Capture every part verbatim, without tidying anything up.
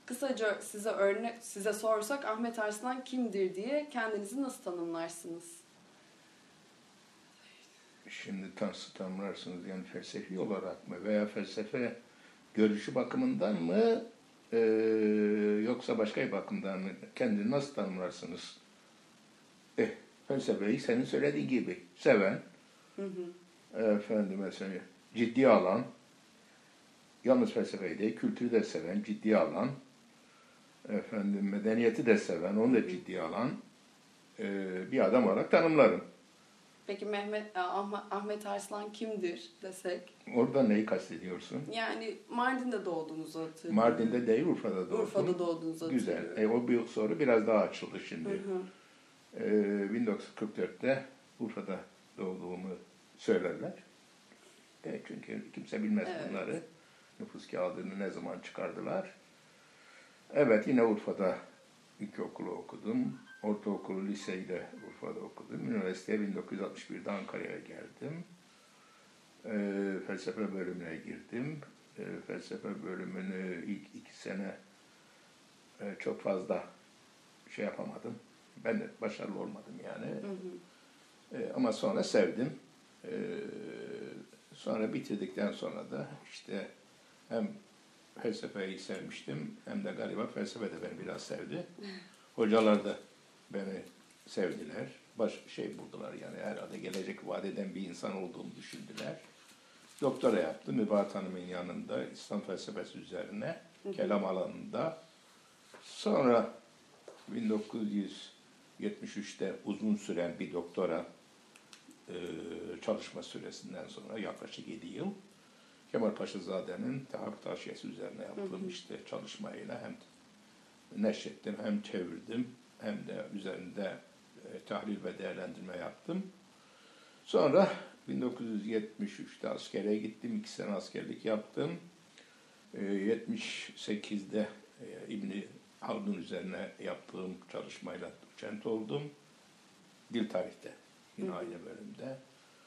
Kısaca size örnek size sorsak Ahmet Arslan kimdir diye kendinizi nasıl tanımlarsınız? Şimdi nasıl tanımlarsınız? Yani felsefi olarak mı veya felsefe görüşü bakımından mı e, yoksa başka bir bakımdan mı? Kendini nasıl tanımlarsınız? Eh, felsefeyi senin söylediğin gibi seven, hı hı. efendime söyleyeyim, ciddiye alan, yalnız felsefeyi değil, kültürü de seven, ciddiye alan, efendim medeniyeti de seven, onu da ciddiye alan e, bir adam olarak tanımlarım. Peki Mehmet Ahmet Arslan kimdir desek? Orada neyi kastediyorsun? Yani Mardin'de doğduğunuzu hatırlıyorum. Mardin'de değil, Urfa'da doğdum. Urfa'da doğduğunuzu hatırlıyorum. Güzel. E, o bir soru biraz daha açıldı şimdi. Hı hı. E, bin dokuz yüz kırk dörtte Urfa'da doğduğumu söylerler. E, çünkü kimse bilmez evet. bunları. Nüfus kağıdını ne zaman çıkardılar. Evet, yine Urfa'da ilkokulu okudum. Ortaokulu, liseyi de Urfa'da okudum. Üniversiteye bin dokuz yüz altmış birde Ankara'ya geldim. E, felsefe bölümüne girdim. E, felsefe bölümünü ilk iki sene e, çok fazla şey yapamadım. Ben de başarılı olmadım yani. Hı hı. E, ama sonra sevdim. E, sonra bitirdikten sonra da işte hem felsefeyi sevmiştim hem de galiba felsefe de beni biraz sevdi. Hocalar da beni sevdiler. Baş şey buldular yani herhalde gelecek vaat eden bir insan olduğumu düşündüler. Doktora yaptım Mübahat Hanım'ın yanında İslam felsefesi üzerine, hı hı. kelam alanında. Sonra bin dokuz yüz yetmiş üçte uzun süren bir doktora e, çalışma süresinden sonra yaklaşık yedi yıl Kemal Paşazade'nin Tahakkuk Taşiyesi üzerine yaptığım hı hı. işte çalışmayla hem neşrettim hem çevirdim hem de üzerinde e, tahlil ve değerlendirme yaptım. Sonra bin dokuz yüz yetmiş üçte askere gittim. İki sene askerlik yaptım. E, yetmiş sekizde e, İbn-i Haldun üzerine yaptığım çalışmayla doçent oldum. Dil tarihte yine hı. aynı bölümde.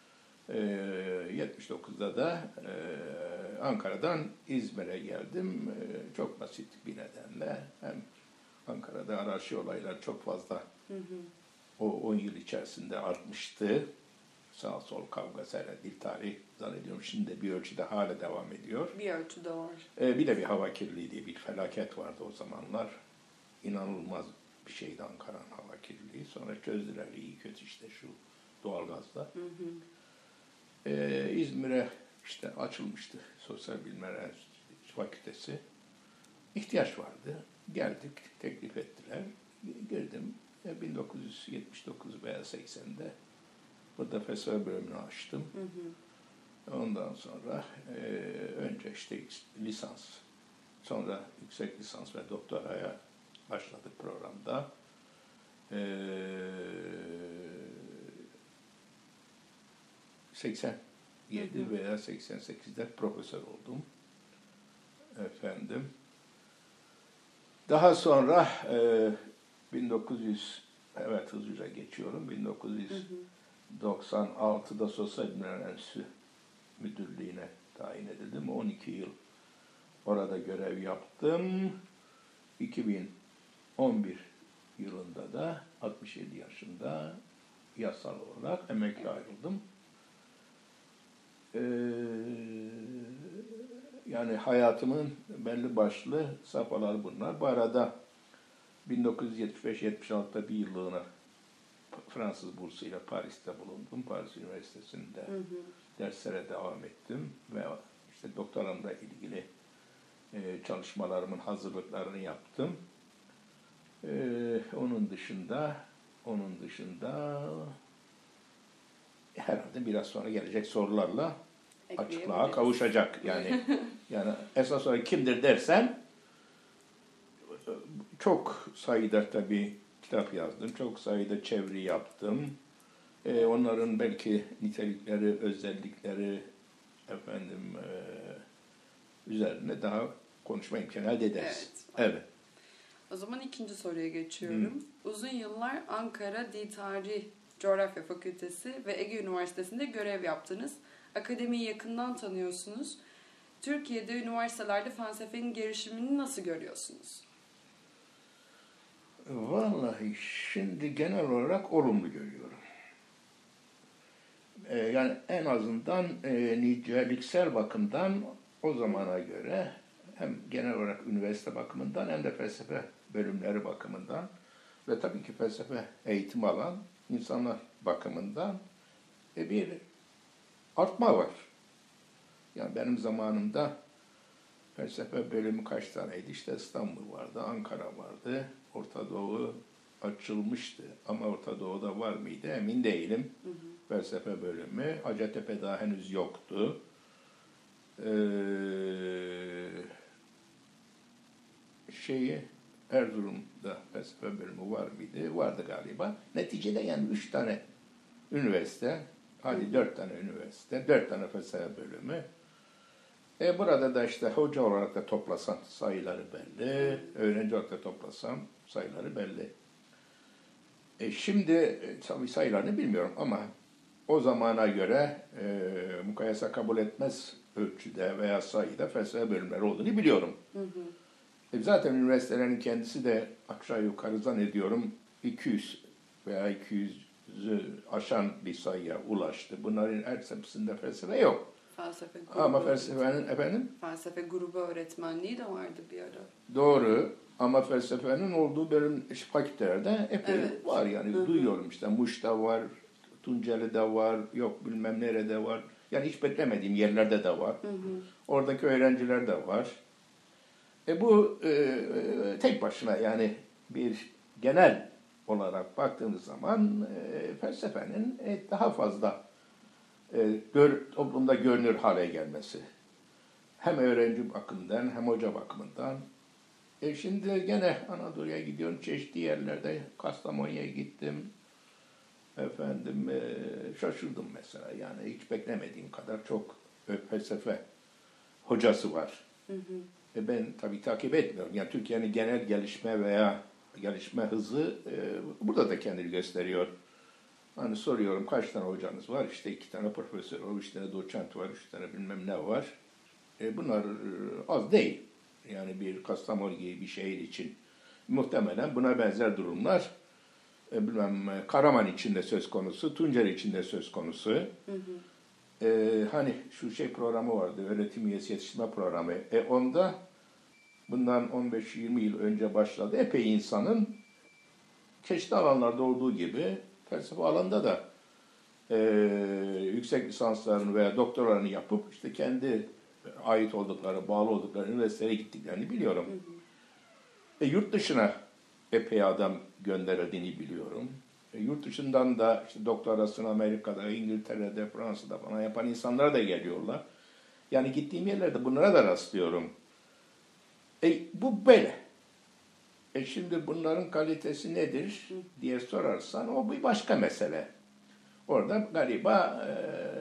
E, yetmiş dokuzda da e, Ankara'dan İzmir'e geldim. E, çok basit bir nedenle. Hem Ankara'da anarşi olaylar çok fazla hı hı. o on yıl içerisinde artmıştı. Sağ sol kavga, sere, dil tarihi zannediyorum şimdi bir ölçüde hala devam ediyor. Bir ölçüde var. Ee, bir de bir hava kirliliği diye bir felaket vardı o zamanlar. İnanılmaz bir şeydi Ankara'nın hava kirliliği. Sonra çözdüler iyi kötü işte şu doğalgazla. Hı hı. Ee, İzmir'e işte açılmıştı Sosyal Bilimler Enstitüsü Fakültesi. İhtiyaç vardı. Geldik, teklif ettiler. Girdim. bin dokuz yüz yetmiş dokuz veya seksende burada felsefe bölümünü açtım. Hı hı. Ondan sonra e, önce işte lisans, sonra yüksek lisans ve doktoraya başladık programda. E, seksen yedi hı hı. veya seksen sekizde profesör oldum. Efendim. Daha sonra e, bin dokuz yüz evet hızlıca geçiyorum. bin dokuz yüz doksan altıda Sosyal Bilimler Enstitüsü Müdürlüğü'ne tayin edildim. on iki yıl orada görev yaptım. iki bin on bir yılında da altmış yedi yaşında yasal olarak emekli ayrıldım. Ee, yani hayatımın belli başlı safhaları bunlar. Bu arada bin dokuz yüz yetmiş beş yetmiş altıda bir yıllığına Fransız bursuyla Paris'te bulundum. Paris Üniversitesi'nde hı hı. derslere devam ettim ve işte doktoramla ilgili e, çalışmalarımın hazırlıklarını yaptım. E, onun dışında onun dışında herhalde biraz sonra gelecek sorularla açıklığa kavuşacak. Yani yani esas olarak kimdir dersen çok sayıda tabii kitap yazdım. Çok sayıda çeviri yaptım. Ee, onların belki nitelikleri, özellikleri efendim e, üzerine daha konuşma imkanı elde ederiz. Evet. evet. O zaman ikinci soruya geçiyorum. Hmm. Uzun yıllar Ankara Dil Tarihi Coğrafya Fakültesi ve Ege Üniversitesi'nde görev yaptınız. Akademiyi yakından tanıyorsunuz. Türkiye'de üniversitelerde felsefenin gelişimini nasıl görüyorsunuz? Vallahi şimdi genel olarak olumlu görüyorum. Ee, yani en azından e, niceliksel bakımdan o zamana göre hem genel olarak üniversite bakımından hem de felsefe bölümleri bakımından ve tabii ki felsefe eğitim alan insanlar bakımından e, bir artma var. Yani benim zamanımda felsefe bölümü kaç taneydi? İşte İstanbul vardı, Ankara vardı, Orta Doğu açılmıştı. Ama Orta Doğu'da var mıydı emin değilim. Hı hı. Felsefe bölümü. Hacettepe daha henüz yoktu. Ee, şeyi Erzurum'da felsefe bölümü var mıydı? Vardı galiba. Neticede yani üç tane üniversite, hadi dört tane üniversite, dört tane felsefe bölümü. E burada da işte hoca olarak da toplasan sayıları belli, öğrenci olarak da toplasam sayıları belli. E şimdi e, tabii sayılarını bilmiyorum ama o zamana göre e, mukayese kabul etmez ölçüde veya sayıda felsefe bölümleri olduğunu biliyorum. Hı hı. E, zaten üniversitelerin kendisi de aşağı yukarı zannediyorum iki yüz veya iki yüzü aşan bir sayıya ulaştı. Bunların her hepsinde felsefe yok. Felsefe grubu. Ama felsefenin efendim? Felsefe grubu öğretmenliği de vardı bir ara. Doğru. Ama felsefenin olduğu bölüm fakültelerde epey evet. var yani. Hı-hı. Duyuyorum işte Muş'ta var, Tunceli'de var, yok bilmem nerede var. Yani hiç beklemediğim yerlerde de var. Hı-hı. Oradaki öğrenciler de var. E bu e, tek başına yani bir genel olarak baktığımız zaman e, felsefenin e, daha fazla e, gör, toplumda görünür hale gelmesi. Hem öğrenci bakımından hem hoca bakımından. E şimdi gene Anadolu'ya gidiyorum. Çeşitli yerlerde Kastamonu'ya gittim. Efendim e, şaşırdım mesela. Yani hiç beklemediğim kadar çok felsefe hocası var. Hı hı. E ben tabii takip etmiyorum. Yani Türkiye'nin genel gelişme veya gelişme hızı e, burada da kendini gösteriyor. Hani soruyorum kaç tane hocanız var? İşte iki tane profesör var, üç tane doçent var, üç tane bilmem ne var. E bunlar e, az değil. Yani bir Kastamonu gibi bir şehir için muhtemelen buna benzer durumlar e, bilmem Karaman için de söz konusu, Tunceli için de söz konusu. Hı hı. E, hani şu şey programı vardı, öğretim üyesi yetiştirme programı. E onda bundan on beş yirmi yıl önce başladı. Epey insanın çeşitli alanlarda olduğu gibi felsefe alanında da e, yüksek lisanslarını veya doktoralarını yapıp işte kendi ait oldukları, bağlı oldukları üniversitelere gittiklerini biliyorum. Hı hı. E, yurt dışına epey adam gönderildiğini biliyorum. E, yurt dışından da işte doktorasını Amerika'da, İngiltere'de, Fransa'da falan yapan insanlar da geliyorlar. Yani gittiğim yerlerde bunlara da rastlıyorum. E, bu böyle. E şimdi bunların kalitesi nedir diye sorarsan o bir başka mesele. Orada galiba e,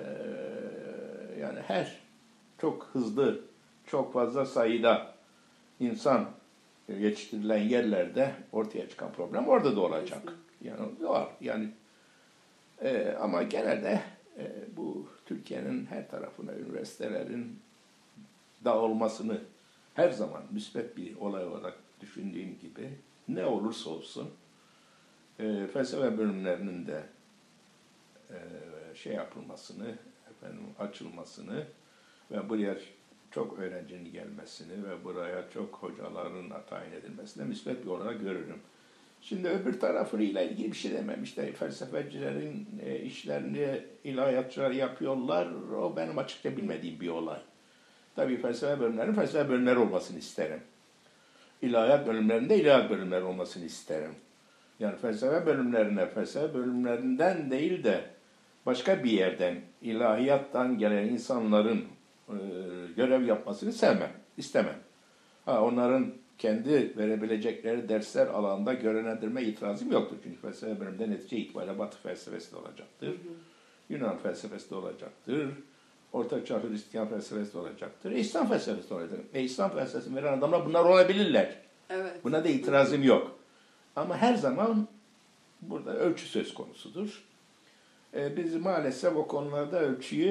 yani her çok hızlı, çok fazla sayıda insan yetiştirilen yerlerde ortaya çıkan problem orada da olacak. Yani var. Yani e, ama genelde e, bu Türkiye'nin her tarafına üniversitelerin dağılmasını her zaman müsbet bir olay olarak düşündüğüm gibi ne olursa olsun e, felsefe bölümlerinin de e, şey yapılmasını, efendim açılmasını ve buraya çok öğrencinin gelmesini ve buraya çok hocaların tayin edilmesini müsbet bir olarak görürüm. Şimdi öbür tarafıyla ilgili bir şey demem. İşte felsefecilerin e, işlerini ilahiyatçılar yapıyorlar. O benim açıkça bilmediğim bir olay. Tabii felsefe bölümlerinin felsefe bölümleri olmasını isterim. İlahiyat bölümlerinde ilahiyat bölümleri olmasını isterim. Yani felsefe bölümlerine, felsefe bölümlerinden değil de başka bir yerden, ilahiyattan gelen insanların e, görev yapmasını sevmem, istemem. Ha, onların kendi verebilecekleri dersler alanında görevlendirme itirazım yoktur. Çünkü felsefe bölümünde netice itibariyle Batı felsefesi de olacaktır. Hı hı. Yunan felsefesi de olacaktır. Ortaçağ Hristiyan felsefesi de olacaktır. E, İslam felsefesi de olacaktır. E, İslam felsefesini veren adamlar bunlar olabilirler. Evet. Buna da itirazım yok. Ama her zaman burada ölçü söz konusudur. E, biz maalesef o konularda ölçüyü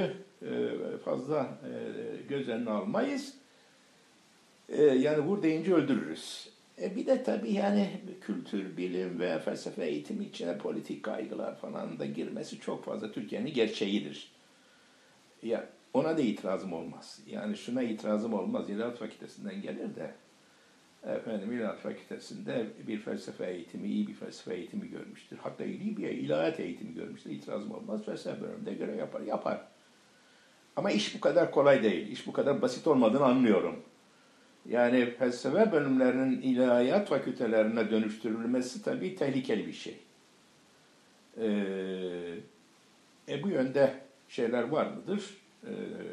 fazla göz önüne almayız. Yani vur deyince öldürürüz. E bir de tabii yani kültür, bilim ve felsefe eğitimi içine politik kaygılar falan da girmesi çok fazla Türkiye'nin gerçeğidir. Ya ona da itirazım olmaz. Yani şuna itirazım olmaz. İlahiyat Fakültesinden gelir de efendim İlahiyat Fakültesi'nde bir felsefe eğitimi, iyi bir felsefe eğitimi görmüştür. Hatta iyi bir ilahiyat eğitimi görmüştür. İtirazım olmaz. Felsefe bölümünde görev yapar, yapar. Ama iş bu kadar kolay değil. İş bu kadar basit olmadığını anlıyorum. Yani felsefe bölümlerinin ilahiyat fakültelerine dönüştürülmesi tabii tehlikeli bir şey. Ee, e bu yönde şeyler var mıdır? Ee,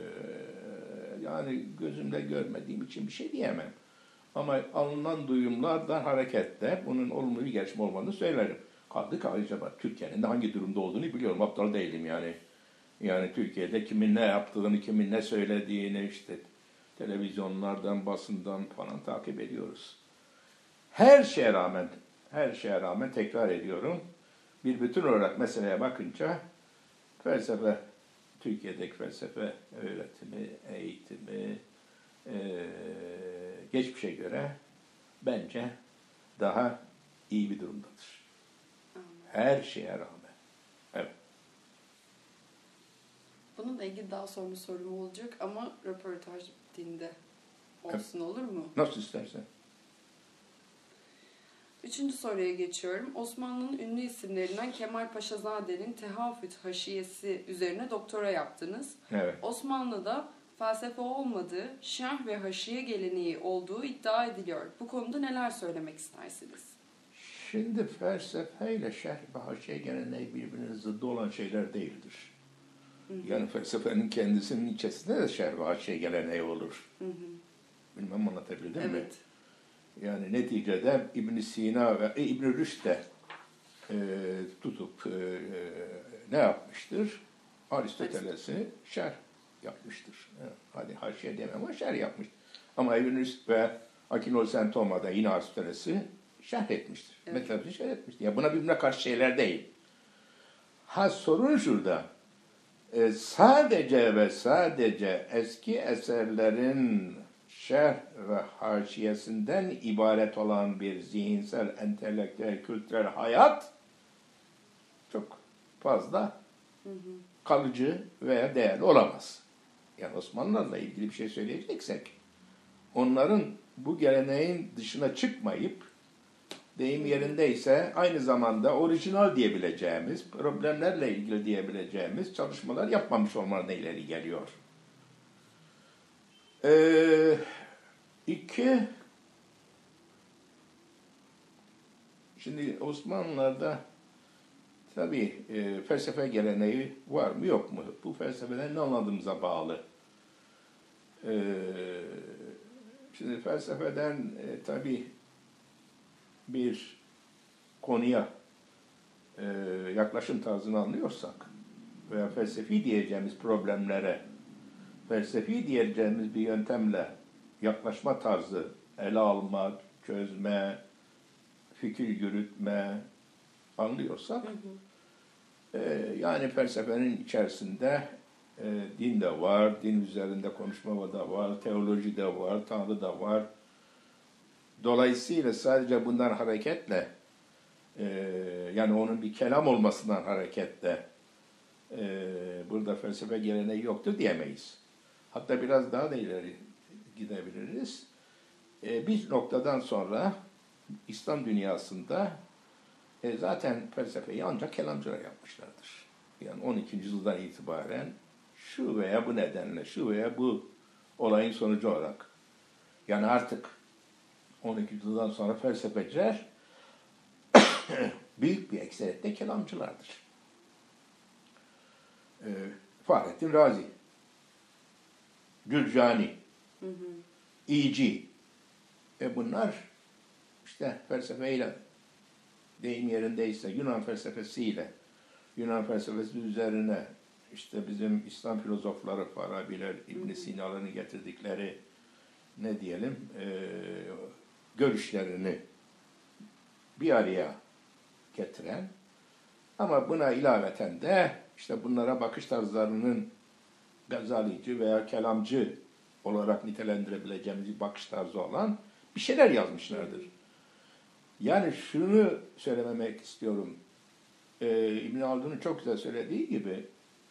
yani gözümle görmediğim için bir şey diyemem. Ama alınan duyumlardan hareketle bunun olumlu bir gelişme olmadığını söylerim. Kaldı ki acaba Türkiye'nin de hangi durumda olduğunu biliyorum. Aptal değilim yani. Yani Türkiye'de kimin ne yaptığını, kimin ne söylediğini işte televizyonlardan, basından falan takip ediyoruz. Her şeye rağmen, her şeye rağmen tekrar ediyorum. Bir bütün olarak meseleye bakınca felsefe, Türkiye'deki felsefe öğretimi, eğitimi e, geçmişe göre bence daha iyi bir durumdadır. Her şeye rağmen. Evet. Bununla ilgili daha sonra bir sorum olacak ama röportaj bittiğinde olsun, evet. Olur mu? Nasıl istersen. Üçüncü soruya geçiyorum. Osmanlı'nın ünlü isimlerinden Kemal Paşazade'nin Tehafüt Haşiyesi üzerine doktora yaptınız. Evet. Osmanlı'da felsefe olmadığı, şerh ve haşiye geleneği olduğu iddia ediliyor. Bu konuda neler söylemek istersiniz? Şimdi felsefe ile şerh ve haşiye geleneği birbirinin zıddı olan şeyler değildir. Hı hı. Yani felsefenin kendisinin içerisinde de şerh ve haşiye geleneği olur. Hı hı. Bilmem anlatabildim evet. mi? Yani neticede İbn Sina ve e, İbn Rüşd de e, tutup e, ne yapmıştır? Aristoteles'i şerh yapmıştır. Yani, hadi haşiye demem ama şerh yapmış. Ama İbn Rüşd ve Akinol Sentoma da yine Aristoteles'i şerh etmiştir. Evet. Metafizik'i şerh etmiştir. Ya buna birbirine karşı şeyler değil. Ha sorun şurada. E, sadece ve sadece eski eserlerin şerh ve haşiyesinden ibaret olan bir zihinsel, entelektüel, kültürel hayat çok fazla hı hı. kalıcı veya değerli olamaz. Yani Osmanlılarla ilgili bir şey söyleyeceksek, onların bu geleneğin dışına çıkmayıp, deyim yerindeyse aynı zamanda orijinal diyebileceğimiz, problemlerle ilgili diyebileceğimiz çalışmalar yapmamış olmalarına ileri geliyor. Ee, iki, şimdi Osmanlılar'da tabii e, felsefe geleneği var mı yok mu? Bu felsefeden ne anladığımıza bağlı. Ee, şimdi felsefeden e, tabii bir konuya e, yaklaşım tarzını anlıyorsak veya felsefi diyeceğimiz problemlere felsefi diyeceğimiz bir yöntemle yaklaşma tarzı ele alma, çözme, fikir yürütme anlıyorsak hı hı. E, yani felsefenin içerisinde e, din de var, din üzerinde konuşma da var, teoloji de var, Tanrı da var. Dolayısıyla sadece bundan hareketle e, yani onun bir kelam olmasından hareketle e, burada felsefe geleneği yoktur diyemeyiz. Hatta biraz daha da ileri gidebiliriz. E, bir noktadan sonra İslam dünyasında e, zaten felsefeyi ancak kelamcılar yapmışlardır. Yani on ikinci yüzyıldan itibaren şu veya bu nedenle, şu veya bu olayın sonucu olarak yani artık on ikinci yüzyıldan sonra felsefeciler büyük bir ekseriyetle kelamcılardır. E, Fahrettin Razi, Gülcani, hı hı. İyici. E bunlar işte felsefeyle deyim yerindeyse Yunan felsefesiyle Yunan felsefesi üzerine işte bizim İslam filozofları Farabiler, İbn Sina'ların getirdikleri ne diyelim e, görüşlerini bir araya getiren ama buna ilaveten de işte bunlara bakış tarzlarının Gazalici veya kelamcı olarak nitelendirebileceğimiz bir bakış tarzı olan bir şeyler yazmışlardır. Yani şunu söylememek istiyorum. Ee, İbn Haldun'un çok güzel söylediği gibi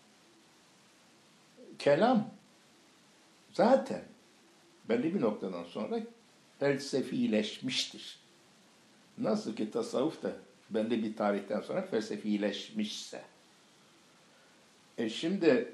kelam zaten belli bir noktadan sonra felsefileşmiştir. Nasıl ki tasavvuf da belli bir tarihten sonra felsefileşmişse. E şimdi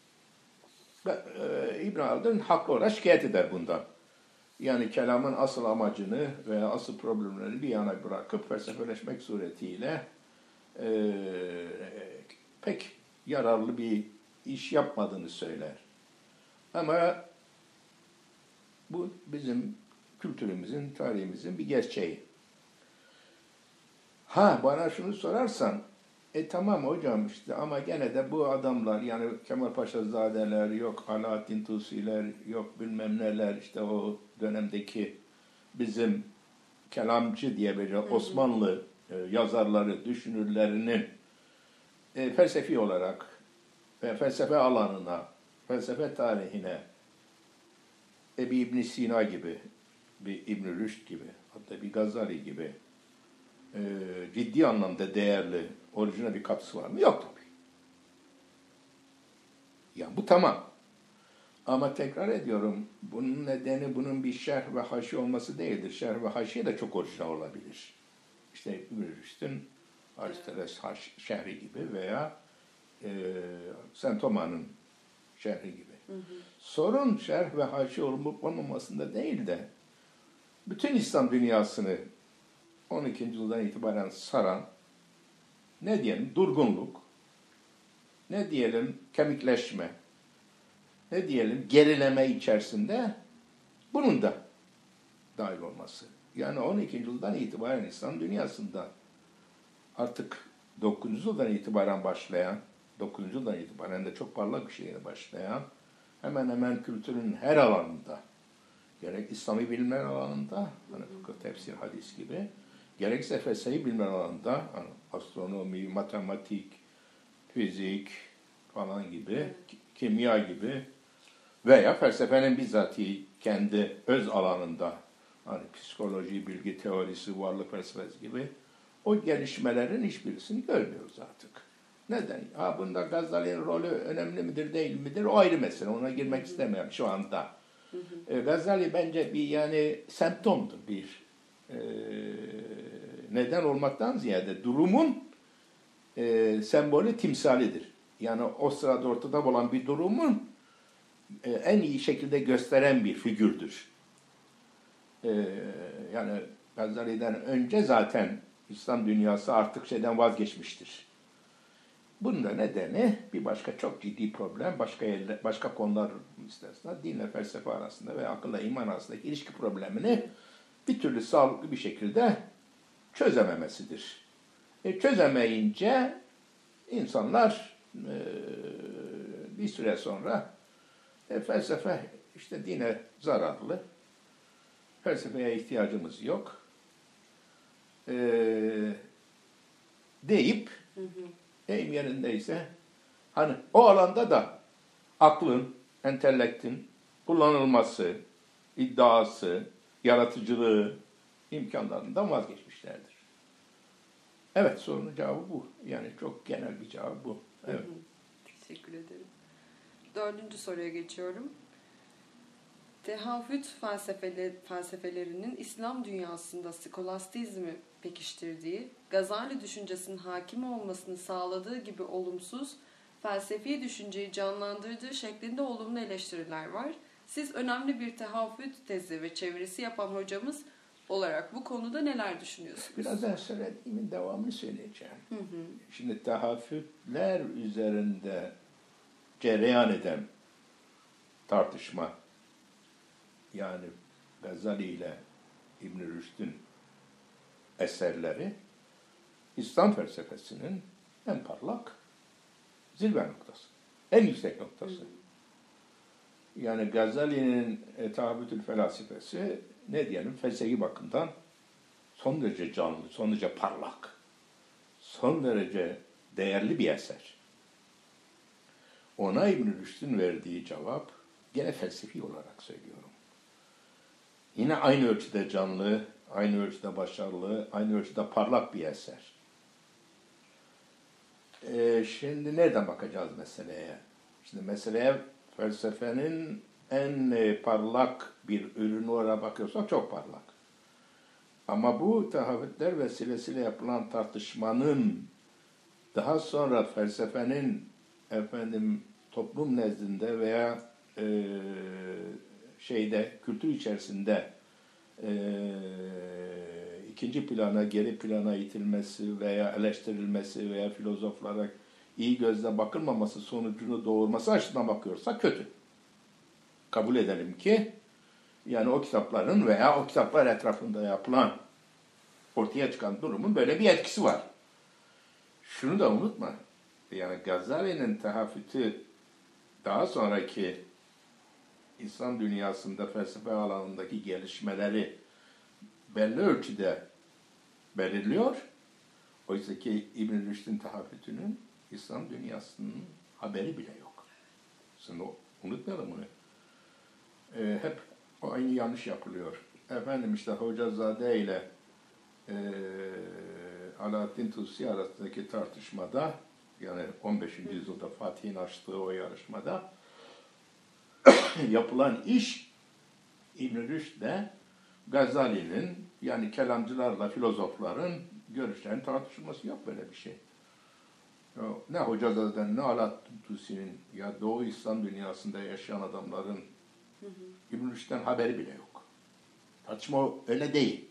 e, İbn Haldun haklı olarak şikayet eder bundan. Yani kelamın asıl amacını veya asıl problemleri bir yana bırakıp felsefeleşmek suretiyle e, pek yararlı bir iş yapmadığını söyler. Ama bu bizim kültürümüzün, tarihimizin bir gerçeği. Ha bana şunu sorarsan, e tamam hocam işte ama gene de bu adamlar yani Kemal Paşazadeler, yok Alaaddin Tusiler, yok bilmem neler işte o dönemdeki bizim kelamcı diyebileceğim Osmanlı e, yazarları, düşünürlerinin e, felsefi olarak ve felsefe alanına, felsefe tarihine e, bir İbn Sina gibi, bir İbn Rüşd gibi, hatta bir Gazali gibi e, ciddi anlamda değerli, orijinal bir katkısı var mı? Yok tabii. Yani bu tamam. Ama tekrar ediyorum, bunun nedeni bunun bir şerh ve haşi olması değildir. Şerh ve haşi de çok orijinal olabilir. İşte İbn Rüşd'ün Aristoteles şerhi gibi veya e, Saint Thomas'ın şerhi gibi. Hı hı. Sorun şerh ve haşi olup olmamasında değil de bütün İslam dünyasını on ikinci yüzyıldan itibaren saran ne diyelim durgunluk, ne diyelim kemikleşme, ne diyelim gerileme içerisinde bunun da dahil olması. Yani on ikinci yüzyıldan itibaren İslam dünyasında artık dokuzuncu yüzyıldan itibaren başlayan, dokuzuncu yüzyıldan itibaren de çok parlak bir şeye başlayan hemen hemen kültürün her alanında, gerek İslami bilimler alanında, hani fıkıh, tefsir, hadis gibi, gerekse felsefi bilimler alanında, hani astronomi, matematik, fizik falan gibi, evet. kimya gibi veya felsefenin bizzati kendi öz alanında, hani psikoloji, bilgi teorisi, varlık felsefesi gibi o gelişmelerin hiçbirisini görmüyoruz artık. Neden? Ha bunda Gazali'nin rolü önemli midir, değil midir? O ayrı mesele. Ona girmek Hı-hı. istemiyorum şu anda. E, Gazali bence bir yani semptomdur, bir e, neden olmaktan ziyade durumun e, sembolü timsalidir. Yani o sırada ortada olan bir durumun e, en iyi şekilde gösteren bir figürdür. E, yani Gazali'den önce zaten İslam dünyası artık şeyden vazgeçmiştir. Bunun da nedeni bir başka çok ciddi problem, başka yerler, başka konular isterseniz dinle felsefe arasında ve akılla iman arasındaki ilişki problemini bir türlü sağlıklı bir şekilde çözememesidir. E, çözemeyince insanlar e, bir süre sonra e, felsefe işte dine zararlı, felsefeye ihtiyacımız yok e, deyip hı hı. deyim yerindeyse hani o alanda da aklın, entelektin kullanılması, iddiası, yaratıcılığı imkanlarından vazgeçmişlerdir. Evet, sorunun cevabı bu. Yani çok genel bir cevap bu. Evet. Hı hı. Teşekkür ederim. Dördüncü soruya geçiyorum. Tehavvüt felsefeleri, felsefelerinin İslam dünyasında skolastizmi pekiştirdiği, Gazali düşüncesinin hakim olmasını sağladığı gibi olumsuz, felsefi düşünceyi canlandırdığı şeklinde olumlu eleştiriler var. Siz önemli bir tehavvüt tezi ve çevirisi yapan hocamız olarak bu konuda neler düşünüyorsunuz? Biraz daha söylediğimin devamını söyleyeceğim. Hı hı. Şimdi tehavvütler üzerinde cereyan eden tartışma, yani Gazali ile İbn Rüşd'ün eserleri İslam felsefesinin en parlak zirve noktası, en yüksek noktası. Hı. Yani Gazali'nin e, Tehavvütül Felasifesi ne diyelim felsefi bakımdan son derece canlı, son derece parlak, son derece değerli bir eser. ona İbn Rüşd'ün verdiği cevap gene felsefi olarak söylüyorum. Yine aynı ölçüde canlı, aynı ölçüde başarılı, aynı ölçüde parlak bir eser. Ee, şimdi nereden bakacağız meseleye? Şimdi meseleye felsefenin en parlak bir ürünü olarak bakıyorsak çok parlak. Ama bu tahavvütler vesilesiyle yapılan tartışmanın daha sonra felsefenin efendim toplum nezdinde veya e, şeyde kültür içerisinde e, ikinci plana, geri plana itilmesi veya eleştirilmesi veya filozoflara iyi gözle bakılmaması sonucunu doğurması açısından bakıyorsak kötü. Kabul edelim ki yani o kitapların veya o kitaplar etrafında yapılan ortaya çıkan durumun böyle bir etkisi var. Şunu da unutma. Yani Gazali'nin tahavvütü daha sonraki İslam dünyasında felsefe alanındaki gelişmeleri belli ölçüde belirliyor. Oysa ki İbn Rüşd'ün tahavvütünün İslam dünyasının haberi bile yok. Şimdi unutmayalım bunu. Ee, hep aynı yanlış yapılıyor. Efendim işte Hocazade ile e, Alaaddin Tusi arasındaki tartışmada yani on beşinci yüzyılda Fatih'in açtığı o yarışmada yapılan iş İbn Rüşd'le Gazali'nin yani kelamcılarla filozofların görüşlerinin tartışılması yok böyle bir şey. Ne Hocazade'den ne Alaaddin Tusi'nin ya Doğu İslam dünyasında yaşayan adamların İbn Rüşd'den haberi bile yok. Tartışma öyle değil.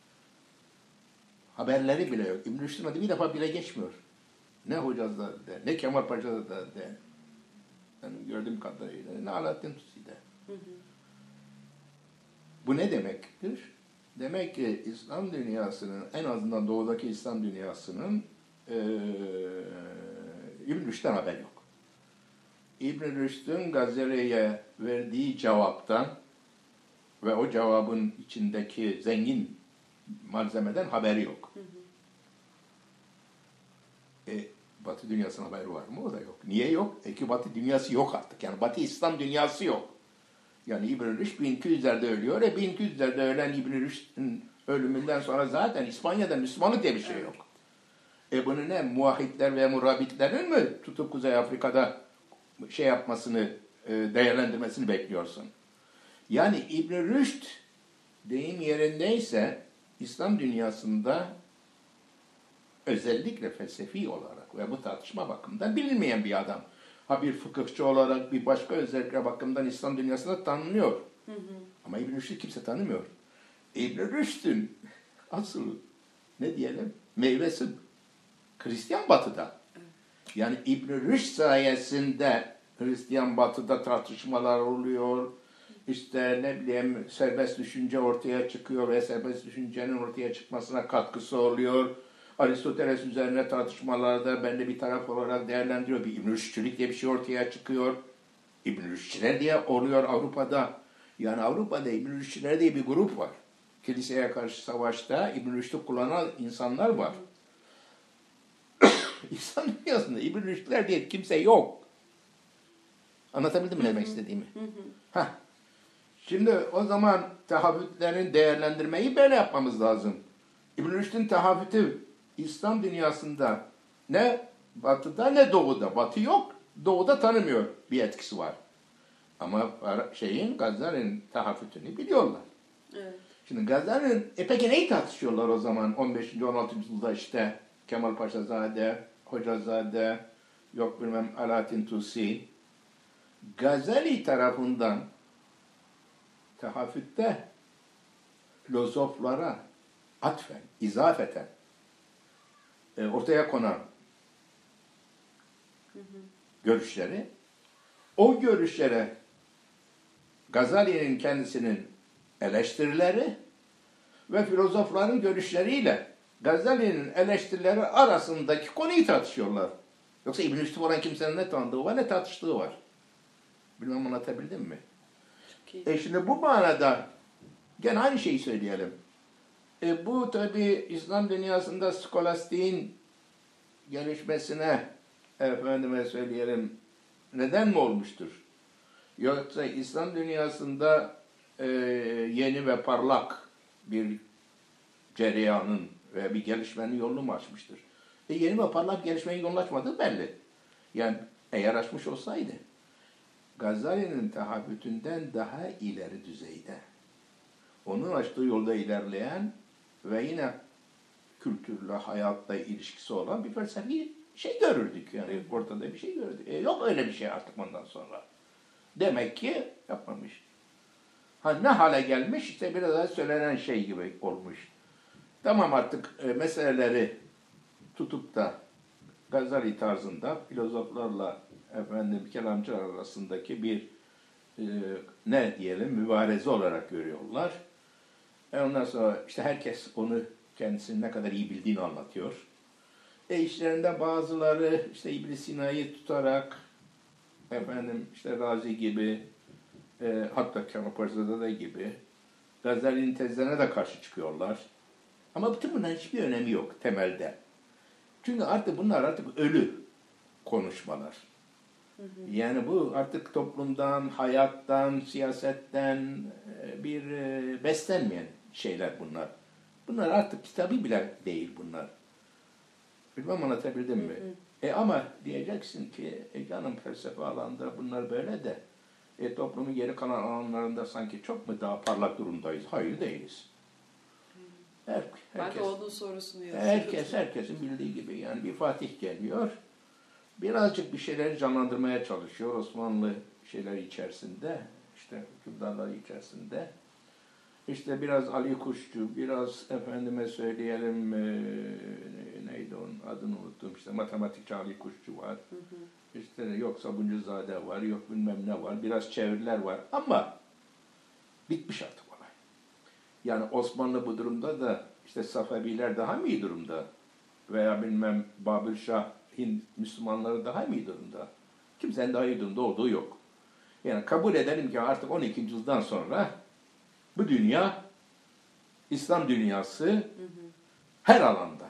Haberleri bile yok. İbn Rüşd'ün adı bir defa bile geçmiyor. Ne Hocazade'de, ne Kemal Paşa'da, yani gördüğüm kadarıyla ne Alaaddin Tusi'de. Hı hı. Bu ne demektir? Demek ki İslam dünyasının, en azından doğudaki İslam dünyasının e, İbn Rüşd'den haber yok. İbn Rüşd'ün Gazali'ye verdiği cevaptan ve o cevabın içindeki zengin malzemeden haberi yok. Hı hı. E, Batı dünyasının haberi var mı? O da yok. Niye yok? E ki Batı dünyası yok artık. Yani Batı İslam dünyası yok. Yani İbn Rüşd bin iki yüzlerde ölüyor. E bin iki yüzlerde ölen İbn Rüşd'ün ölümünden sonra zaten İspanya'da Müslümanlık diye bir şey yok. E bunu ne? Muahitler ve murabitlerin mi tutup Kuzey Afrika'da şey yapmasını, değerlendirmesini bekliyorsun? Yani İbn Rüşd deyim yerindeyse İslam dünyasında özellikle felsefi olarak ve bu tartışma bakımından bilinmeyen bir adam. Ha bir fıkıhçı olarak bir başka özellikle bakımdan İslam dünyasında tanınıyor. Hı hı. Ama İbn Rüşd'ü kimse tanımıyor. İbn Rüşd'ün asıl ne diyelim meyvesi Hristiyan Batı'da. Yani İbn Rüşd sayesinde Hristiyan Batı'da tartışmalar oluyor. İşte ne bileyim serbest düşünce ortaya çıkıyor ve serbest düşüncenin ortaya çıkmasına katkısı oluyor. Aristoteles üzerine tartışmalarda belli bir taraf olarak değerlendiriyor. Bir İbn Rüşdçülük diye bir şey ortaya çıkıyor. İbn Rüşdçiler diye oluyor Avrupa'da. Yani Avrupa'da İbn Rüşdçiler diye bir grup var. Kiliseye karşı savaşta İbn Rüşd'ü kullanan insanlar var. İslam dünyasında İbn Rüşdçiler diye kimse yok. Anlatabildim mi ne demek istediğimi? Heh. Şimdi o zaman tahavvütlerin değerlendirmeyi böyle yapmamız lazım. İbn Rüşd'ün tahavvütü İslam dünyasında ne Batı'da ne Doğu'da. Batı yok, Doğu'da tanımıyor bir etkisi var. Ama şeyin Gazali'nin tahavvütünü biliyorlar. Evet. Şimdi Gazali'nin, e peki neyi tartışıyorlar o zaman on beşinci on altıncı yüzyılda işte Kemal Paşazade, Hocazade, yok bilmem Alaaddin Tusi. Gazali tarafından tahavvütte filozoflara atfen, izafeten e, ortaya konan hı hı. görüşleri, o görüşlere Gazali'nin kendisinin eleştirileri ve filozofların görüşleriyle Gazali'nin eleştirileri arasındaki konuyu tartışıyorlar. Yoksa İbn Rüşd olan kimsenin ne tanıdığı var ne tartıştığı var. Bilmem anlatabildim mi? E şimdi bu manada gene aynı şeyi söyleyelim. E bu tabi İslam dünyasında skolastiğin gelişmesine efendime söyleyelim neden mi olmuştur? Yoksa İslam dünyasında e, yeni ve parlak bir cereyanın ve bir gelişmenin yolunu mu açmıştır? E, yeni ve parlak gelişmenin yolunu açmadığı belli. Yani eğer açmış olsaydı, Gazali'nin tahabbütünden daha ileri düzeyde, onun açtığı yolda ilerleyen ve yine kültürle, hayatla ilişkisi olan bir felsefi şey görürdük. Yani ortada bir şey görürdük. E, yok öyle bir şey artık ondan sonra. Demek ki yapmamış. Ha ne hale gelmiş? İşte biraz daha söylenen şey gibi olmuş. Tamam artık e, meseleleri tutup da Gazali tarzında filozoflarla efendim kelamcılar arasındaki bir e, ne diyelim mübareze olarak görüyorlar. E ondan sonra işte herkes onu kendisinin ne kadar iyi bildiğini anlatıyor. E işlerinden bazıları işte İbn Sina'yı tutarak efendim işte Razi gibi e, hatta Kemal gibi Gazali'nin tezlerine de karşı çıkıyorlar. Ama bütün bunların hiçbir önemi yok temelde. Çünkü artık bunlar artık ölü konuşmalar. Hı hı. Yani bu artık toplumdan, hayattan, siyasetten bir beslenmeyen şeyler bunlar. Bunlar artık kitabı bile değil bunlar. Bilmem anlatabildim mi? Hı hı. E ama diyeceksin ki e canım felsefe alanında bunlar böyle de e, toplumun geri kalan alanlarında sanki çok mu daha parlak durumdayız? Hayır değiliz. Her, herkes, ben de onun sorusunu yazıyorum. Herkes, herkesin bildiği gibi yani bir Fatih geliyor. Birazcık bir şeyleri canlandırmaya çalışıyor Osmanlı şeyleri içerisinde, işte hükümdarları içerisinde. İşte biraz Ali Kuşçu, biraz efendime söyleyelim e, neydi onun adını unuttum, işte matematikçi Ali Kuşçu var. Hı hı. İşte yok Sabuncuzade var, yok bilmem ne var, biraz çeviriler var ama bitmiş artık olay. Yani Osmanlı bu durumda da işte Safeviler daha mı iyi durumda? Veya bilmem Babür Şah, Hind Müslümanları daha mı iyi durumda? Kimsenin daha iyi durumda olduğu yok. Yani kabul edelim ki artık on ikinci yüzyıldan sonra bu dünya, İslam dünyası hı hı. her alanda,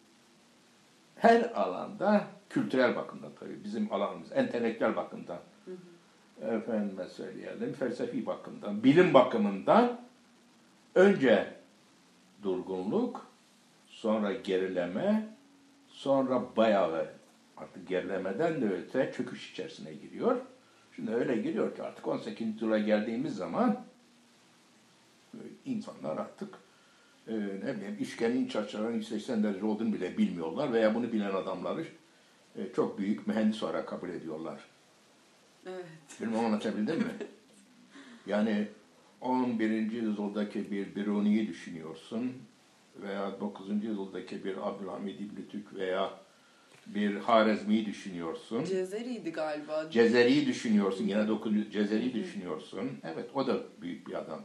her alanda kültürel bakımdan tabii bizim alanımız, entelektüel bakımdan, hı hı. efendime söyleyelim, felsefi bakımdan, bilim bakımından önce durgunluk, sonra gerileme, sonra bayağı artık gerilemeden de öte çöküş içerisine giriyor. Şimdi öyle giriyor ki artık on sekizinci yıla geldiğimiz zaman insanlar artık e, ne bileyim üçgenin iç açılarının yüz seksen derece olduğunu bile bilmiyorlar veya bunu bilen adamları e, çok büyük mühendis olarak kabul ediyorlar. Evet. Bilmem anlatabildim mi? Yani on birinci yüzyıldaki bir Biruni'yi düşünüyorsun veya dokuzuncu yüzyıldaki bir Abdülhamid İbn Tük veya bir Harezmi'yi düşünüyorsun. Cezeri'ydi galiba. Cezeri'yi düşünüyorsun. Yine dokuzuncu Cezeri'yi düşünüyorsun. Evet, o da büyük bir adam.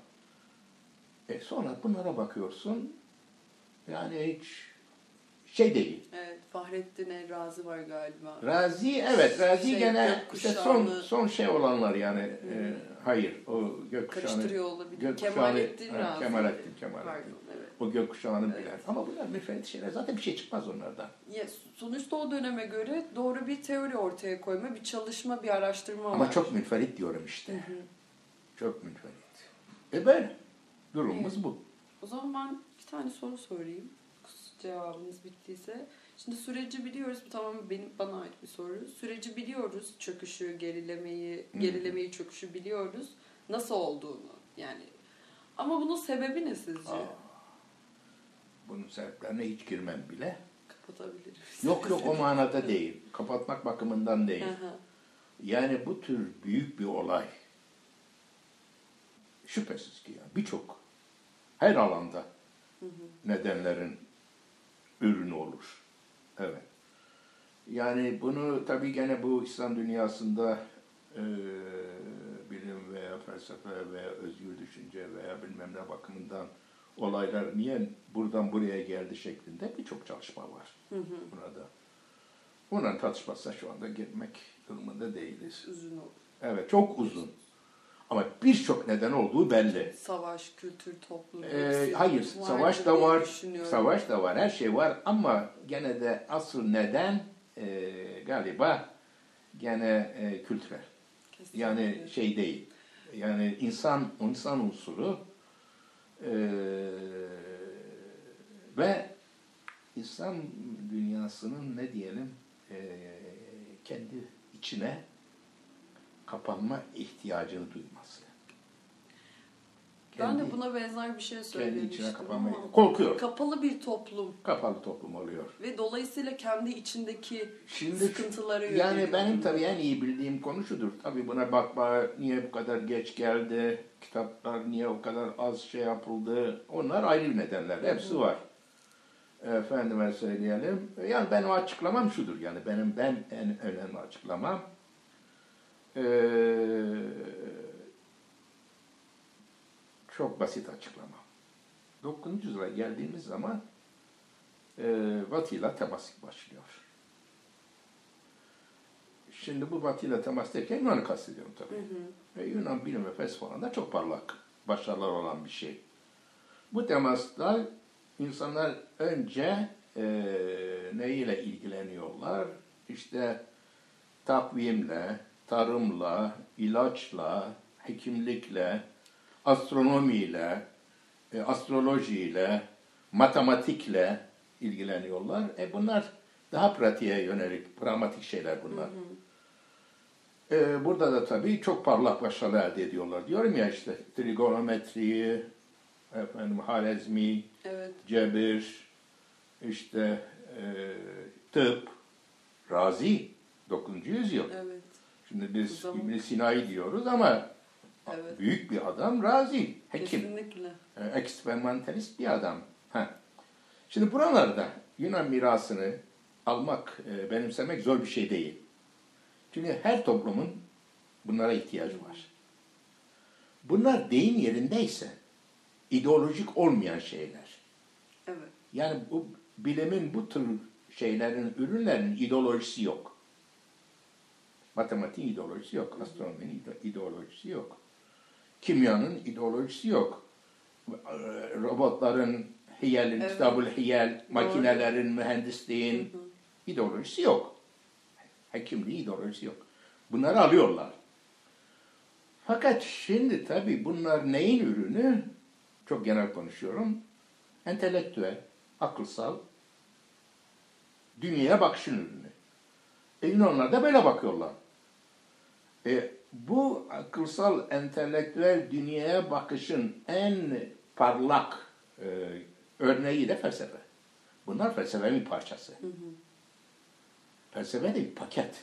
E sonra bunlara bakıyorsun. Yani hiç şey değil. Evet, Fahrettin Razi var galiba. Razi, evet. Razi şey, gene işte son son şey olanlar yani. E, hayır, o gökkuşağını. Karıştırıyor olabilir. Gökkuşağını, Kemalettin ha, Razi. Kemalettin, Kemalettin. Pardon, evet. O gökkuşağını evet. bilen. Ama bunlar müferit şeyler. Zaten bir şey çıkmaz onlardan. Ya, sonuçta o döneme göre doğru bir teori ortaya koyma, bir çalışma, bir araştırma Ama var. Ama çok münferit diyorum işte. Hı hı. Çok münferit. E böyle. Durumumuz evet. bu. O zaman ben bir tane soru sorayım. Cevabınız bittiyse. Şimdi süreci biliyoruz. Bu tamamen benim, bana ait bir soru. Süreci biliyoruz. Çöküşü, gerilemeyi, hmm. gerilemeyi, çöküşü biliyoruz. Nasıl olduğunu. Yani. Ama bunun sebebi ne sizce? Aa, bunun sebeplerine hiç girmem bile. Kapatabiliriz. Yok yok o manada değil. Kapatmak bakımından değil. Yani bu tür büyük bir olay. Şüphesiz ki ya birçok her alanda hı hı. nedenlerin ürünü olur. Evet. Yani bunu tabii gene bu İslam dünyasında e, bilim veya felsefe veya özgür düşünce veya bilmem ne bakımından olaylar niye buradan buraya geldi şeklinde birçok çalışma var hı hı. burada. Bunların tartışmasına şu anda girmek durumunda değiliz. Uzun olur. Evet, çok uzun. Ama birçok neden olduğu belli. Savaş, kültür, toplum. Ee, hayır, savaş da var. Savaş da var, her şey var ama gene de asıl neden e, galiba gene e, kültürel. Kesinlikle. Yani şey değil. Yani insan, insan unsuru e, ve İslam dünyasının ne diyelim e, kendi içine kapanma ihtiyacını duyması. Ben Kendi, de buna benzer bir şey kendi söylemiştim içine kapanmayı ama korkuyor. kapalı bir toplum Kapalı toplum oluyor. ve dolayısıyla kendi içindeki Şimdi sıkıntıları yani yöneliyor benim bunlara. tabii en iyi bildiğim konu şudur. Tabii buna bakma, niye bu kadar geç geldi, kitaplar niye o kadar az şey yapıldı, onlar ayrı nedenler, hepsi var. Efendime söyleyelim. Yani benim açıklamam şudur, yani benim ben en önemli açıklamam ee, çok basit açıklamam. dokuzuncu yüzyıla geldiğimiz zaman e, Batı'yla temas başlıyor. Şimdi bu Batı'yla temas derken Yunan'ı kastediyorum tabii. Hı hı. Ve Yunan bilim ve felsefasında çok parlak başarılar olan bir şey. Bu temaslar insanlar önce e, neyle ilgileniyorlar? İşte takvimle, tarımla, ilaçla, hekimlikle, astronomiyle, e, astrolojiyle, matematikle ilgileniyorlar. E bunlar daha pratiğe yönelik, pragmatik şeyler bunlar. Hı hı. E, burada da tabii çok parlak başarılar elde ediyorlar. Diyorum ya işte trigonometri, efendim Halezmi, evet. Cebir, işte e, tıp, Razi, dokuzuncu yüzyıl. Evet. Şimdi biz İbn Sina'yı diyoruz ama evet. Büyük bir adam Razi, hekim. Kesinlikle. E, eksperimentalist bir adam. Heh. Şimdi buralarda Yunan mirasını almak, e, benimsemek zor bir şey değil. Çünkü her toplumun bunlara ihtiyacı var. Bunlar deyim yerindeyse ideolojik olmayan şeyler. Evet. Yani bu bilimin bu tür şeylerin, ürünlerin ideolojisi yok. Matematiğin ideolojisi yok, astronominin ideolojisi yok. Kimyanın ideolojisi yok. Robotların, hiyelin, evet. Kitabul hiyel, makinelerin, doğru. Mühendisliğin hı hı. ideolojisi yok. Hekimliği ideolojisi yok. Bunları alıyorlar. Fakat şimdi tabii bunlar neyin ürünü? Çok genel konuşuyorum. Entelektüel, akılsal, dünyaya bakışın ürünü. E Yunanlar da böyle bakıyorlar. E, bu akılsal, entelektüel dünyaya bakışın en parlak e, örneği de felsefe. Bunlar felsefenin bir parçası. Hı hı. Felsefe de bir paket.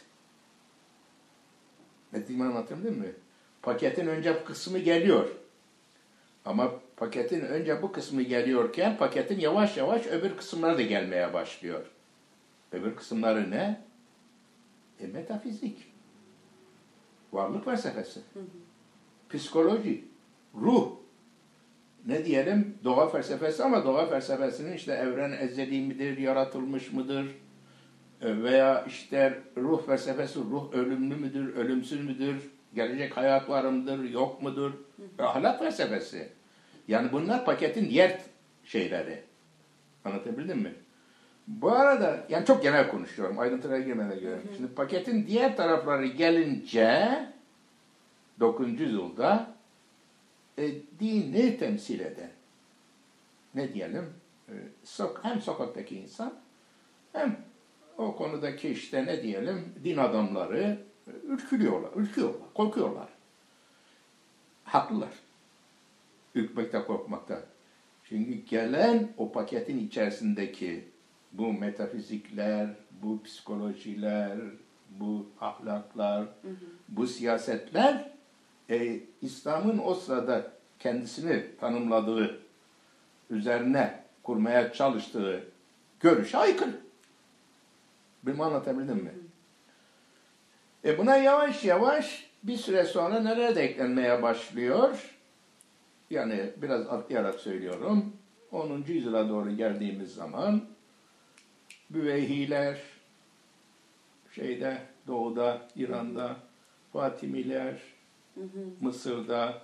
Ne diyeyim anlatayım değil mi? Paketin önce bu kısmı geliyor. Ama paketin önce bu kısmı geliyorken paketin yavaş yavaş öbür kısımları da gelmeye başlıyor. Öbür kısımları ne? E, metafizik. Varlık felsefesi. Hı hı. Psikoloji. Ruh. Ne diyelim? Doğa felsefesi ama doğa felsefesinin işte evren ezeli midir, yaratılmış mıdır? Veya işte ruh felsefesi, ruh ölümlü müdür, ölümsüz müdür? Gelecek hayat var mıdır, yok mudur? Hı hı. Ahlak felsefesi. Yani bunlar paketin diğer şeyleri. Anlatabildim mi? Bu arada, yani çok genel konuşuyorum, ayrıntılara girmeden göre. Hı hı. Şimdi paketin diğer tarafları gelince, dokuzuncu yüzyılda e, dini temsil eden, ne diyelim, e, sok, hem sokaktaki insan, hem o konudaki işte ne diyelim, din adamları e, ürkülüyorlar, ürküyorlar, korkuyorlar. Haklılar. Ürkmekte, korkmakta. Çünkü gelen o paketin içerisindeki bu metafizikler, bu psikolojiler, bu ahlaklar, hı hı. bu siyasetler e, İslam'ın o sırada kendisini tanımladığı, üzerine kurmaya çalıştığı görüşe aykırı. Bilmem anlatabildim mi? Hı hı. E buna yavaş yavaş bir süre sonra nereye de eklenmeye başlıyor? Yani biraz atlayarak söylüyorum. onuncu yüzyıla doğru geldiğimiz zaman Büveyhiler, şeyde, doğuda, İran'da, Fatimiler, hı hı. Mısır'da,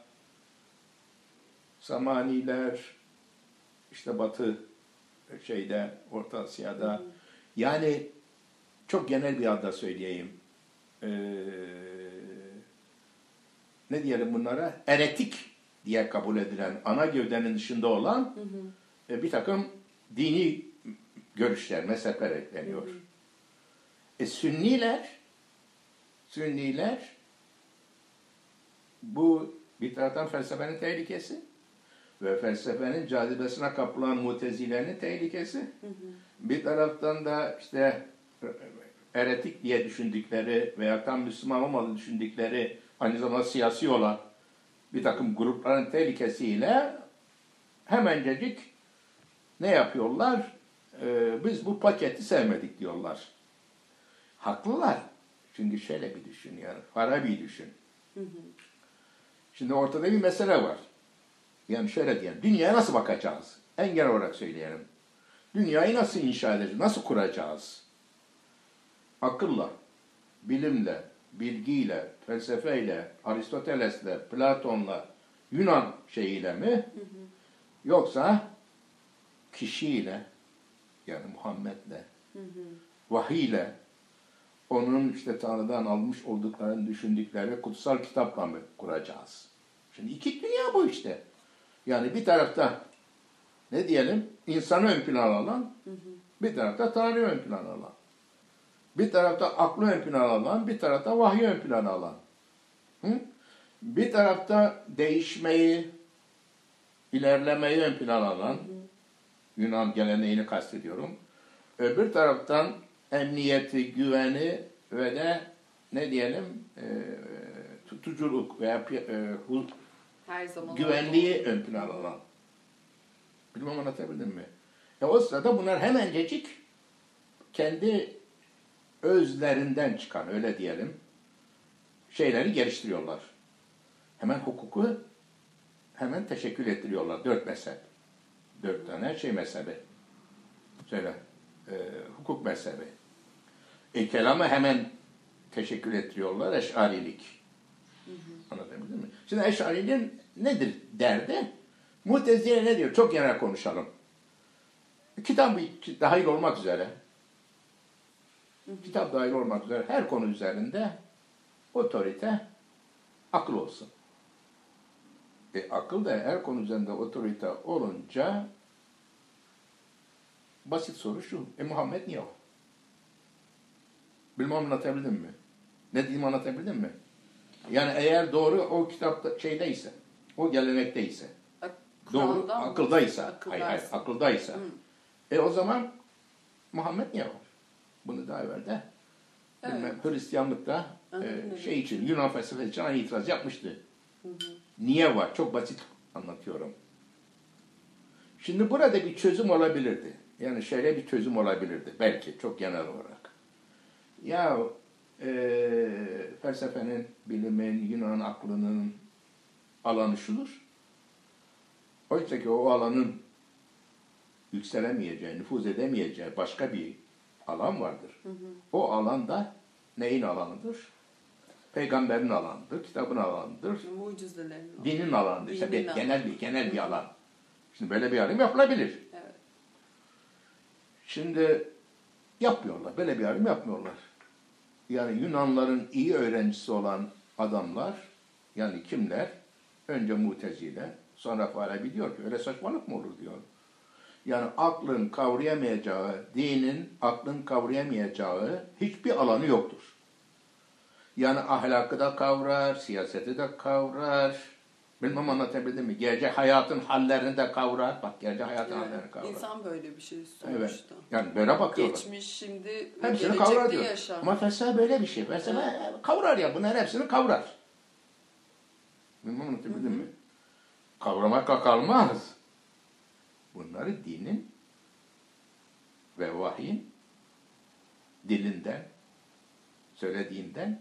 Samaniler, işte Batı, şeyde, Orta Asya'da. Hı hı. Yani çok genel bir adla söyleyeyim. e, ne diyelim bunlara, eretik diye kabul edilen, ana gövdenin dışında olan hı hı. E, bir takım dini görüşler, mezhepler ekleniyor. Hı hı. E, Sünniler, Sünniler bu bir taraftan felsefenin tehlikesi ve felsefenin cazibesine kapılan Mutezile'nin tehlikesi. Hı hı. Bir taraftan da işte eretik diye düşündükleri veya tam Müslüman olmadığını düşündükleri aynı zamanda siyasi olan bir takım grupların tehlikesiyle hemencecik ne yapıyorlar? Ee, biz bu paketi sevmedik diyorlar. Haklılar. Çünkü şöyle bir düşün yani. Farabi düşün. Hı hı. Şimdi ortada bir mesele var. Yani şöyle diyelim. Dünyaya nasıl bakacağız? En genel olarak söyleyelim. Dünyayı nasıl inşa edeceğiz? Nasıl kuracağız? Akılla, bilimle, bilgiyle, felsefeyle, Aristoteles'le, Platon'la, Yunan şeyiyle mi? Hı hı. Yoksa kişiyle, yani Muhammed'le, hı hı. vahiyle, onun işte Tanrı'dan almış olduklarını düşündükleri kutsal kitapla mı kuracağız? Şimdi iki dünya bu işte. Yani bir tarafta ne diyelim? İnsanı ön plana alan, hı hı. bir tarafta Tanrı'yı ön plana alan. Bir tarafta aklı ön plana alan, bir tarafta vahyi ön plana alan. Hı? Bir tarafta değişmeyi, ilerlemeyi ön plana alan, hı hı. Yunan geleneğini kastediyorum. Öbür taraftan emniyeti, güveni ve de ne diyelim e, tutuculuk veya e, hu, her zaman güvenliği ön plana alan. Bilmem anlatabildim mi? E o sırada bunlar hemencecik kendi özlerinden çıkan, öyle diyelim, şeyleri geliştiriyorlar. Hemen hukuku hemen teşekkül ettiriyorlar. Dört mezhep. Dört tane şey mezhebi. Söyle. E, hukuk mezhebi. E, kelamı hemen teşekkül ettiriyorlar. Eş'arilik. Hı hı. Anlatabildim mi? Şimdi Eş'ari'nin nedir derdi? Mu'tezile ne diyor? Çok genel konuşalım. Kitap dahil olmak üzere, hı hı. kitap dahil olmak üzere her konu üzerinde otorite akıl olsun. E, akıl da her konu üzerinde otorite olunca basit soru şu. E Muhammed niye o? Bilmem anlatabildim mi? Ne diyeyim anlatabildim mi? Yani eğer doğru o kitapta şeydeyse, o gelenekteyse, doğru akıldaysa, hayır, hayır, akıldaysa, hı. e o zaman Muhammed niye var? Bunu daha evvel de evet. bilmem, Hristiyanlıkta e, şey için, Yunan felsefesi için aynı itiraz yapmıştı. Hı hı. Niye var? Çok basit anlatıyorum. Şimdi burada bir çözüm olabilirdi. Yani şöyle bir çözüm olabilirdi. Belki çok genel olarak. Ya e, felsefenin, bilimin, Yunan aklının alanı şudur. Oysa ki o alanın yükselemeyeceği, nüfuz edemeyeceği başka bir alan vardır. Hı hı. O alanda neyin alanıdır? Peygamberin alanıdır, kitabın alanıdır. Mucizelerin alanı. Dinin alanıdır. İşte bir, genel bir genel bir alan. Şimdi böyle bir ayrım yapılabilir. Evet. Şimdi yapmıyorlar. Böyle bir ayrım yapmıyorlar. Yani Yunanların iyi öğrencisi olan adamlar, yani kimler? Önce Mu'tezile, sonra Farabi diyor ki öyle saçmalık mı olur diyor. Yani aklın kavrayamayacağı, dinin aklın kavrayamayacağı hiçbir alanı yoktur. Yani ahlakı da kavrar, siyaseti de kavrar. Bilmem anlatabildim mi? Gerçek hayatın hallerini de kavrar. Bak gerçek hayatın yani, hallerini kavrar. İnsan böyle bir şey sonuçta. Evet. Yani böyle bakıyorlar. Geçmiş, şimdi, hepsini kavrar diyor. Yaşam. Ama felsefe böyle bir şey. Felsefe evet. kavrar ya. Bunların hepsini kavrar. Bilmem anlatabildim mi? Kavramakla kalmaz. Bunları dinin ve vahyin dilinden, söylediğinden,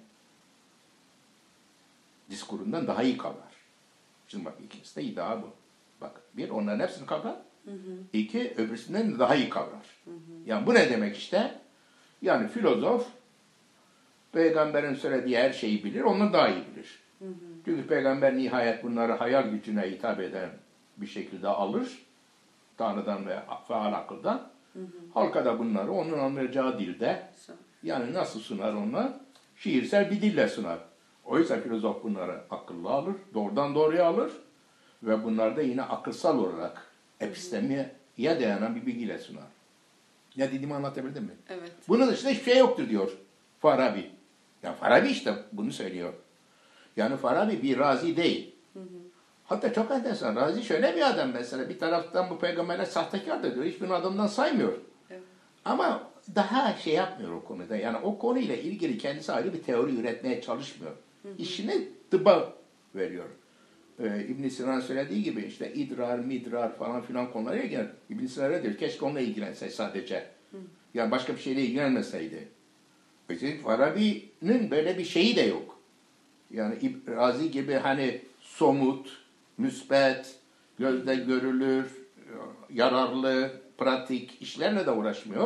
diskurundan daha iyi kavrar. Şimdi bak ikincisi de iddia bu. Bak bir onların hepsini kavrar. Hı hı. İki öbürsünden daha iyi kavrar. Hı hı. Yani bu ne demek işte? Yani filozof peygamberin söylediği her şeyi bilir, ondan daha iyi bilir. Hı hı. Çünkü peygamber nihayet bunları hayal gücüne hitap eden bir şekilde alır. Tanrı'dan ve faal akıldan. Hı hı. Halka da bunları onun anlayacağı dilde, yani nasıl sunar ona? şiirsel bir dille sunar. Oysa filozof bunları akıllı alır, doğrudan doğruya alır ve bunlar da yine akılsal olarak epistemiye dayanan bir bilgiyle sunar. Ne dediğimi anlatabildim mi? Evet. Bunun dışında hiçbir şey yoktur diyor Farabi. Ya Farabi işte bunu söylüyor. Yani Farabi bir razi değil. Hı hı. Hatta çok enteresan. Razi şöyle bir adam mesela. Bir taraftan bu peygamberler sahtekar da diyor. Hiçbirini adamdan saymıyor. Evet. Ama daha şey yapmıyor o konuda. Yani o konuyla ilgili kendisi ayrı bir teori üretmeye çalışmıyor. Hı hı. İşini tıbba veriyor. Ee, İbn Sina'nın söylediği gibi işte idrar, midrar falan filan konulara gelir. İbn Sina öyle diyor. Keşke onunla ilgilense sadece. Hı. Yani başka bir şeyle ilgilenmeseydi. Özellikle Farabi'nin böyle bir şeyi de yok. Yani Razi gibi hani somut, müsbet, gözle görülür, yararlı, pratik işlerle de uğraşmıyor.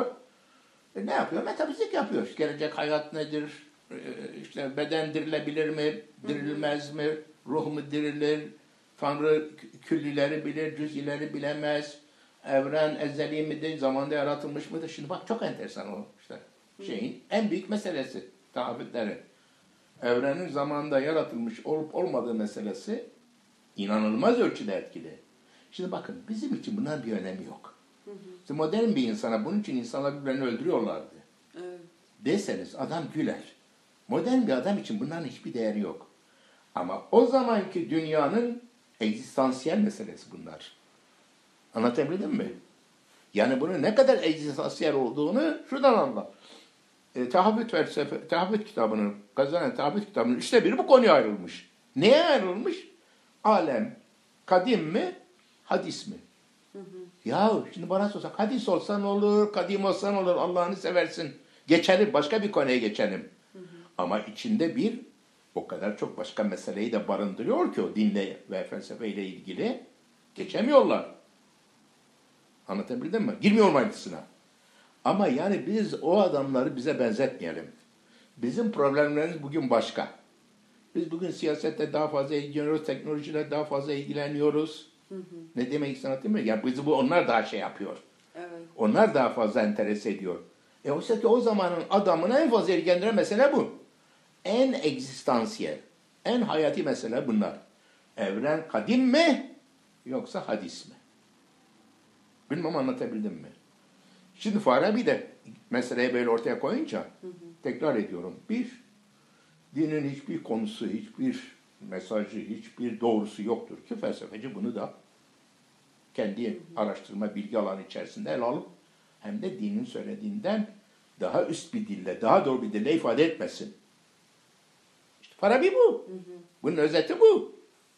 E ne yapıyor? Metafizik yapıyor. Gelecek hayat nedir? E işte beden dirilebilir mi? Dirilmez mi? Ruh mu dirilir? Tanrı küllileri bilir, cüz'ileri bilemez. Evren ezeli midir? Zamanda yaratılmış mıdır? Şimdi bak çok enteresan o işte şeyin en büyük meselesi. Tahabbütleri. Evrenin zamanında yaratılmış olup olmadığı meselesi inanılmaz ölçüde etkili. Şimdi bakın bizim için bunların bir önemi yok. Hı hı. İşte modern bir insana bunun için insanlar birbirlerini öldürüyorlardı. Evet. Deseniz adam güler. Modern bir adam için bunların hiçbir değeri yok. Ama o zamanki dünyanın egzistansiyel meselesi bunlar. Anlatabildim mi? Yani bunun ne kadar egzistansiyel olduğunu şuradan anla. E, tahabbüt felsefe, tahabbüt kitabının, Gazali'nin tahabbüt kitabının üçte biri bu konuya ayrılmış. Neye ayrılmış? Alem, kadim mi, hadis mi? Hı hı. Ya şimdi bana sorsak, hadis olsan olur, kadim olsan olur, Allah'ını seversin. Geçelim, başka bir konuya geçelim. Hı hı. Ama içinde bir, o kadar çok başka meseleyi de barındırıyor ki o dinle ve felsefeyle ilgili geçemiyorlar. Anlatabildim mi? Girmiyorum ayrıntısına. Ama yani biz o adamları bize benzetmeyelim. Bizim problemlerimiz bugün başka. Biz bugün siyasette daha fazla ilgileniyoruz, teknolojiyle daha fazla ilgileniyoruz. Hı hı. Ne demek istedim mi? Yani bizi bu onlar daha şey yapıyor. Evet. Onlar daha fazla enterese ediyor. E oysa ki o zamanın adamını en fazla ilgilendiren mesele bu. En egzistansiyel, en hayati mesele bunlar. Evren kadim mi yoksa hadis mi? Bilmem anlatabildim mi? Şimdi Farabi de meseleyi böyle ortaya koyunca hı hı. tekrar ediyorum. Bir, dinin hiçbir konusu, hiçbir mesajı, hiçbir doğrusu yoktur ki felsefeci bunu da kendi hı hı. araştırma bilgi alanı içerisinde ele alıp hem de dinin söylediğinden daha üst bir dille, daha doğru bir dille ifade etmesin. İşte Farabi bu. Hı hı. Bunun özeti bu.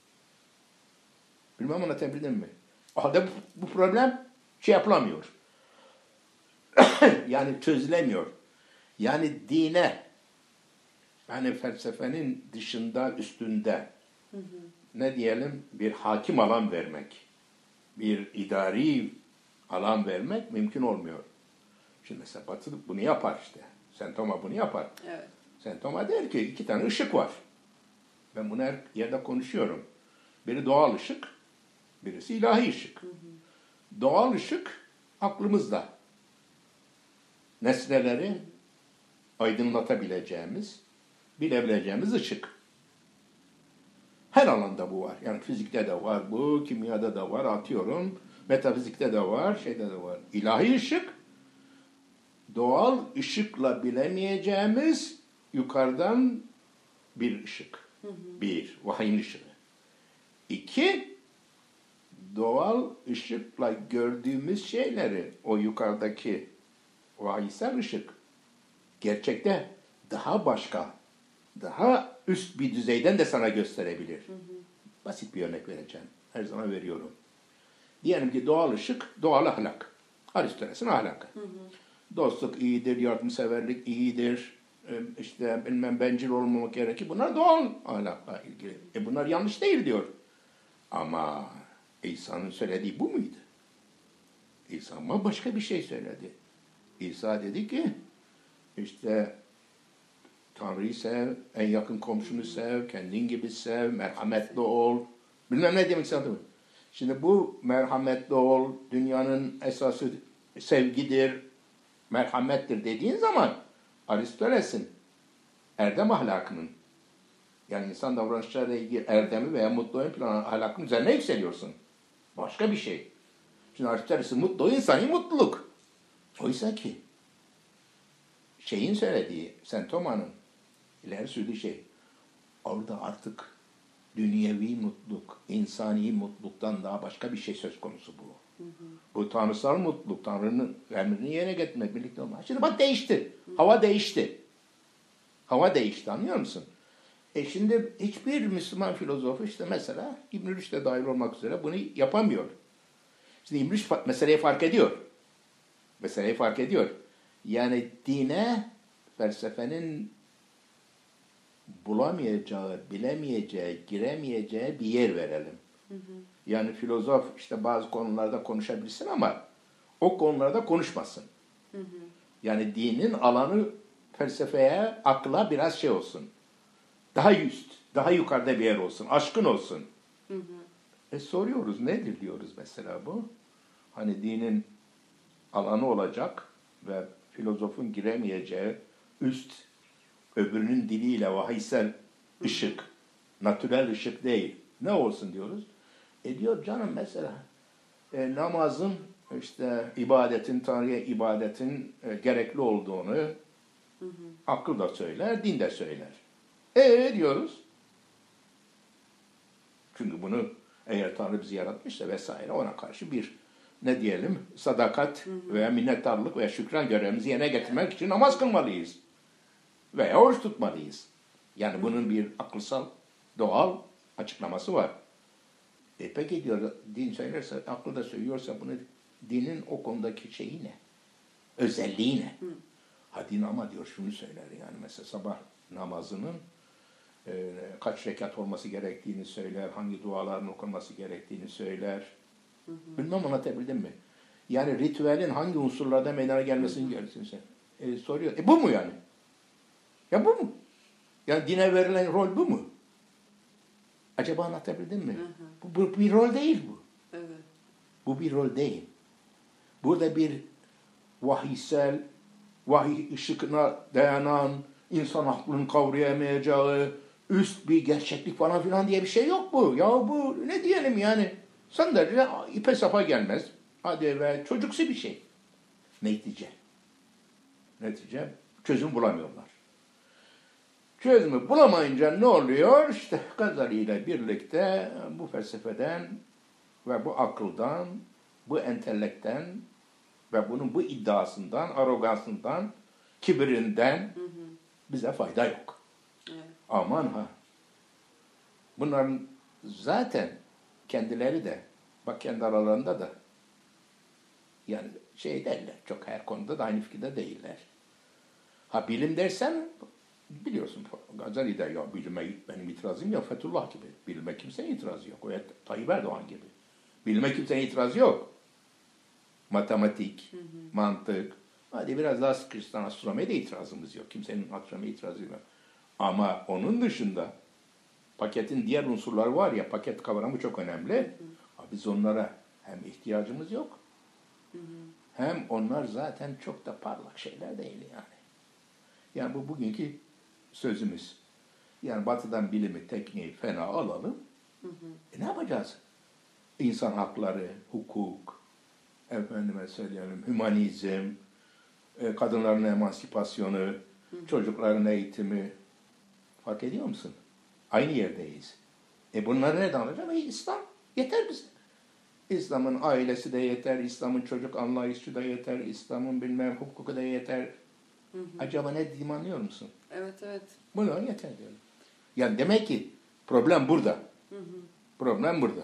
Bilmem anlatabildim mi? O halde bu, bu problem şey yapılamıyor. Yani çözülemiyor. Yani dine, yani felsefenin dışında, üstünde hı hı. ne diyelim bir hakim alan vermek, bir idari alan vermek mümkün olmuyor. Şimdi mesela Batı bunu yapar işte. Saint Thomas bunu yapar. Evet. Saint Thomas der ki iki tane ışık var. Ben bunu her yerde konuşuyorum. Biri doğal ışık, birisi ilahi ışık. Hı hı. Doğal ışık aklımızda. Nesneleri aydınlatabileceğimiz, bilebileceğimiz ışık. Her alanda bu var. Yani fizikte de var bu, kimyada da var, atıyorum. Metafizikte de var, şeyde de var. İlahi ışık, doğal ışıkla bilemeyeceğimiz yukarıdan bir ışık. Hı hı. Bir, vahyin ışığı. İki, doğal ışıkla gördüğümüz şeyleri, o yukarıdaki vahiysel ışık gerçekte daha başka, daha üst bir düzeyden de sana gösterebilir. Hı hı. Basit bir örnek vereceğim. Her zaman veriyorum. Diyelim ki doğal ışık, doğal ahlak. Aristoteles'in ahlakı. Hı hı. Dostluk iyidir, yardımseverlik iyidir, işte bilmem bencil olmamak gerekir. Bunlar doğal ahlakla ilgili. E bunlar yanlış değil diyor. Ama İsa'nın söylediği bu muydu? İsa ama başka bir şey söyledi. İsa dedi ki işte Tanrı'yı sev, en yakın komşunu sev, kendin gibi sev, merhametli ol. Bilmem ne demek istedim. Şimdi bu merhametli ol, dünyanın esası sevgidir, merhamettir dediğin zaman Aristoteles'in erdem ahlakının, yani insan davranışlarıyla ilgili erdemi veya mutlu ön plan ahlakının üzerine yükseliyorsun. Başka bir şey. Şimdi Aristoteles'in mutlu insani mutluluk. Oysa ki şeyin söylediği, Saint Thomas'ın ileri sürdüğü şey, orada artık dünyevi mutluluk, insani mutluluktan daha başka bir şey söz konusu bu. Hı hı. Bu tanrısal mutluluk, Tanrı'nın emrini yerine getirmek, birlikte olmak. Şimdi bak değişti. Hı hı. Hava değişti. Hava değişti, anlıyor musun? E şimdi hiçbir Müslüman filozofu işte mesela İbn-i Rüşd de dahil olmak üzere bunu yapamıyor. Şimdi İbn-i Rüşd meseleyi fark ediyor. Meseleyi fark ediyor. Yani dine felsefenin bulamayacağı, bilemeyeceği, giremeyeceği bir yer verelim. Hı hı. Yani filozof işte bazı konularda konuşabilsin ama o konularda konuşmasın. Hı hı. Yani dinin alanı felsefeye, akla biraz şey olsun. Daha üst, daha yukarıda bir yer olsun, aşkın olsun. Hı hı. E soruyoruz, nedir diyoruz mesela bu? Hani dinin alanı olacak ve filozofun giremeyeceği üst, öbürünün diliyle vahiysel ışık, natürel ışık değil. Ne olsun diyoruz? E diyor canım mesela e, namazın, işte ibadetin, Tanrı'ya ibadetin e, gerekli olduğunu hı hı. akıl da söyler, din de söyler. E diyoruz. Çünkü bunu eğer Tanrı bizi yaratmışsa vesaire ona karşı bir ne diyelim sadakat hı hı. veya minnettarlık veya şükran görevimizi yerine getirmek için namaz kılmalıyız. Veya oruç tutmalıyız. Yani hı hı. bunun bir akılsal, doğal açıklaması var. E peki diyor, din söylerse, aklı da söylüyorsa bunu, dinin o konudaki şeyi ne? Özelliği ne? Hı. Ha din ama diyor şunu söyler yani mesela sabah namazının e, kaç rekat olması gerektiğini söyler, hangi duaların okunması gerektiğini söyler. Hı hı. Bilmem anlatabildim mi? Yani ritüelin hangi unsurlarda meydana gelmesini gerektiğini e, soruyor. E bu mu yani? Ya bu mu? Yani dine verilen rol bu mu? Acaba anlatabildim mi? Hı hı. Bu, bu bir rol değil bu. Evet. Bu bir rol değil. Burada bir vahiysel, vahiy ışıkına dayanan, insan aklının kavrayamayacağı, üst bir gerçeklik falan filan diye bir şey yok bu. Ya bu ne diyelim yani? Son derece ipe sapa gelmez. Hadi ve çocuksu bir şey. Netice. Netice çözüm bulamıyorlar. Çözümü bulamayınca ne oluyor? İşte Gazali ile birlikte bu felsefeden ve bu akıldan, bu entelekten ve bunun bu iddiasından, arogansından, kibirinden hı hı. bize fayda yok. Evet. Aman ha. Bunların zaten kendileri de, bak kendi aralarında da yani şey derler, çok her konuda da aynı fikirde değiller. Ha bilim dersen biliyorsun Gazali der ya bilime benim itirazım yok. Fethullah gibi. Bilime kimsenin itirazı yok. O Tayyip Erdoğan gibi. Bilime kimsenin itirazı yok. Matematik, hı hı. mantık. Hadi biraz daha sıkıştıran astronomiye de itirazımız yok. Kimsenin astronomiye itirazı yok. Ama onun dışında paketin diğer unsurları var ya, paket kavramı çok önemli. Hı hı. Biz onlara hem ihtiyacımız yok, hı hı. hem onlar zaten çok da parlak şeyler değil yani. Yani bu bugünkü sözümüz. Yani batıdan bilimi, tekniği fena alalım. Hı hı. E ne yapacağız? İnsan hakları, hukuk, efendime söyleyelim, hümanizm, e, kadınların emancipasyonu, hı hı. çocukların eğitimi. Fark ediyor musun? Aynı yerdeyiz. E bunları nereden alacağız? E İslam yeter bize. İslam'ın ailesi de yeter, İslam'ın çocuk anlayışı da yeter, İslam'ın bilmem hukuku da yeter. Hı hı. Acaba ne dediğimi anlıyor musun? Evet, evet. Bunlar yeter diyorum. Yani demek ki problem burada. Hı hı. Problem burada.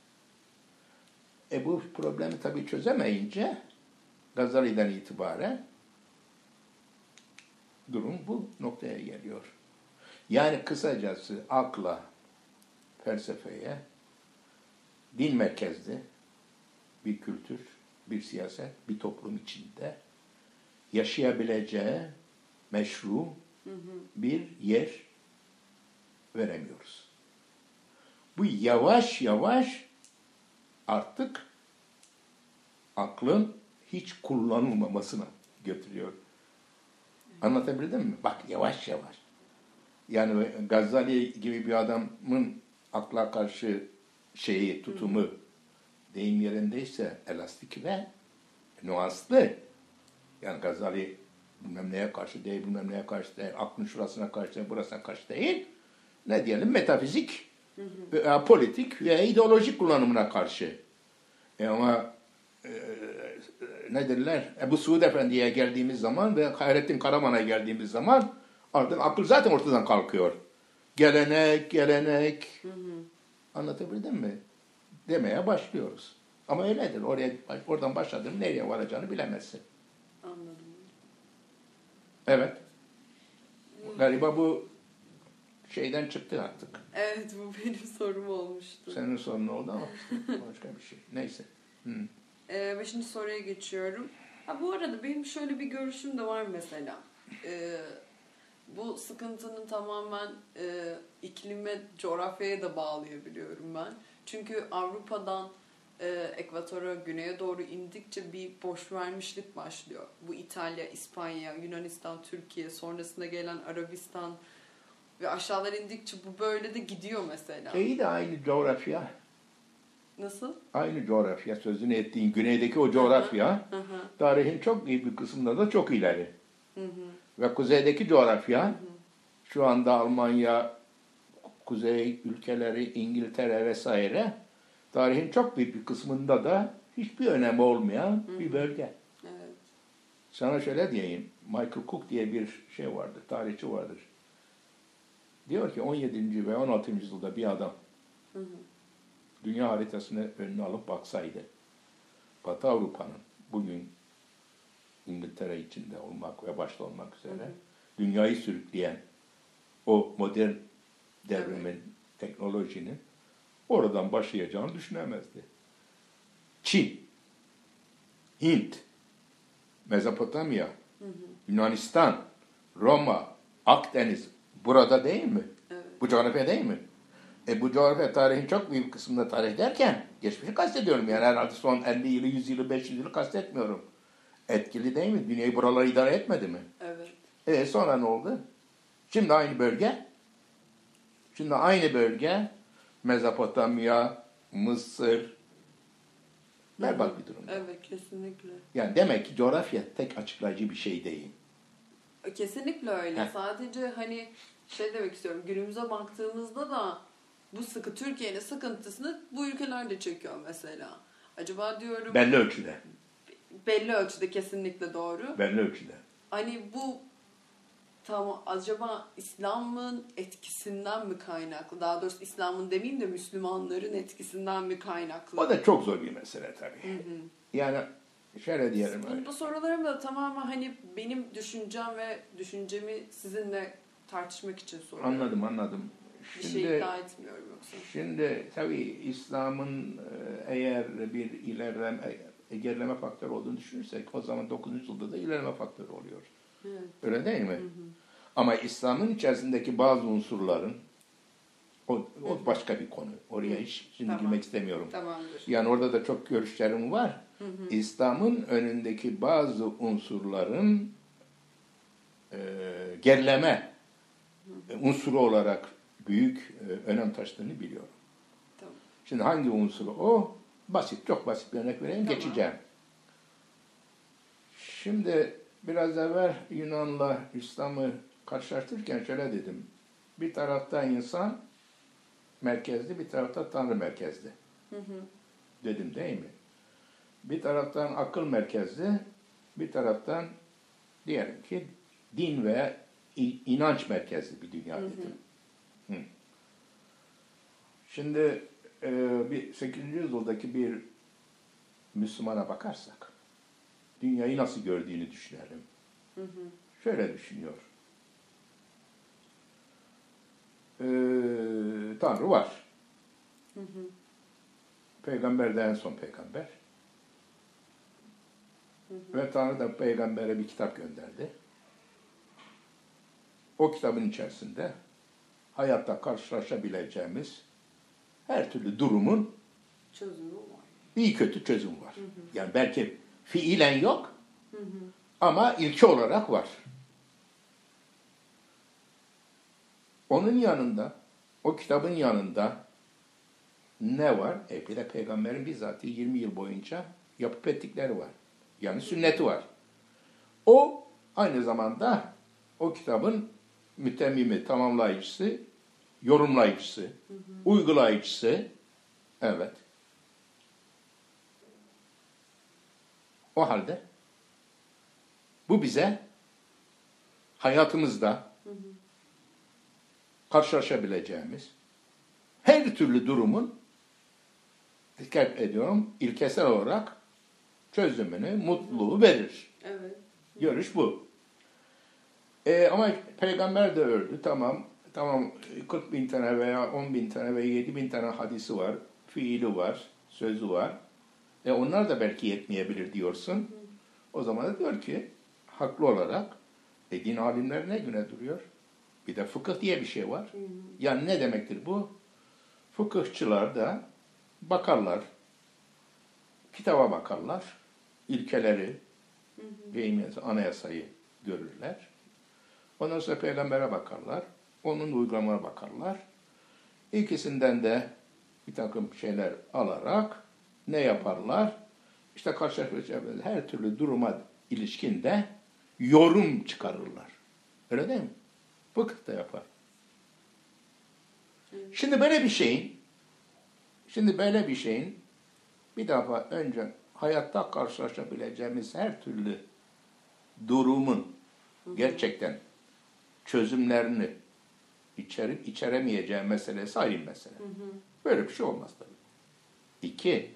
E bu problemi tabii çözemeyince Gazali'den itibaren durum bu noktaya geliyor. Yani kısacası akla, felsefeye, din merkezli bir kültür, bir siyaset, bir toplum içinde yaşayabileceği meşru hı hı. bir yer veremiyoruz. Bu yavaş yavaş artık aklın hiç kullanılmamasına götürüyor. Anlatabildim mi? Bak yavaş yavaş. Yani Gazali gibi bir adamın akla karşı şeyi, tutumu hı. deyim yerindeyse elastik ve nuanslı. Yani Gazali bilmem neye karşı değil, bilmem neye karşı değil, aklın şurasına karşı değil, burasına karşı değil. Ne diyelim? Metafizik, hı hı. E, politik ve ideolojik kullanımına karşı. E ama e, ne derler? Ebu Suud Efendi'ye geldiğimiz zaman ve Hayrettin Karaman'a geldiğimiz zaman artık akıl zaten ortadan kalkıyor. Gelenek, gelenek. Hı hı. Anlatabildim mi? Demeye başlıyoruz. Ama öyledir. Oraya, oradan başladığını nereye varacağını bilemezsin. Anladım. Evet. Galiba bu şeyden çıktı artık. Evet, bu benim sorum olmuştu. Senin sorun oldu ama başka bir şey. Neyse. Hı. Ee, beşinci soruya geçiyorum. Ha, bu arada benim şöyle bir görüşüm de var mesela. Ee, bu sıkıntının tamamen e, iklime, coğrafyaya da bağlayabiliyorum ben. Çünkü Avrupa'dan e, ekvatora, güneye doğru indikçe bir boş vermişlik başlıyor. Bu İtalya, İspanya, Yunanistan, Türkiye, sonrasında gelen Arabistan ve aşağılara indikçe bu böyle de gidiyor mesela. Şeyi de aynı coğrafya. Nasıl? Aynı coğrafya, sözünü ettiğin güneydeki o coğrafya, hı hı. tarihin çok iyi bir kısmında da çok ileri. Hı hı. Ve kuzeydeki coğrafya, hı hı. şu anda Almanya, kuzey ülkeleri, İngiltere vesaire, tarihin çok büyük bir kısmında da hiçbir önemi olmayan hı hı. bir bölge. Evet. Sana şöyle diyeyim, Michael Cook diye bir şey vardır, tarihçi vardır. Diyor ki on yedinci ve on altıncı yüzyılda bir adam, hı hı. dünya haritasını önüne alıp baksaydı, Batı Avrupa'nın bugün İngiltere içinde olmak ve başta olmak üzere, hı hı. dünyayı sürükleyen o modern devrimin, evet. teknolojinin oradan başlayacağını düşünemezdi. Çin, Hint, Mezopotamya, hı hı. Yunanistan, Roma, Akdeniz burada değil mi? Evet. Bu coğrafya değil mi? E bu coğrafya tarihin çok büyük kısmında tarih derken geçmişi kastediyorum. Yani herhalde son elli yılı, yüz yılı, beş yüz yılı kastetmiyorum. Etkili değil mi? Dünyayı buraları idare etmedi mi? Evet. E sonra ne oldu? Şimdi aynı bölge. Şimdi aynı bölge Mezopotamya, Mısır berbat bir durumda. Evet, kesinlikle. Yani demek ki coğrafya tek açıklayıcı bir şey değil. Kesinlikle öyle. Heh. Sadece hani şey demek istiyorum. Günümüze baktığımızda da bu sıkı Türkiye'nin sıkıntısını bu ülkeler de çekiyor mesela. Acaba diyorum... Belli ölçüde. Belli ölçüde kesinlikle doğru. Belli ölçüde. Hani bu tamam acaba İslam'ın etkisinden mi kaynaklı? Daha doğrusu İslam'ın demeyeyim de Müslümanların etkisinden mi kaynaklı? O da çok zor bir mesele tabii. Hı hı. Yani şöyle diyelim. Bu sorularım da tamamen hani benim düşüncem ve düşüncemi sizinle tartışmak için soruyorum. Anladım anladım. Bir şimdi, şey iddia etmiyorum yoksa. Şimdi tabii İslam'ın eğer bir ilerleme, gerileme faktörü olduğunu düşünürsek o zaman dokuzuncu yüzyılda da ilerleme faktörü oluyor. Evet. Öyle değil mi? Hı hı. Ama İslam'ın içerisindeki bazı unsurların o, o başka bir konu. Oraya hiç şimdi tamam. girmek istemiyorum. Tamamdır. Yani orada da çok görüşlerim var. Hı hı. İslam'ın önündeki bazı unsurların e, gerileme hı hı. unsuru olarak büyük e, önem taşıdığını biliyorum. Tamam. Şimdi hangi unsuru o? Basit, çok basit bir örnek vereyim, tamam. geçeceğim. Şimdi biraz evvel Yunan'la İslam'ı karşılaştırırken şöyle dedim. Bir tarafta insan merkezli, bir tarafta Tanrı merkezli. Hı hı. Dedim değil mi? Bir taraftan akıl merkezli, bir taraftan diyelim ki din ve inanç merkezli bir dünya dedim. Hı hı. Hı. Şimdi e, bir sekizinci yüzyıldaki bir Müslümana bakarsak, dünyayı nasıl gördüğünü düşünelim. Hı hı. Şöyle düşünüyor. Ee, Tanrı var. Hı hı. Peygamber de en son peygamber. Hı hı. Ve Tanrı da peygambere bir kitap gönderdi. O kitabın içerisinde hayatta karşılaşabileceğimiz her türlü durumun çözümü var. İyi kötü çözüm var. Hı hı. Yani belki fiilen yok hı hı. ama ilke olarak var. Onun yanında, o kitabın yanında ne var? E bir de peygamberin bizzat yirmi yıl boyunca yapıp ettikleri var. Yani sünneti var. O aynı zamanda o kitabın mütemmimi, tamamlayıcısı, yorumlayıcısı, hı hı. uygulayıcısı. Evet. O halde bu bize hayatımızda hı hı. karşılaşabileceğimiz her türlü durumun, dikkat ediyorum, ilkesel olarak çözümünü, mutluluğu verir. Evet. Görüş bu. Ee, ama peygamber de öldü. Tamam. Tamam. kırk bin tane veya on bin tane veya yedi bin tane hadisi var. Fiili var. Sözü var. E onlar da belki yetmeyebilir diyorsun. Hı. O zaman da diyor ki haklı olarak e, din alimleri ne güne duruyor? Bir de fıkıh diye bir şey var. Hı. Yani ne demektir bu? Fıkıhçılar da bakarlar. Kitaba bakarlar. İlkeleri, hı hı. anayasayı görürler. Ondan sonra peygambere bakarlar. Onun uygulamaya bakarlar. İkisinden de bir takım şeyler alarak ne yaparlar? İşte karşılaşacağımız her türlü duruma ilişkin de yorum çıkarırlar. Öyle değil mi? Fıkıh da yapar. Şimdi böyle bir şeyin şimdi böyle bir şeyin bir defa önce hayatta karşılaşabileceğimiz her türlü durumun gerçekten çözümlerini içerip içeremeyeceği meselesi ayrı mesele. Hı hı. Böyle bir şey olmaz tabii. İki,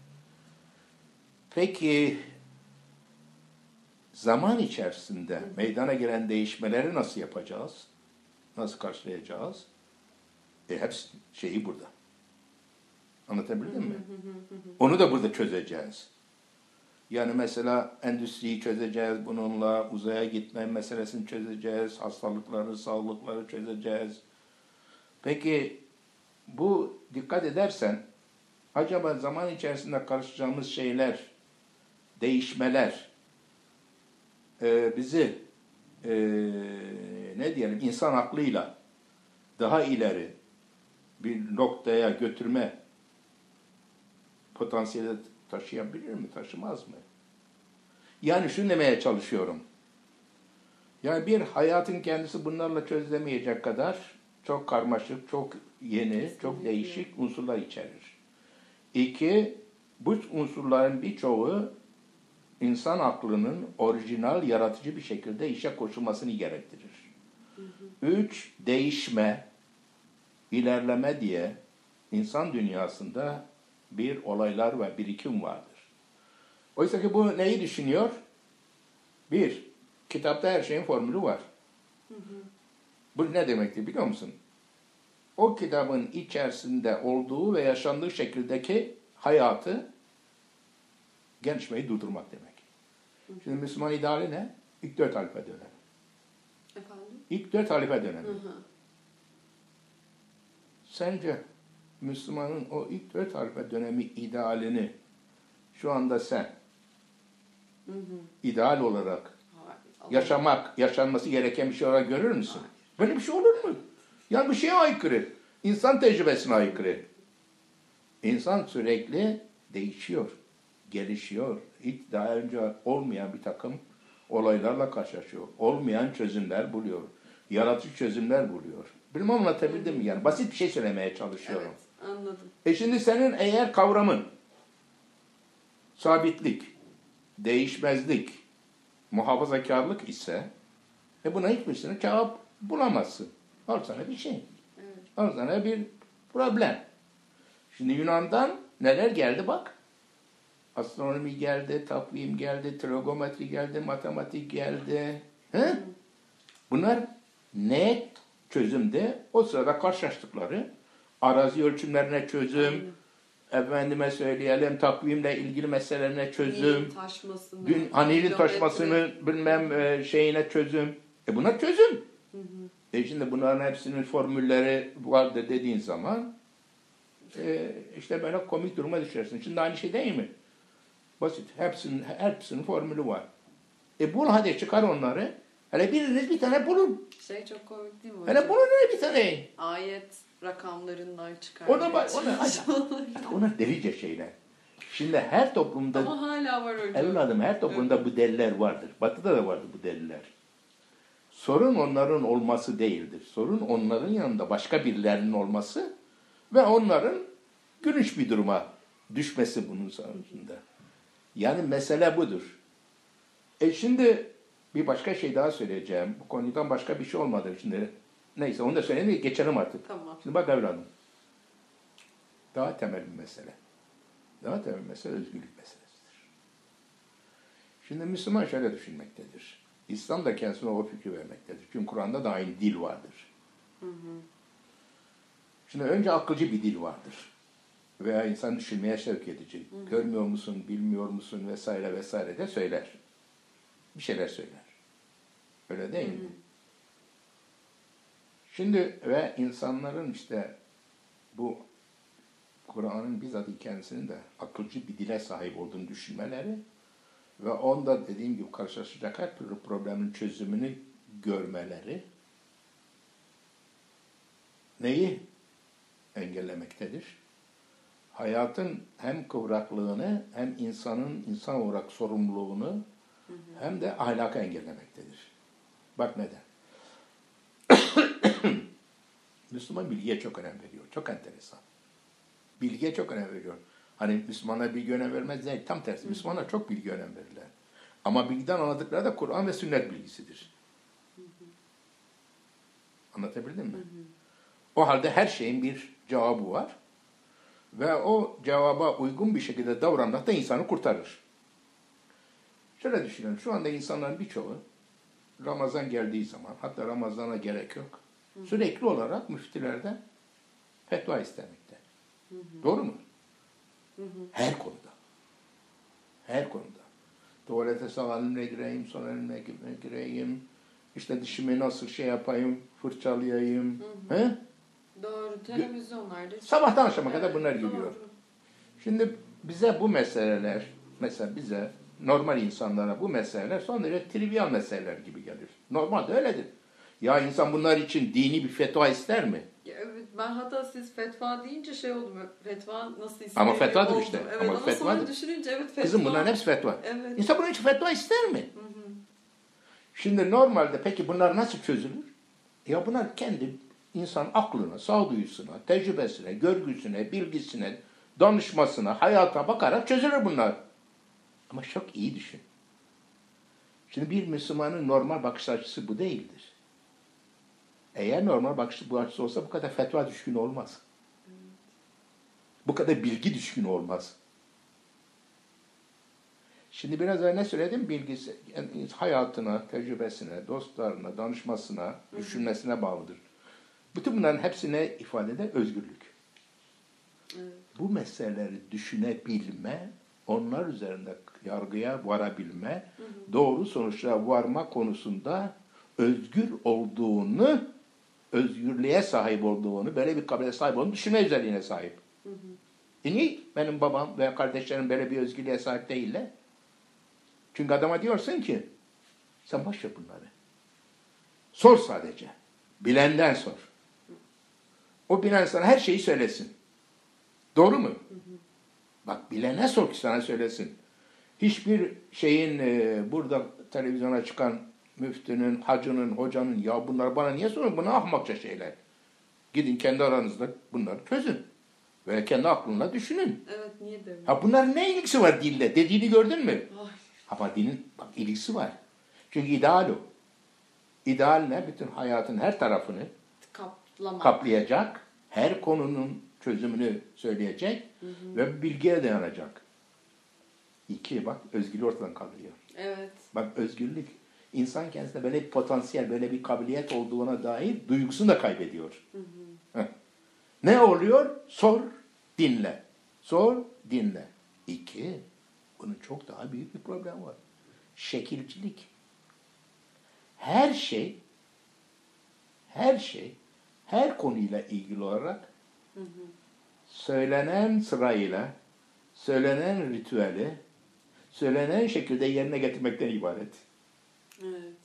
peki zaman içerisinde hı hı. meydana gelen değişmeleri nasıl yapacağız? Nasıl karşılayacağız? E hepsi şeyi burada. Anlatabildim mi? Onu da burada çözeceğiz. Yani mesela endüstriyi çözeceğiz bununla, uzaya gitme meselesini çözeceğiz, hastalıkları, sağlıkları çözeceğiz. Peki bu dikkat edersen, acaba zaman içerisinde karşılaşacağımız şeyler, değişmeler e, bizi e, ne diyelim insan aklıyla daha ileri bir noktaya götürme potansiyeli taşıyabilir mi, taşımaz mı? Yani şunu demeye çalışıyorum. Yani bir hayatın kendisi bunlarla çözülemeyecek kadar çok karmaşık, çok yeni, çok değişik unsurlar içerir. İki, bu unsurların birçoğu insan aklının orijinal, yaratıcı bir şekilde işe koşulmasını gerektirir. Hı hı. Üç, değişme, ilerleme diye insan dünyasında bir olaylar ve birikim vardır. Oysa ki bu neyi düşünüyor? Bir, kitapta her şeyin formülü var. Hı hı. Bu ne demektir biliyor musun? O kitabın içerisinde olduğu ve yaşandığı şekildeki hayatı gelişmeyi durdurmak demek. Hı hı. Şimdi Müslüman ideali ne? İlk dört halife dönemi. Efendim? İlk dört halife dönemi. Hı hı. Sence Müslümanın o ilk dört halife dönemi idealini şu anda sen hı hı. ideal olarak Hayır, yaşamak, yaşanması gereken bir şey olarak görür müsün? Hayır. Böyle bir şey olur mu? Yani bir şeye aykırı. İnsan tecrübesine aykırı. İnsan sürekli değişiyor, gelişiyor. Hiç daha önce olmayan bir takım olaylarla karşılaşıyor. Olmayan çözümler buluyor. Yaratıcı çözümler buluyor. Bilmem anlatabildim mi? Yani basit bir şey söylemeye çalışıyorum. Evet, anladım. E şimdi senin eğer kavramın sabitlik, değişmezlik, muhafazakarlık ise e buna hiçbirisine cevap bulamazsın. Al sana bir şey. Evet. Al sana bir problem. Şimdi Yunan'dan neler geldi bak. Astronomi geldi, takvim geldi, trigonometri geldi, matematik geldi. He? Bunlar ne çözümde? O sırada karşılaştıkları arazi ölçümlerine çözüm, Aynen. efendime söyleyelim takvimle ilgili meselelerine çözüm, Nil'in taşmasını, gün, Nil'in taşmasını bilmem e, şeyine çözüm. E buna çözüm. Hı hı. E şimdi bunların hepsinin formülleri vardır dediğin zaman e, işte böyle komik duruma düşersin. Şimdi aynı şey değil mi? Basit. Hepsinin, hepsinin formülü var. E bul hadi çıkar onları. Hele biriniz bir tane bulun. Şey çok komik değil mi hocam? Hele bulun hele bir tane. Ayet rakamlarından çıkar. Ona bak, ona, ona delice şeyler. Şimdi her toplumda, ama hala var hocam. evladım her toplumda evet. Bu deliler vardır. Batı'da da vardı bu deliler. Sorun onların olması değildir. Sorun onların yanında başka birilerinin olması ve onların gülünç bir duruma düşmesi bunun sonucunda. Yani mesele budur. E şimdi bir başka şey daha söyleyeceğim. Bu konudan başka bir şey olmadı şimdi. Neyse onu da söyleyeyim, geçelim artık. Tamam. Şimdi bak evladım. Daha temel bir mesele. Daha temel mesele özgürlük meselesidir. Şimdi Müslüman şöyle düşünmektedir. İslam da kendisine o fikri vermektedir. Çünkü Kur'an'da da aynı dil vardır. Hı hı. Şimdi önce akılcı bir dil vardır. Veya insan düşünmeye sevk edici. Hı hı. Görmüyor musun, bilmiyor musun vesaire vesaire de söyler. Bir şeyler söyler. Öyle değil hı hı. mi? Şimdi ve insanların işte bu Kur'an'ın bizzat kendisinin de akılcı bir dile sahip olduğunu düşünmeleri ve onda dediğim gibi karşılaşacak her türlü problemin çözümünü görmeleri neyi engellemektedir? Hayatın hem kıvraklığını hem insanın insan olarak sorumluluğunu hı hı. hem de ahlakı engellemektedir. Bak neden? Müslüman bilgiye çok önem veriyor. Çok enteresan. Bilgiye çok önem veriyor. Hani Müslümanlar bilgi önem vermez değil. Tam tersi. Müslümanlar çok bilgi önem verirler. Ama bilgiden anladıkları da Kur'an ve sünnet bilgisidir. Anlatabildim mi? O halde her şeyin bir cevabı var. Ve o cevaba uygun bir şekilde davranmak da insanı kurtarır. Şöyle düşünün. Şu anda insanların birçoğu Ramazan geldiği zaman, hatta Ramazan'a gerek yok, hı hı. sürekli olarak müftülerden fetva istemekte. Hı hı. Doğru mu? Hı hı. Her konuda. Her konuda. Tuvalete sağ elimle gireyim, sol elimle gireyim, işte dişimi nasıl şey yapayım, fırçalayayım. Hı hı. He? Doğru. Televizyonlarda. Sabahtan akşama kadar evet, bunlar gidiyor. Şimdi bize bu meseleler, mesela bize, normal insanlara bu meseleler son derece trivial meseleler gibi gelir. Normalde öyledir. Ya insan bunlar için dini bir fetva ister mi? Ya evet, ben hatta siz fetva deyince şey oldum. Fetva nasıl ister? Ama fetvadır oldum. işte. Evet, ama ama fetvadır. sonra düşününce evet fetva. Kızım bunların hepsi fetva. Evet. İnsan bunun için fetva ister mi? Hı hı. Şimdi normalde peki bunlar nasıl çözülür? Ya bunlar kendi insan aklına, sağduyusuna, tecrübesine, görgüsüne, bilgisine, danışmasına, hayata bakarak çözülür bunlar. Ama çok iyi düşün. Şimdi bir Müslümanın normal bakış açısı bu değildir. Eğer normal bakış bu açısı olsa bu kadar fetva düşkünü olmaz. Evet. Bu kadar bilgi düşkünü olmaz. Şimdi biraz önce ne söyledim? Bilgisi, yani hayatına, tecrübesine, dostlarına, danışmasına, hı-hı. düşünmesine bağlıdır. Bütün bunların hepsine ifade eder özgürlük. Evet. Bu meseleleri düşünebilme, onlar üzerinde yargıya varabilme, hı hı. doğru sonuçlara varma konusunda özgür olduğunu, özgürlüğe sahip olduğunu, böyle bir kabile sahip olduğunu düşünme özelliğine sahip. Hı hı. E niye benim babam veya kardeşlerim böyle bir özgürlüğe sahip değiller? Çünkü adama diyorsun ki, sen boş ver bunları. Sor sadece. Bilenden sor. O bilen sana her şeyi söylesin. Doğru mu? Hı hı. Bak bilene sor ki sana söylesin. Hiçbir şeyin e, burada televizyona çıkan müftünün, hacının, hocanın ya bunlar bana niye soruyor? Bunlar ahmakça şeyler. Gidin kendi aranızda bunları çözün. Veya kendi aklınla düşünün. Evet niye demiyorum? Ha bunların ne ilgisi var dille? Dediğini gördün mü? Ay. Ama dinin bak ilgisi var. Çünkü ideal o. İdeal ne? Bütün hayatın her tarafını Kaplamak. kaplayacak. Her konunun çözümünü söyleyecek. Hı hı. Ve bilgiye dayanacak. İki, bak özgürlüğü ortadan kaldırıyor. Evet. Bak özgürlük. İnsan kendisinde böyle bir potansiyel, böyle bir kabiliyet olduğuna dair duygusunu da kaybediyor. Hı hı. Ne oluyor? Sor, dinle. Sor, dinle. İki, bunun çok daha büyük bir problem var. Şekilcilik. Her şey, her şey, her konuyla ilgili olarak hı hı. söylenen sırayla, söylenen ritüeli, söylenen şekilde yerine getirmekten ibaret. Evet.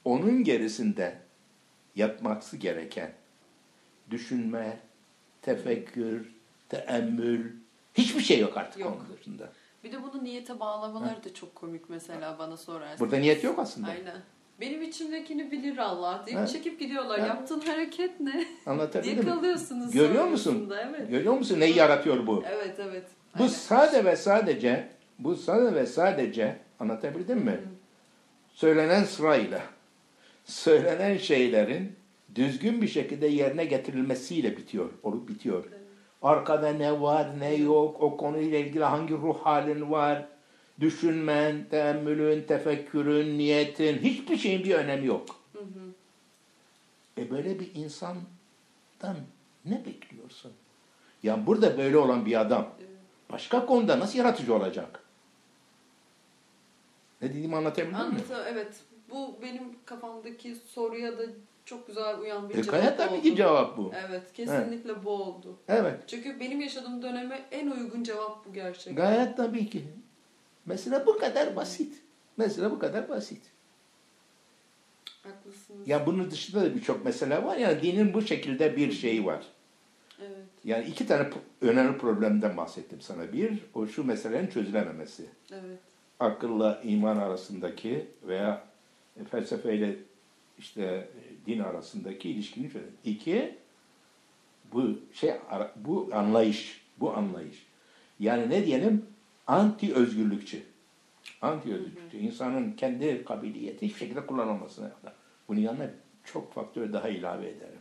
onun gerisinde yatması gereken düşünme, tefekkür, teemmül, hiçbir şey yok artık Yok. onun dışında. Bir de bunu niyete bağlamaları da çok komik mesela bana sorarsan. Burada niyet yok aslında. Aynen. Benim içimdekini bilir Allah deyip Ha. çekip gidiyorlar. Ha. Yaptığın hareket ne? Anlatabildim diye mi? kalıyorsunuz. Görüyor musun? sonrasında, Evet. Görüyor musun neyi yaratıyor bu? Evet evet. Bu Aynen. sade ve sadece, bu sade ve sadece, anlatabildim mi? Hı. Söylenen sırayla, söylenen şeylerin düzgün bir şekilde yerine getirilmesiyle bitiyor, olup bitiyor. Evet. Arkada ne var, ne yok, o konuyla ilgili hangi ruh halin var, düşünmen, teemmülün, tefekkürün, niyetin, hiçbir şeyin bir önemi yok. Hı hı. E böyle bir insandan ne bekliyorsun? Ya burada böyle olan bir adam, Evet. başka konuda nasıl yaratıcı olacak? Ne dediğimi anlatabildim mi? Anladım, evet. Bu benim kafamdaki soruya da çok güzel uyan bir E, cevap gayet oldu. tabii ki cevap bu. Evet, kesinlikle bu oldu. Evet. Çünkü benim yaşadığım döneme en uygun cevap bu gerçekten. Gayet tabii ki. Mesela bu kadar basit. Mesela bu kadar basit. Haklısınız. Ya bunun dışında da birçok mesele var. Yani dinin bu şekilde bir şeyi var. Evet, Yani iki tane p- önemli problemden bahsettim sana. Bir, o şu meselenin çözülememesi. evet. Akılla iman arasındaki veya felsefeyle işte e, din arasındaki ilişkinin çözülmesi. İki, bu şey ara- bu anlayış, bu anlayış. Yani ne diyelim? Anti özgürlükçü. Anti özgürlükçü. İnsanın kendi kabiliyeti hiçbir şekilde kullanılmasına. Bunun yanına çok faktör daha ilave ederim.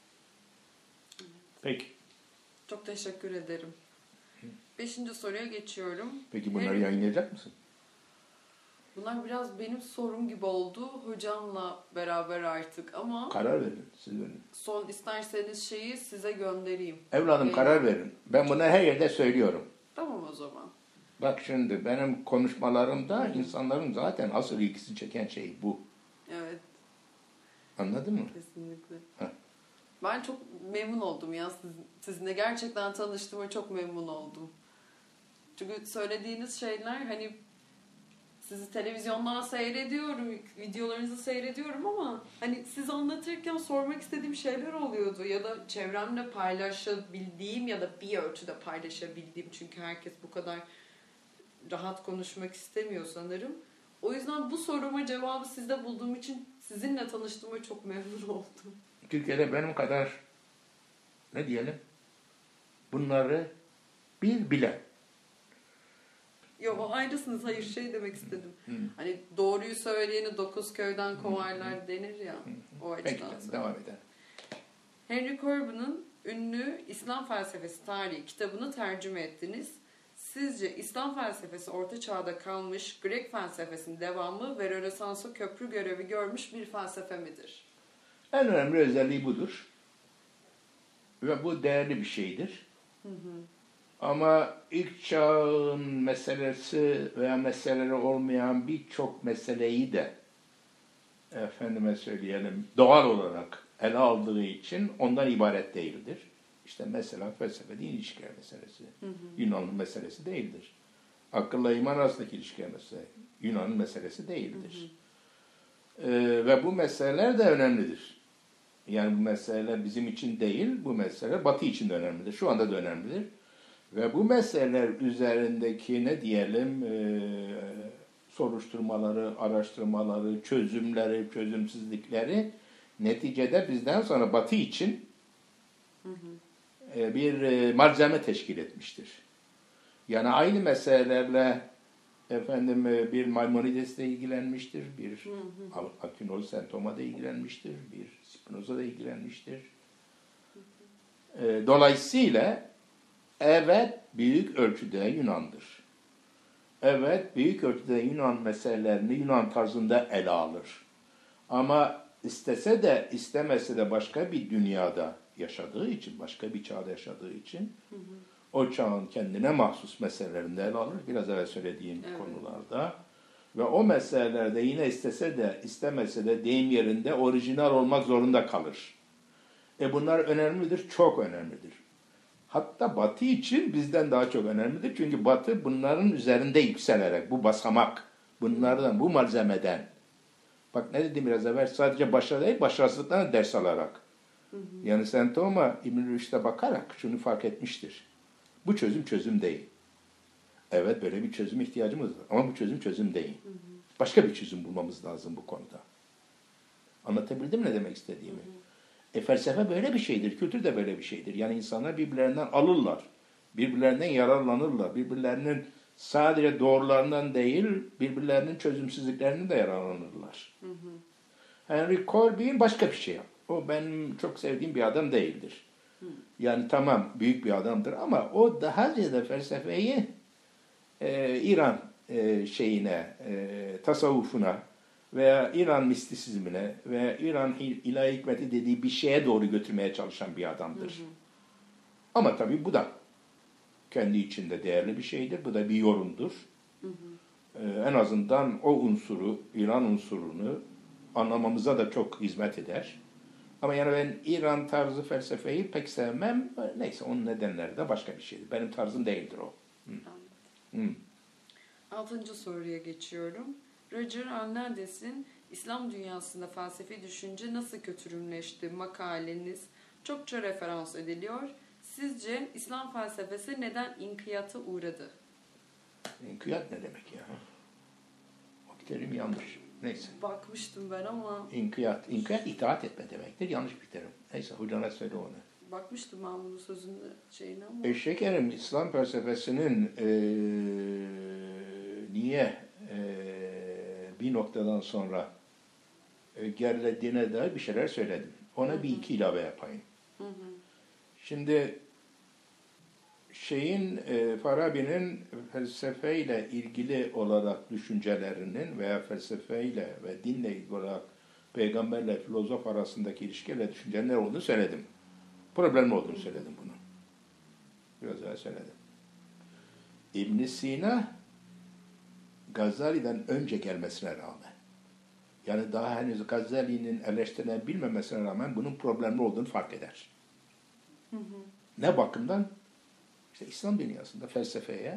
Peki. Çok teşekkür ederim. Beşinci soruya geçiyorum. Peki bunları Her- yayınlayacak mısın? Bunlar biraz benim sorum gibi oldu. Hocamla beraber artık ama Karar verin. Siz verin. son isterseniz şeyi size göndereyim. Evladım Ee, karar verin. Ben bunu her yerde söylüyorum. Tamam o zaman. Bak şimdi benim konuşmalarımda insanların zaten asıl ilgisi çeken şey bu. Evet, Anladın mı? kesinlikle. Heh. Ben çok memnun oldum ya siz, sizinle. Gerçekten tanıştığıma çok memnun oldum. Çünkü söylediğiniz şeyler hani sizi televizyondan seyrediyorum, videolarınızı seyrediyorum ama hani siz anlatırken sormak istediğim şeyler oluyordu ya da çevremle paylaşabildiğim ya da bir ölçüde paylaşabildiğim, çünkü herkes bu kadar rahat konuşmak istemiyor sanırım. O yüzden bu soruma cevabı sizde bulduğum için sizinle tanıştığıma çok memnun oldum. Türkiye'de benim kadar ne diyelim bunları bir bilen. Yok o ayrısınız, hayır şey demek istedim. Hı. Hani doğruyu söyleyeni dokuz köyden kovarlar denir ya, o Peki açıdan söylüyorum. devam edelim. Henry Corbin'in ünlü İslam Felsefesi Tarihi kitabını tercüme ettiniz. Sizce İslam felsefesi Orta Çağ'da kalmış, Grek felsefesinin devamı ve Rönesans'a köprü görevi görmüş bir felsefe midir? En önemli özelliği budur. Ve bu değerli bir şeydir. Hı hı. Ama ilk çağın meselesi veya meseleleri olmayan birçok meseleyi de efendime söyleyelim doğal olarak ele aldığı için ondan ibaret değildir. İşte mesela felsefe değil ilişkiler meselesi. Hı hı. Yunan'ın meselesi değildir. Akılla iman arasındaki ilişkiler meselesi Yunan'ın meselesi değildir. Hı hı. Ee, ve bu meseleler de önemlidir. Yani bu meseleler bizim için değil, bu mesele Batı için de önemlidir. Şu anda da önemlidir. Ve bu meseleler üzerindeki ne diyelim e, soruşturmaları, araştırmaları, çözümleri, çözümsüzlükleri neticede bizden sonra Batı için Hı hı. e, bir e, malzeme teşkil etmiştir. Yani aynı meselelerle efendim e, bir Maimonides de ilgilenmiştir, bir Hı hı. Akinolu Sentoma da ilgilenmiştir, bir Spinoza da ilgilenmiştir. E, dolayısıyla evet, büyük ölçüde Yunan'dır. Evet, büyük ölçüde Yunan meselelerini Yunan tarzında ele alır. Ama istese de istemese de başka bir dünyada yaşadığı için, başka bir çağda yaşadığı için Hı hı. o çağın kendine mahsus meselelerinde ele alır. Biraz evvel söylediğim Evet. konularda. Ve o meselelerde yine istese de istemese de deyim yerinde orijinal olmak zorunda kalır. E bunlar önemlidir, çok önemlidir. Hatta Batı için bizden daha çok önemlidir. Çünkü Batı bunların üzerinde yükselerek, bu basamak, bunlardan, bu malzemeden Bak ne dedim biraz evvel, sadece başarı değil, başarısızlıktan ders alarak. Hı hı. Yani Saint Thomas İbn-i Rüşd'e bakarak şunu fark etmiştir. Bu çözüm çözüm değil. Evet, böyle bir çözüm ihtiyacımız var ama bu çözüm çözüm değil. Hı hı. Başka bir çözüm bulmamız lazım bu konuda. Anlatabildim mi ne demek istediğimi? Hı hı. E felsefe böyle bir şeydir, kültür de böyle bir şeydir. Yani insanlar birbirlerinden alırlar, birbirlerinden yararlanırlar, birbirlerinin sadece doğrularından değil, birbirlerinin çözümsüzlüklerinden de yararlanırlar. Hı hı. Henry Corbin başka bir şey. O benim çok sevdiğim bir adam değildir. Hı. Yani tamam büyük bir adamdır ama o daha ziyade felsefeyi e, İran e, şeyine, e, tasavvufuna veya İran mistisizmine veya İran ilahi hikmeti dediği bir şeye doğru götürmeye çalışan bir adamdır. Hı hı. Ama tabii bu da kendi içinde değerli bir şeydir. Bu da bir yorumdur. Hı hı. Ee, en azından o unsuru, İran unsurunu anlamamıza da çok hizmet eder. Ama yani ben İran tarzı felsefeyi pek sevmem. Neyse onun nedenleri de başka bir şeydir. Benim tarzım değildir o. Hı. Hı. Altıncı soruya geçiyorum. Roger Hernandez'in İslam dünyasında felsefi düşünce nasıl kötürümleşti makaleniz çokça referans ediliyor. Sizce İslam felsefesi neden inkiyata uğradı? İnkiyat ne demek ya? O terim yanlış. Neyse. Bakmıştım ben ama... İnkiyat. İnkiyat itaat etme demektir. Yanlış bir terim. Neyse hocana söyle onu. Bakmıştım ben bunun sözünü şeyine ama... E şekerim İslam felsefesinin ee, niye ee, bir noktadan sonra e, gerilediğine dair bir şeyler söyledim. Ona Hı-hı. bir iki ilave yapayım. Hı-hı. Şimdi şeyin e, Farabi'nin felsefeyle ilgili olarak düşüncelerinin veya felsefeyle ve dinle ilgili olarak peygamberle filozof arasındaki ilişkiyle düşünceler ne olduğunu söyledim. Problem olduğunu söyledim bunu. Biraz daha söyledim. İbn Sina Gazali'den önce gelmesine rağmen, yani daha henüz Gazali'nin eleştirilebilmemesine rağmen bunun problemli olduğunu fark eder. Hı hı. Ne bakımdan? İşte İslam dünyasında felsefeye,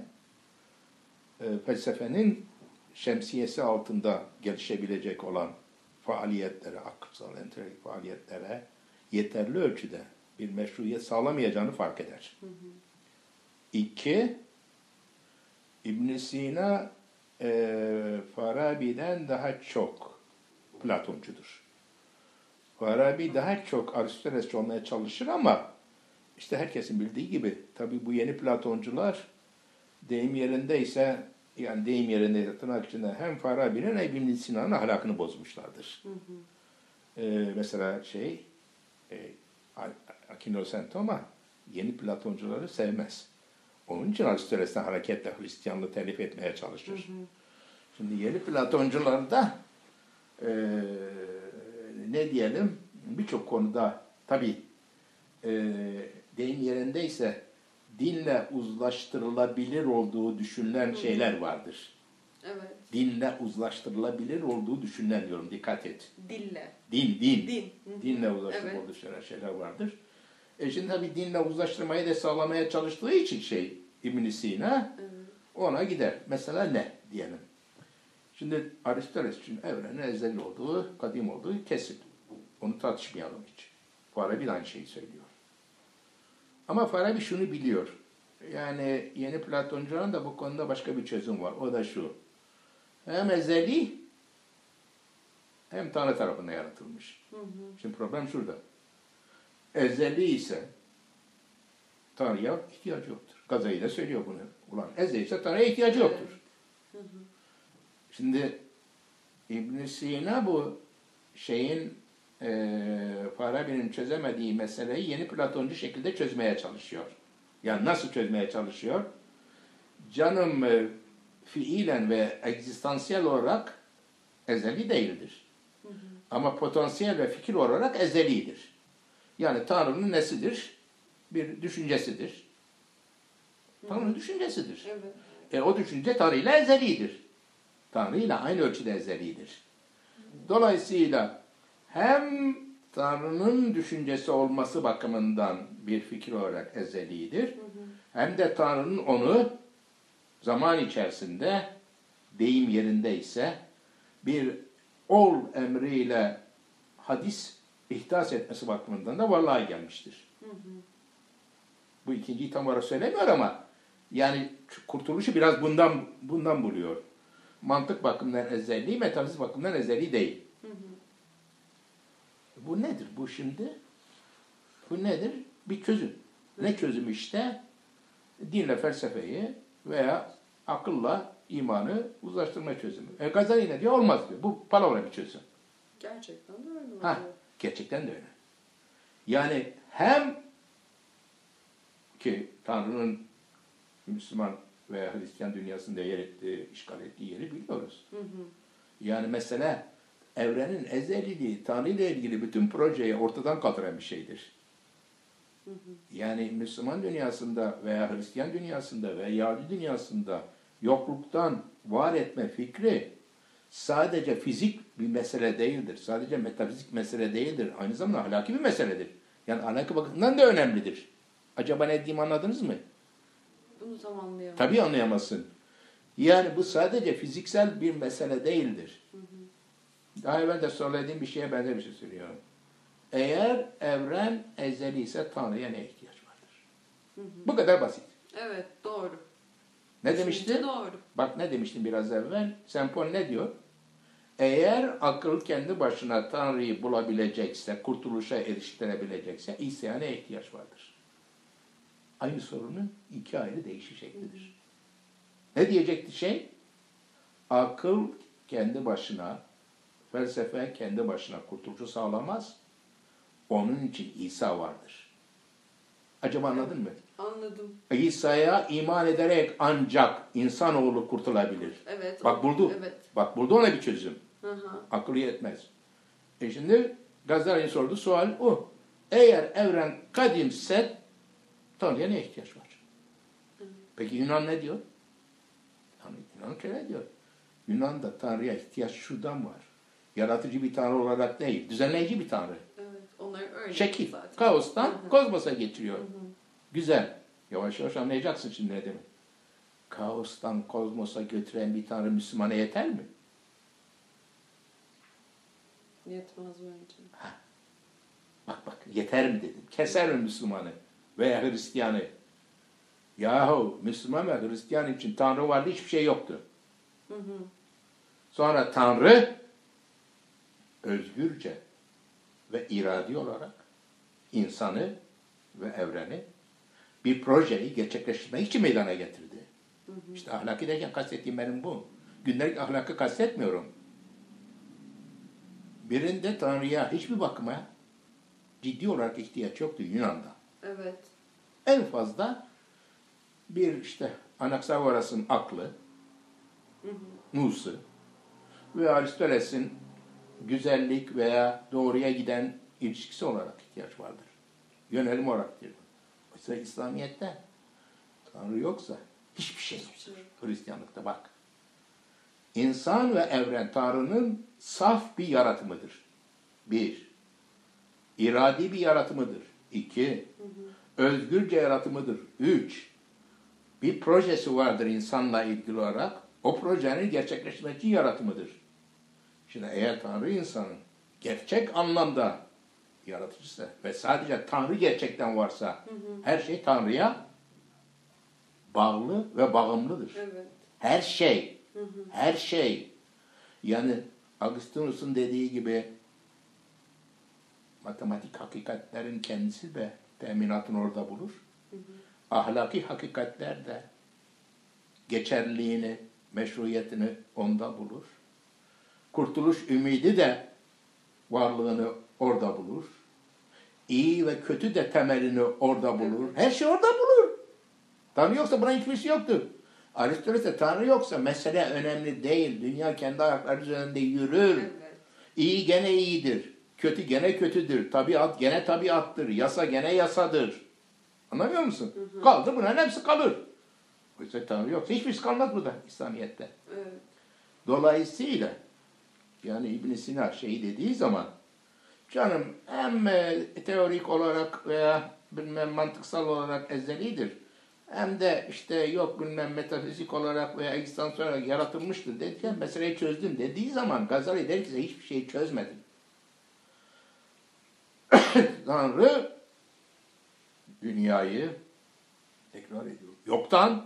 e, felsefenin şemsiyesi altında gelişebilecek olan faaliyetlere, akılsal, entelektüel faaliyetlere yeterli ölçüde bir meşruiyet sağlamayacağını fark eder. Hı hı. İki, İbn Sina e, Farabi'den daha çok Platoncudur. Farabi daha çok Aristotelesçi olmaya çalışır ama işte herkesin bildiği gibi tabii bu yeni Platoncular deyim yerindeyse, yani deyim yerinde tırnak içinde hem Farabi'nin hem İbn Sina'nın ahlakını bozmuşlardır. Hı hı. Ee, mesela şey e, Aquino Saint Thomas yeni Platoncuları sevmez. Onun için Aristoteles'ten hareketle Hristiyanlığı telif etmeye çalışır. Hı hı. Şimdi yeni Platoncularda e, ne diyelim birçok konuda tabii e, deyim yerindeyse dinle uzlaştırılabilir olduğu düşünülen Hı. şeyler vardır. Evet. Dinle uzlaştırılabilir olduğu düşünülen diyorum. Dikkat et. Dille. Din, din. Din. Dinle uzlaştırılabilir evet. olduğu şeyler vardır. E şimdi tabii dinle uzlaştırmayı da sağlamaya çalıştığı için şey İbn Sina evet. ona gider. Mesela ne diyelim. Şimdi Aristoteles için evrenin ezeli olduğu, kadim olduğu kesin. Onu tartışmayalım hiç. Farabi de aynı şeyi söylüyor. Ama Farabi şunu biliyor. Yani yeni Platoncuların da bu konuda başka bir çözüm var. O da şu. Hem ezeli hem Tanrı tarafından yaratılmış. Hı hı. Şimdi problem şurada. Ezeli ise Tanrı'ya ihtiyacı yoktur. Gazali de söylüyor bunu. Ulan ezeli ise Tanrı'ya ihtiyacı yoktur. Hı hı. Şimdi İbn Sina bu şeyin e, Farabi'nin çözemediği meseleyi yeni Platoncu şekilde çözmeye çalışıyor. Yani nasıl çözmeye çalışıyor? Canım e, fiilen ve egzistansiyel olarak ezeli değildir. Hı hı. Ama potansiyel ve fikir olarak ezelidir. Yani Tanrı'nın nesidir? Bir düşüncesidir. Tanrı'nın düşüncesidir. Evet. E, o düşünce Tanrı ile ezelidir. Tanrı ile aynı ölçüde ezelidir. Dolayısıyla hem Tanrı'nın düşüncesi olması bakımından bir fikir olarak ezelidir. Hı hı. Hem de Tanrı'nın onu zaman içerisinde deyim yerindeyse bir ol emriyle hadis ihdas etmesi bakımından da vallahi gelmiştir. Hı hı. Bu ikinciyi tam olarak söylemiyor ama yani kurtuluşu biraz bundan bundan buluyor. Mantık bakımından ezeli, metafizik bakımından ezeli değil. Hı hı. Bu nedir bu şimdi? Bu nedir? Bir çözüm. Hı. Ne çözüm işte? Dinle felsefeyi veya akılla imanı uzlaştırma çözümü. E, Gazali ne diyor? Olmaz diyor. Bu palavra bir çözüm. Gerçekten de öyle. Ha, gerçekten de öyle. Yani hem ki Tanrı'nın Müslüman veya Hristiyan dünyasında yer ettiği, işgal ettiği yeri biliyoruz. Hı hı. Yani mesela evrenin ezeliliği, Tanrı ile ilgili bütün projeyi ortadan kaldıran bir şeydir. Hı hı. Yani Müslüman dünyasında veya Hristiyan dünyasında veya Yahudi dünyasında yokluktan var etme fikri sadece fizik bir mesele değildir. Sadece metafizik mesele değildir. Aynı zamanda ahlaki bir meseledir. Yani ahlaki bakımından da önemlidir. Acaba ne dediğimi anladınız mı? Bunu tam anlayamam. Tabii anlayamazsın. Yani bu sadece fiziksel bir mesele değildir. Hı hı. Daha evvel de söylediğim bir şeye benzer bir şey söylüyorum. Eğer evren ezeli ise Tanrı'ya ne ihtiyaç vardır? Hı hı. Bu kadar basit. Evet, doğru. Ne demiştin? Doğru. Bak ne demiştin biraz evvel? Saint Paul ne diyor? Eğer akıl kendi başına Tanrı'yı bulabilecekse, kurtuluşa eriştirebilecekse İsa'ya ne ihtiyaç vardır? Aynı sorunun iki ayrı değişik şeklidir. Ne diyecekti şey? Akıl kendi başına, felsefe kendi başına kurtuluşu sağlamaz. Onun için İsa vardır. Acaba anladın mı? Anladım. İsa'ya iman ederek ancak insanoğlu kurtulabilir. Evet. Bak buldu. Evet. Bak buldu ona bir çözüm. Hı hı. Akıl yetmez. E şimdi Gazali'nin sorduğu sual o. Eğer evren kadimse Tanrı'ya ne ihtiyaç var? Hı. Peki Yunan ne diyor? Yani Yunan şöyle diyor. Yunan'da Tanrı'ya ihtiyaç şuradan var. Yaratıcı bir Tanrı olarak değil, düzenleyici bir Tanrı. Evet, onlar öyle şekil, zaten. kaostan Hı hı. kozmosa getiriyor. Hı hı. Güzel. Yavaş yavaş anlayacaksın şimdi ne demek. Kaostan kozmosa götüren bir Tanrı Müslümana yeter mi? Yetmez bence. Ha. Bak bak yeter mi dedim. Keser mi Müslümanı veya Hristiyanı? Yahu Müslüman ve Hristiyan için Tanrı vardı, hiçbir şey yoktu. Hı hı. Sonra Tanrı özgürce ve iradi olarak insanı ve evreni bir projeyi gerçekleştirmek için meydana getirdi. Hı hı. İşte ahlaki derken kastettiğim benim bu. Gündelik ahlakı kastetmiyorum. Birinde Tanrı'ya hiçbir bakıma ciddi olarak ihtiyaç yoktu Yunan'da. Evet. En fazla bir işte Anaxagoras'ın aklı, hı hı. Mus'u ve Aristoteles'in güzellik veya doğruya giden ilişkisi olarak ihtiyaç vardır. Yönelim olarak diyor. Oysa İslamiyet'te Tanrı yoksa hiçbir şey yoktur. Hiçbir şey. Hristiyanlıkta bak. İnsan ve evren Tanrı'nın saf bir yaratımıdır. Bir. İradi bir yaratımıdır. İki. Hı hı. Özgürce yaratımıdır. Üç. Bir projesi vardır insanla ilgili olarak. O projenin gerçekleştirmek için yaratımıdır. Şimdi eğer Tanrı insanın gerçek anlamda yaratıcısı ve sadece Tanrı gerçekten varsa hı hı. her şey Tanrı'ya bağlı ve bağımlıdır. Evet. Her şey, hı hı. her şey. Yani Augustinus'un dediği gibi matematik hakikatlerin kendisi de teminatını orada bulur. Hı hı. Ahlaki hakikatler de geçerliliğini, meşruiyetini onda bulur. Kurtuluş ümidi de varlığını orada bulur. İyi ve kötü de temelini orada bulur. Her şey orada bulur. Tanrı yoksa buna hiçbir şey yoktur. Aristoteles'te Tanrı yoksa mesele önemli değil. Dünya kendi ayakları üzerinde yürür. Evet. İyi gene iyidir. Kötü gene kötüdür. Tabiat gene tabiattır. Yasa gene yasadır. Anlamıyor musun? Hı hı. Kaldı bunların hepsi kalır. Oysa Tanrı yoksa hiçbir şey kalmaz burada İslamiyet'te. Evet. Dolayısıyla yani İbn Sina şeyi dediği zaman canım hem teorik olarak veya bilmem mantıksal olarak ezelidir. hem de işte yok bilmem metafizik olarak veya ekstansiyonel olarak yaratılmıştır derken meseleyi çözdüm dediği zaman Gazali der ki hiçbir şeyi çözmedim. Tanrı dünyayı tekrar ediyor. Yoktan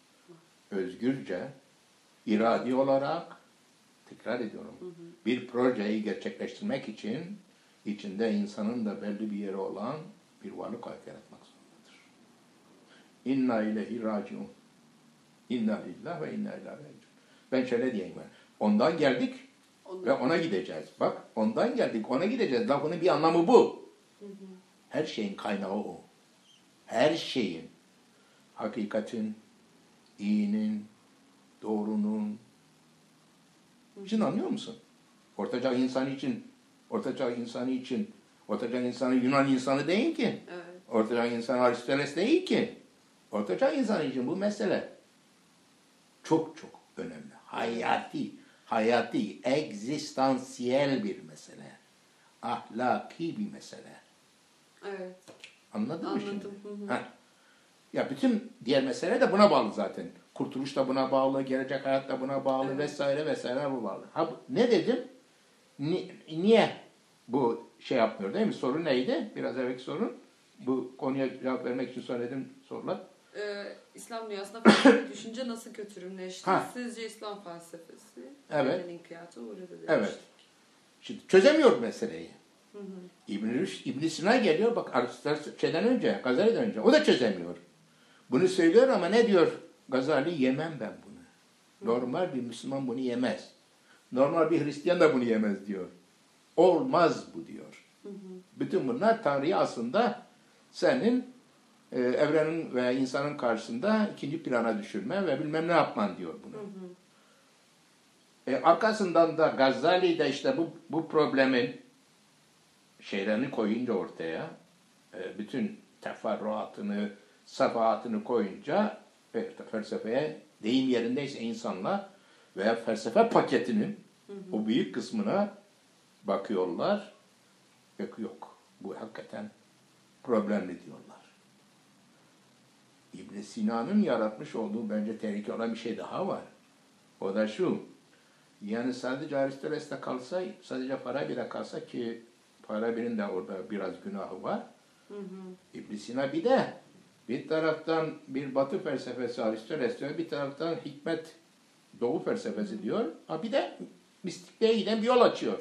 özgürce, iradi olarak tekrar ediyorum. Hı hı. Bir projeyi gerçekleştirmek için içinde insanın da belli bir yeri olan bir varlık yaratmak zorundadır. İnna ileyhi raciun. İnna lillah ve inna ileyhi raciun. Ben şöyle diyeyim ben. Ondan geldik ondan ve ona gideceğiz. Bak ondan geldik ona gideceğiz. Lafının bir anlamı bu. Hı hı. Her şeyin kaynağı o. Her şeyin. Hakikatin, iyinin, doğrunun. Şimdi anlıyor musun? Ortaçağ insanı için, Ortaçağ insanı için, Ortaçağ insanı Yunan insanı değil ki. Evet. Ortaçağ insanı Aristoteles değil ki. Ortaçağ insanı için bu mesele çok çok önemli. Hayati, hayati, egzistansiyel bir mesele. Ahlaki bir mesele. Evet. Anladın Anladım. mı şimdi? Ha. Ya bütün diğer mesele de buna bağlı zaten. Kurtuluş da buna bağlı, gelecek hayat da buna bağlı, evet. vesaire vesaire bu bağlı. Ha, ne dedim? Ni, niye bu şey yapmıyor değil mi? Soru neydi? Biraz evvelki sorun. Bu konuya cevap vermek için söyledim sorular. Ee, İslam dünyasında felsefi düşünce nasıl kötürümleşti? Ha. Sizce İslam felsefesi? Evet. İnkiyatı uğradı demiştik. Evet. Şimdi çözemiyor meseleyi. Hı hı. İbn-i İbn Sina geliyor bak Aristoteles şeyden önce, Gazali'den önce. O da çözemiyor. Bunu söylüyor ama ne diyor? Gazali yemem ben bunu. Normal bir Müslüman bunu yemez. Normal bir Hristiyan da bunu yemez diyor. Olmaz bu diyor. Hı hı. Bütün bunlar Tanrı'yı aslında senin e, evrenin veya insanın karşısında ikinci plana düşürme ve bilmem ne yapman diyor bunu. Hı hı. E, arkasından da Gazali de işte bu, bu problemin şeylerini koyunca ortaya, e, bütün teferruatını, safahatını koyunca e, felsefeye deyim yerindeyse insanlar veya felsefe paketinin hı hı. o büyük kısmına bakıyorlar. Yok yok. Bu hakikaten problemli diyorlar. İbn Sina'nın yaratmış olduğu bence tehlikeli olan bir şey daha var. O da şu. Yani sadece Aristoteles'te kalsa, sadece Farabi'de kalsa ki Farabi'nin de orada biraz günahı var. Hı hı. İbn Sina bir de bir taraftan bir Batı felsefesi Aristoteles diyor, bir taraftan hikmet Doğu felsefesi hı hı. diyor. Ha bir de mistikliğe giden bir yol açıyor.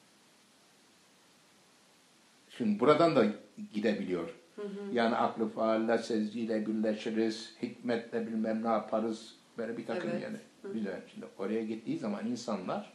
Şimdi buradan da gidebiliyor. Hı hı. Yani aklı faalle, sezgiyle birleşiriz, hikmetle bilmem ne yaparız. Böyle bir takım evet. yani. Hı. Güzel. Şimdi oraya gittiği zaman insanlar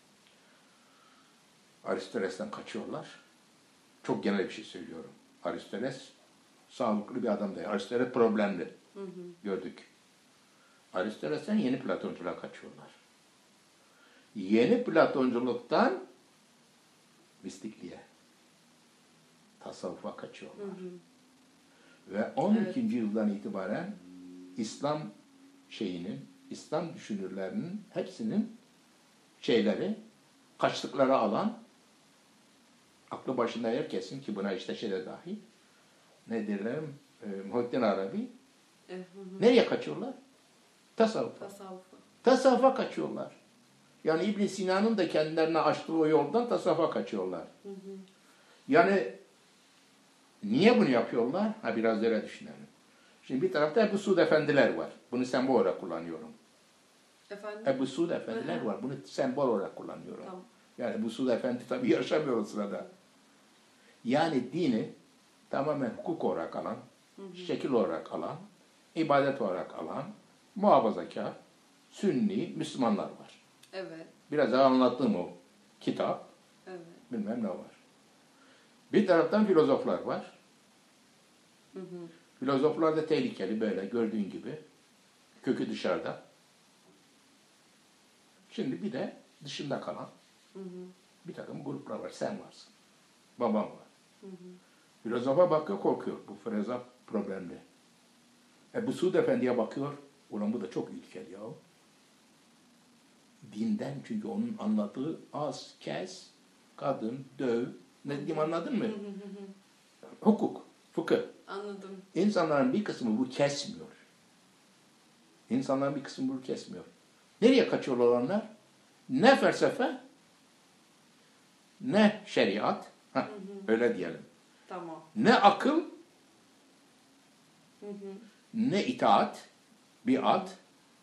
Aristoteles'ten kaçıyorlar. Çok genel bir şey söylüyorum. Aristoteles sağlıklı bir adam değil. Aristoteles problemli. Hı hı. Gördük. Aristoteles'ten yeni Platonculuğa kaçıyorlar. Yeni Platonculuktan mistikliğe, tasavvufa kaçıyorlar. Hı hı. Ve on ikinci evet. yıldan itibaren İslam şeyinin, İslam düşünürlerinin hepsinin şeyleri, kaçtıkları alan, aklı başında herkesin ki buna işte şey de dahil, ne derler, e, Muhittin Arabi, e, hı hı. nereye kaçıyorlar? Tasavvufa. Tasavvufa. Tasavvufa kaçıyorlar. Yani İbn Sina'nın da kendilerine açtığı o yoldan tasavvufa kaçıyorlar. Hı hı. Yani niye bunu yapıyorlar? Ha biraz öyle düşünelim. Şimdi bir tarafta Ebu Suud Efendiler var. Bunu sembol olarak kullanıyorum. Efendim? Ebu Suud Efendiler hı hı. var. Bunu sembol olarak kullanıyorum. Tamam. Yani Ebu Suud Efendi tabii yaşamıyor o sırada. Yani dini tamamen hukuk olarak alan, hı hı. şekil olarak alan, ibadet olarak alan, muhafazakar, Sünni Müslümanlar var. Evet. Biraz daha anlattığım o kitap, evet. bilmem ne var. Bir taraftan filozoflar var. Hı hı. Filozoflar da tehlikeli böyle gördüğün gibi. Kökü dışarıda. Şimdi bir de dışında kalan hı hı. bir takım gruplar var. Sen varsın. Babam var. Hı hı. Filozofa bakıyor korkuyor. Bu filozof problemli. Ebu Suud Efendi'ye bakıyor. Ulan bu da çok ilkel ya. Dinden çünkü onun anlattığı az, kes, kadın, döv. Ne diyeyim anladın mı? Hı hı hı. Hukuk, fıkıh. Anladım. İnsanların bir kısmı bu kesmiyor. İnsanların bir kısmı bunu kesmiyor. Nereye kaçıyorlar olanlar? Ne felsefe, ne şeriat, heh, hı hı. öyle diyelim. Tamam. Ne akıl, hı hı. ne itaat, biat.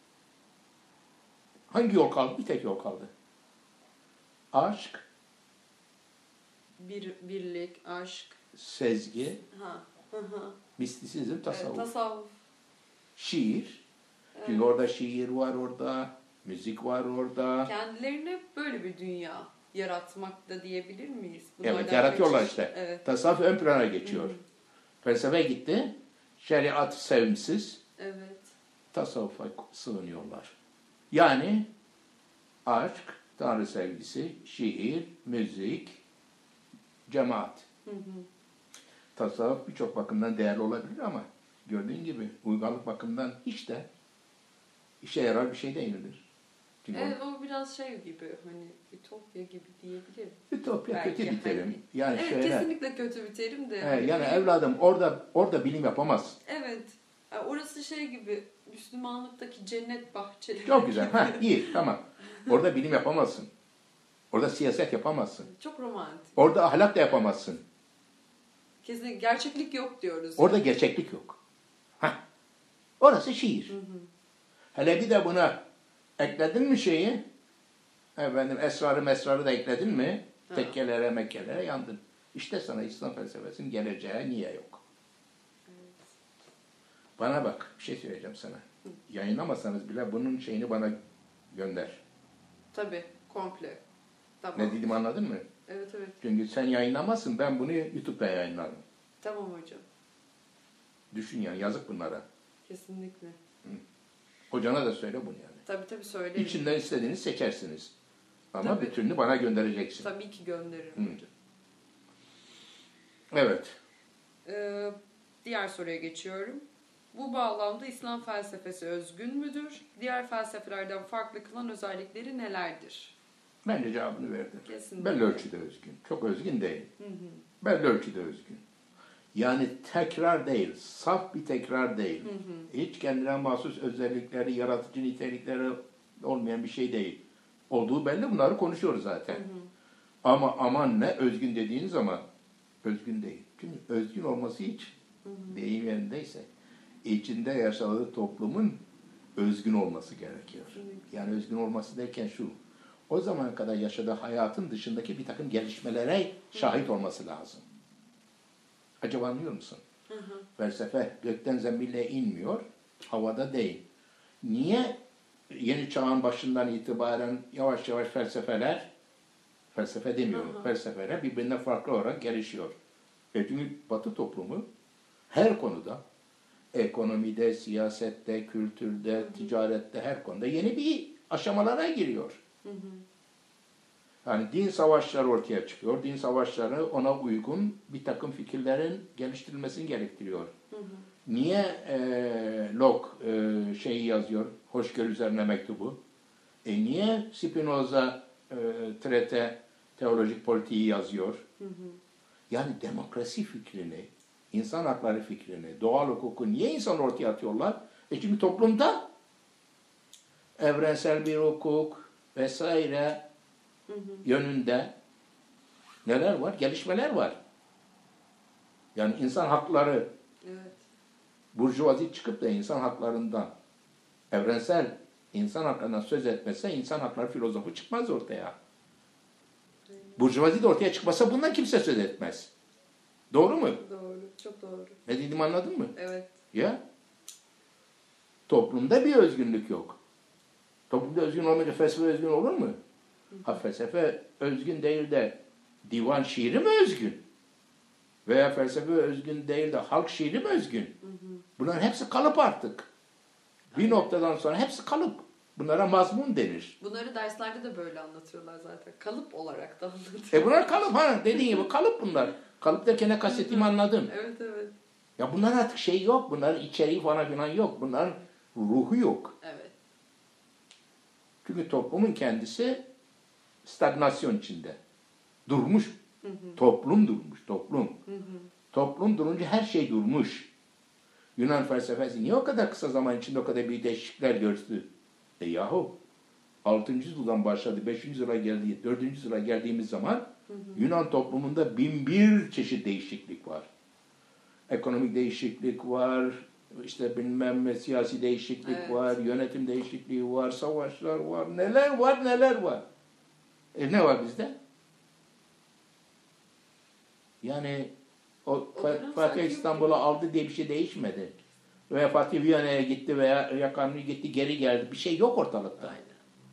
Hangi yol kaldı? Bir tek yol kaldı. Aşk, Bir, birlik, aşk, sezgi, ha. Hı hı. mistisizm, tasavvuf. Evet, tasavvuf. Şiir. Evet. Çünkü orada şiir var orada, müzik var orada. Kendilerine böyle bir dünya yaratmak da diyebilir miyiz? Bunlardan Evet, yaratıyorlar kaçış. işte. Evet. Tasavvuf ön plana geçiyor. Hı-hı. Felsefe gitti, şeriat sevimsiz, evet. tasavvufa sığınıyorlar. Yani aşk, Tanrı sevgisi, şiir, müzik, cemaat. Hı hı. Tasavvuf birçok bakımdan değerli olabilir ama gördüğün gibi uygarlık bakımından hiç de işe yarar bir şey değildir. Çünkü evet o biraz şey gibi hani ütopya gibi diyebilirim. Ütopya belki kötü bir terim. Hani, yani evet şöyle, kesinlikle kötü bir terim de. He, Hani yani bilim, evladım orada orada bilim yapamaz. Evet. Yani orası şey gibi Müslümanlıktaki cennet bahçeleri. Çok güzel. Ha iyi tamam. Orada bilim yapamazsın. Orada siyaset yapamazsın. Çok romantik. Orada ahlak da yapamazsın. Kesinlikle gerçeklik yok diyoruz. Orada gerçeklik yok. Heh. Orası şiir. Hı hı. Hele bir de buna ekledin mi şeyi? Efendim esrarı mesrarı da ekledin mi? Ha. Tekkelere mekkelere yandın. İşte sana İslam felsefesinin geleceği niye yok? Evet. Bana bak bir şey söyleyeceğim sana. Hı. Yayınlamasanız bile bunun şeyini bana gönder. Tabii komple. Tamam. Ne dedim anladın mı? Evet evet. Çünkü sen yayınlamazsın ben bunu YouTube'da yayınlarım. Tamam hocam. Düşün yani yazık bunlara. Kesinlikle. Hı. Hocana da söyle bunu yani. Tabii tabii söylerim. İçinden istediğini seçersiniz. Ama tabii. bütününü bana göndereceksin. Tabii ki gönderirim Hı. hocam. Evet. Ee, diğer soruya geçiyorum. Bu bağlamda İslam felsefesi özgün müdür? Diğer felsefelerden farklı kılan özellikleri nelerdir? Bence cevabını verdim. Kesinlikle. Belli ölçüde özgün. Çok özgün değil. Hı hı. Belli ölçüde özgün. Yani tekrar değil, saf bir tekrar değil. Hı hı. Hiç kendine mahsus özellikleri, yaratıcı nitelikleri olmayan bir şey değil. Olduğu belli, bunları konuşuyoruz zaten. Hı hı. Ama aman ne özgün dediğin zaman özgün değil. Çünkü özgün olması hiç hı hı. deyim yerindeyse içinde yaşadığı toplumun özgün olması gerekiyor. Hı hı. Yani özgün olması derken şu, o zamana kadar yaşadığı hayatın dışındaki bir takım gelişmelere şahit olması lazım. Acaba anlıyor musun? Hı hı. Felsefe gökten zembille inmiyor, havada değil. Niye yeni çağın başından itibaren yavaş yavaş felsefeler, felsefe demiyorum, hı hı. felsefeler birbirinden farklı olarak gelişiyor. E çünkü Batı toplumu her konuda, ekonomide, siyasette, kültürde, hı hı. ticarette, her konuda yeni bir aşamalara giriyor. Hı hı. Yani din savaşları ortaya çıkıyor. Din savaşları ona uygun bir takım fikirlerin geliştirilmesini gerektiriyor. Hı hı. Niye e, Locke e, şeyi yazıyor, hoşgörü üzerine mektubu? E niye Spinoza e, Trete teolojik politiği yazıyor? Hı hı. Yani demokrasi fikrini, insan hakları fikrini, doğal hukuku niye insan ortaya atıyorlar? E çünkü toplumda evrensel bir hukuk vesaire Hı hı. yönünde neler var? Gelişmeler var. Yani insan hakları, evet. burjuvazi çıkıp da insan haklarından, evrensel insan haklarından söz etmese insan hakları filozofu çıkmaz ortaya. Evet. Burjuvazi de ortaya çıkmasa bundan kimse söz etmez. Doğru mu? Doğru, çok doğru. Ne dediğimi anladın mı? Evet. Ya? Toplumda bir özgünlük yok. Toplumda özgün olmayınca felsefe özgün olur mu? Ha felsefe özgün değil de divan şiiri mi özgün? Veya felsefe özgün değil de halk şiiri mi özgün? Hı hı. Bunların hepsi kalıp artık. Bir Aynen. noktadan sonra hepsi kalıp. Bunlara mazmun denir. Bunları derslerde de böyle anlatıyorlar zaten. Kalıp olarak da anlatıyorlar. E bunlar kalıp ha dediğin gibi kalıp bunlar. Kalıp derken ne kastettiğimi anladın. Evet evet. Ya bunlar artık şey yok. Bunların içeriği falan filan yok. Bunların ruhu yok. Evet. Çünkü toplumun kendisi stagnasyon içinde. Durmuş. Hı hı. Toplum durmuş. Toplum. Hı hı. Toplum durunca her şey durmuş. Yunan felsefesi niye o kadar kısa zaman içinde o kadar büyük değişiklikler gördü? E yahu altıncı yüzyıldan başladı, beşinci yüzyıla geldi, dördüncü yüzyıla geldiğimiz zaman hı hı. Yunan toplumunda bin bir çeşit değişiklik var. Ekonomik değişiklik var, işte bilmem ne siyasi değişiklik evet. var, yönetim değişikliği var, savaşlar var, neler var neler var. E ne var bizde? Yani o, o Fatih İstanbul'u aldı diye bir şey değişmedi. Veya Fatih Viyana'ya gitti veya Yakanlı'ya gitti geri geldi. Bir şey yok ortalıkta. Aynen.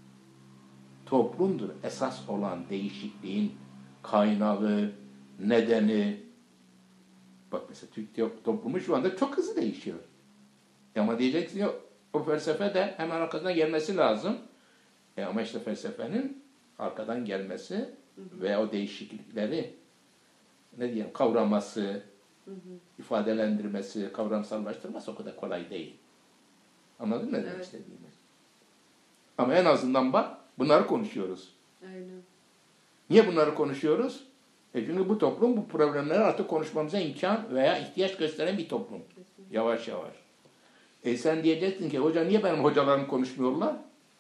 Toplumdur esas olan değişikliğin kaynağı, nedeni. Bak mesela Türk toplumu şu anda çok hızlı değişiyor. Ama diyeceksin ya o felsefe de hemen arkadan gelmesi lazım. E ama işte felsefenin arkadan gelmesi hı hı. ve o değişiklikleri ne diyeyim kavraması, hı hı. ifadelendirmesi, kavramsallaştırması o kadar kolay değil. Anladın mı ne demek evet. istediğimi? Ama en azından bak bunları konuşuyoruz. Aynen. Niye bunları konuşuyoruz? E çünkü bu toplum bu problemleri artık konuşmamıza imkan veya ihtiyaç gösteren bir toplum. Kesinlikle. Yavaş yavaş. E sen diyeceksin ki hoca niye benim hocalarım konuşmuyorlar?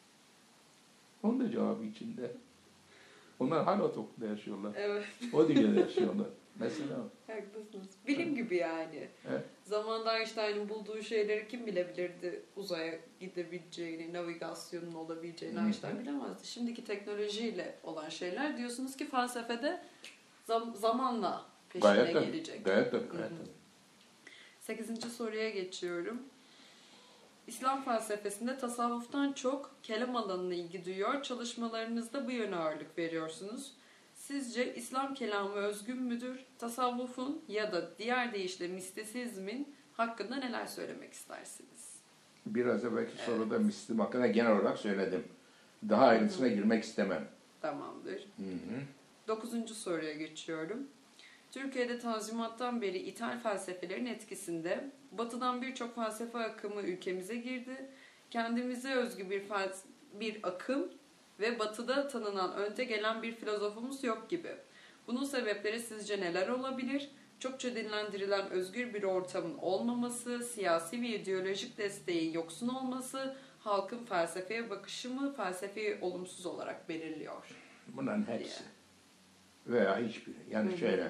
Onun da cevabı içinde. Onlar hala o toplumda yaşıyorlar. Evet. O dünyada yaşıyorlar. Mesela o. Haklısınız. Bilim evet. gibi yani. Evet. Zamanında Einstein'ın bulduğu şeyleri kim bilebilirdi? Uzaya gidebileceğini, navigasyonun olabileceğini Hı-hı. Einstein bilemezdi. Şimdiki teknolojiyle olan şeyler diyorsunuz ki felsefede zam- zamanla peşine gayet gelecek. Gayet tabii. Gayet tabii. Sekizinci soruya geçiyorum. İslam felsefesinde tasavvuftan çok kelam alanına ilgi duyuyor. Çalışmalarınızda bu yöne ağırlık veriyorsunuz. Sizce İslam kelamı özgün müdür? Tasavvufun ya da diğer deyişle mistisizmin hakkında neler söylemek istersiniz? Biraz evvelki evet. soruda mistisizm hakkında genel olarak söyledim. Daha ayrıntısına Hı-hı. girmek istemem. Tamamdır. Hı-hı. Dokuzuncu soruya geçiyorum. Türkiye'de Tanzimat'tan beri ithal felsefelerin etkisinde Batı'dan birçok felsefe akımı ülkemize girdi. Kendimize özgü bir, fels- bir akım ve Batı'da tanınan önde gelen bir filozofumuz yok gibi. Bunun sebepleri sizce neler olabilir? Çokça dinlendirilen özgür bir ortamın olmaması, siyasi ve ideolojik desteği yoksun olması, halkın felsefeye bakışı mı felsefeyi olumsuz olarak belirliyor? Bunların hepsi. Diye. Veya hiçbiri. Yani Hı-hı. şöyle...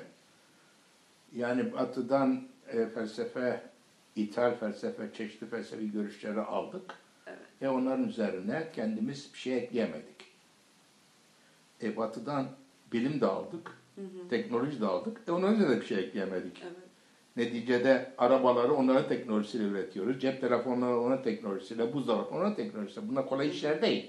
Yani Batı'dan e, felsefe, ithal felsefe, çeşitli felsefi görüşleri aldık. Evet. Ve onların üzerine kendimiz bir şey ekleyemedik. E, Batı'dan bilim de aldık, hı hı. teknoloji de aldık. E, onların üzerine bir şey ekleyemedik. Evet. Neticede arabaları onların teknolojisiyle üretiyoruz. Cep telefonları onların teknolojisiyle, buzdolabı onların teknolojisiyle. Bunlar kolay işler değil.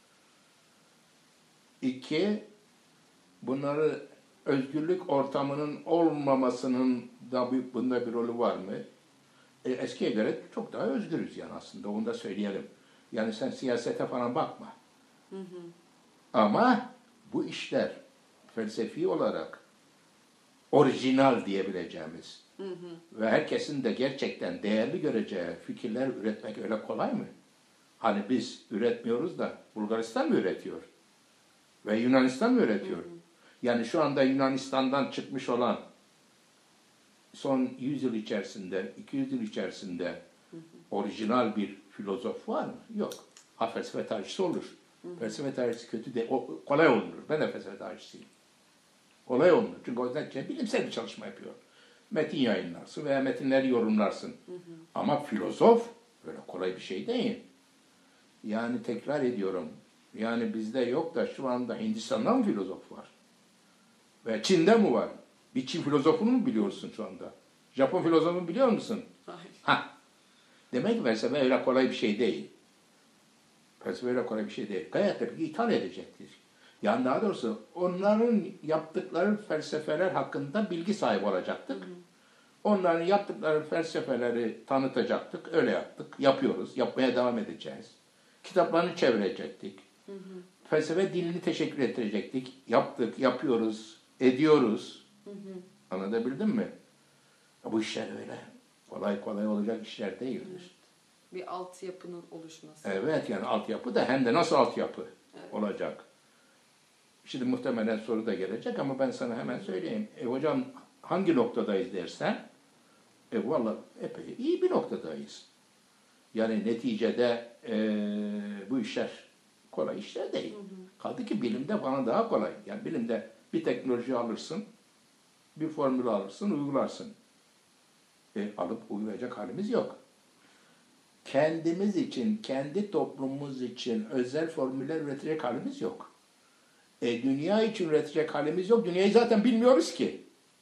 İki, bunları özgürlük ortamının olmamasının da büyük bunda bir rolü var mı? E, eskiye göre çok daha özgürüz yani aslında onu da söyleyelim. Yani sen siyasete falan bakma. Hı hı. Ama bu işler felsefi olarak orijinal diyebileceğimiz hı hı. ve herkesin de gerçekten değerli göreceği fikirler üretmek öyle kolay mı? Hani biz üretmiyoruz da Bulgaristan mı üretiyor? Ve Yunanistan mı üretiyor? Hı hı. Yani şu anda Yunanistan'dan çıkmış olan son yüz yıl içerisinde, iki yüz yıl içerisinde hı hı. orijinal bir filozof var mı? Yok. Ha felsefe tarihçisi olur. Hı hı. Felsefe tarihçisi kötü de o, kolay olunur. Ben de felsefe tarihçisiyim. Kolay olunur. Çünkü o yüzden bilimsel bir çalışma yapıyor. Metin yayınlarsın veya metinleri yorumlarsın. Hı hı. Ama filozof böyle kolay bir şey değil. Yani tekrar ediyorum. Yani bizde yok da şu anda Hindistan'da mı filozof var? Ve Çin'de mi var? Bir Çin filozofunu mu biliyorsun şu anda? Japon filozofunu biliyor musun? Hayır. Ha. Demek ki felsefe öyle kolay bir şey değil. Felsefe öyle kolay bir şey değil. Gayet tabii ithal edecektir. Yani daha doğrusu onların yaptıkları felsefeler hakkında bilgi sahibi olacaktık. Hı hı. Onların yaptıkları felsefeleri tanıtacaktık. Öyle yaptık. Yapıyoruz. Yapmaya devam edeceğiz. Kitaplarını çevirecektik. Hı hı. Felsefe dilini teşekkür ettirecektik. Yaptık, yapıyoruz, ediyoruz. Hı hı. Anlatabildim mi? Ya bu işler öyle kolay kolay olacak işler değildir. Evet. Bir altyapının oluşması. Evet yani altyapı da hem de nasıl altyapı evet. olacak. Şimdi muhtemelen soru da gelecek ama ben sana hemen söyleyeyim. E hocam hangi noktadayız dersen, e valla epey iyi bir noktadayız. Yani neticede e, bu işler kolay işler değil. Hı hı. Kaldı ki bilimde bana daha kolay. Yani bilimde bir teknoloji alırsın, bir formülü alırsın, uygularsın. E, alıp uygulayacak halimiz yok. Kendimiz için, kendi toplumumuz için özel formüller üretecek halimiz yok. E, dünya için üretecek halimiz yok. Dünyayı zaten bilmiyoruz ki.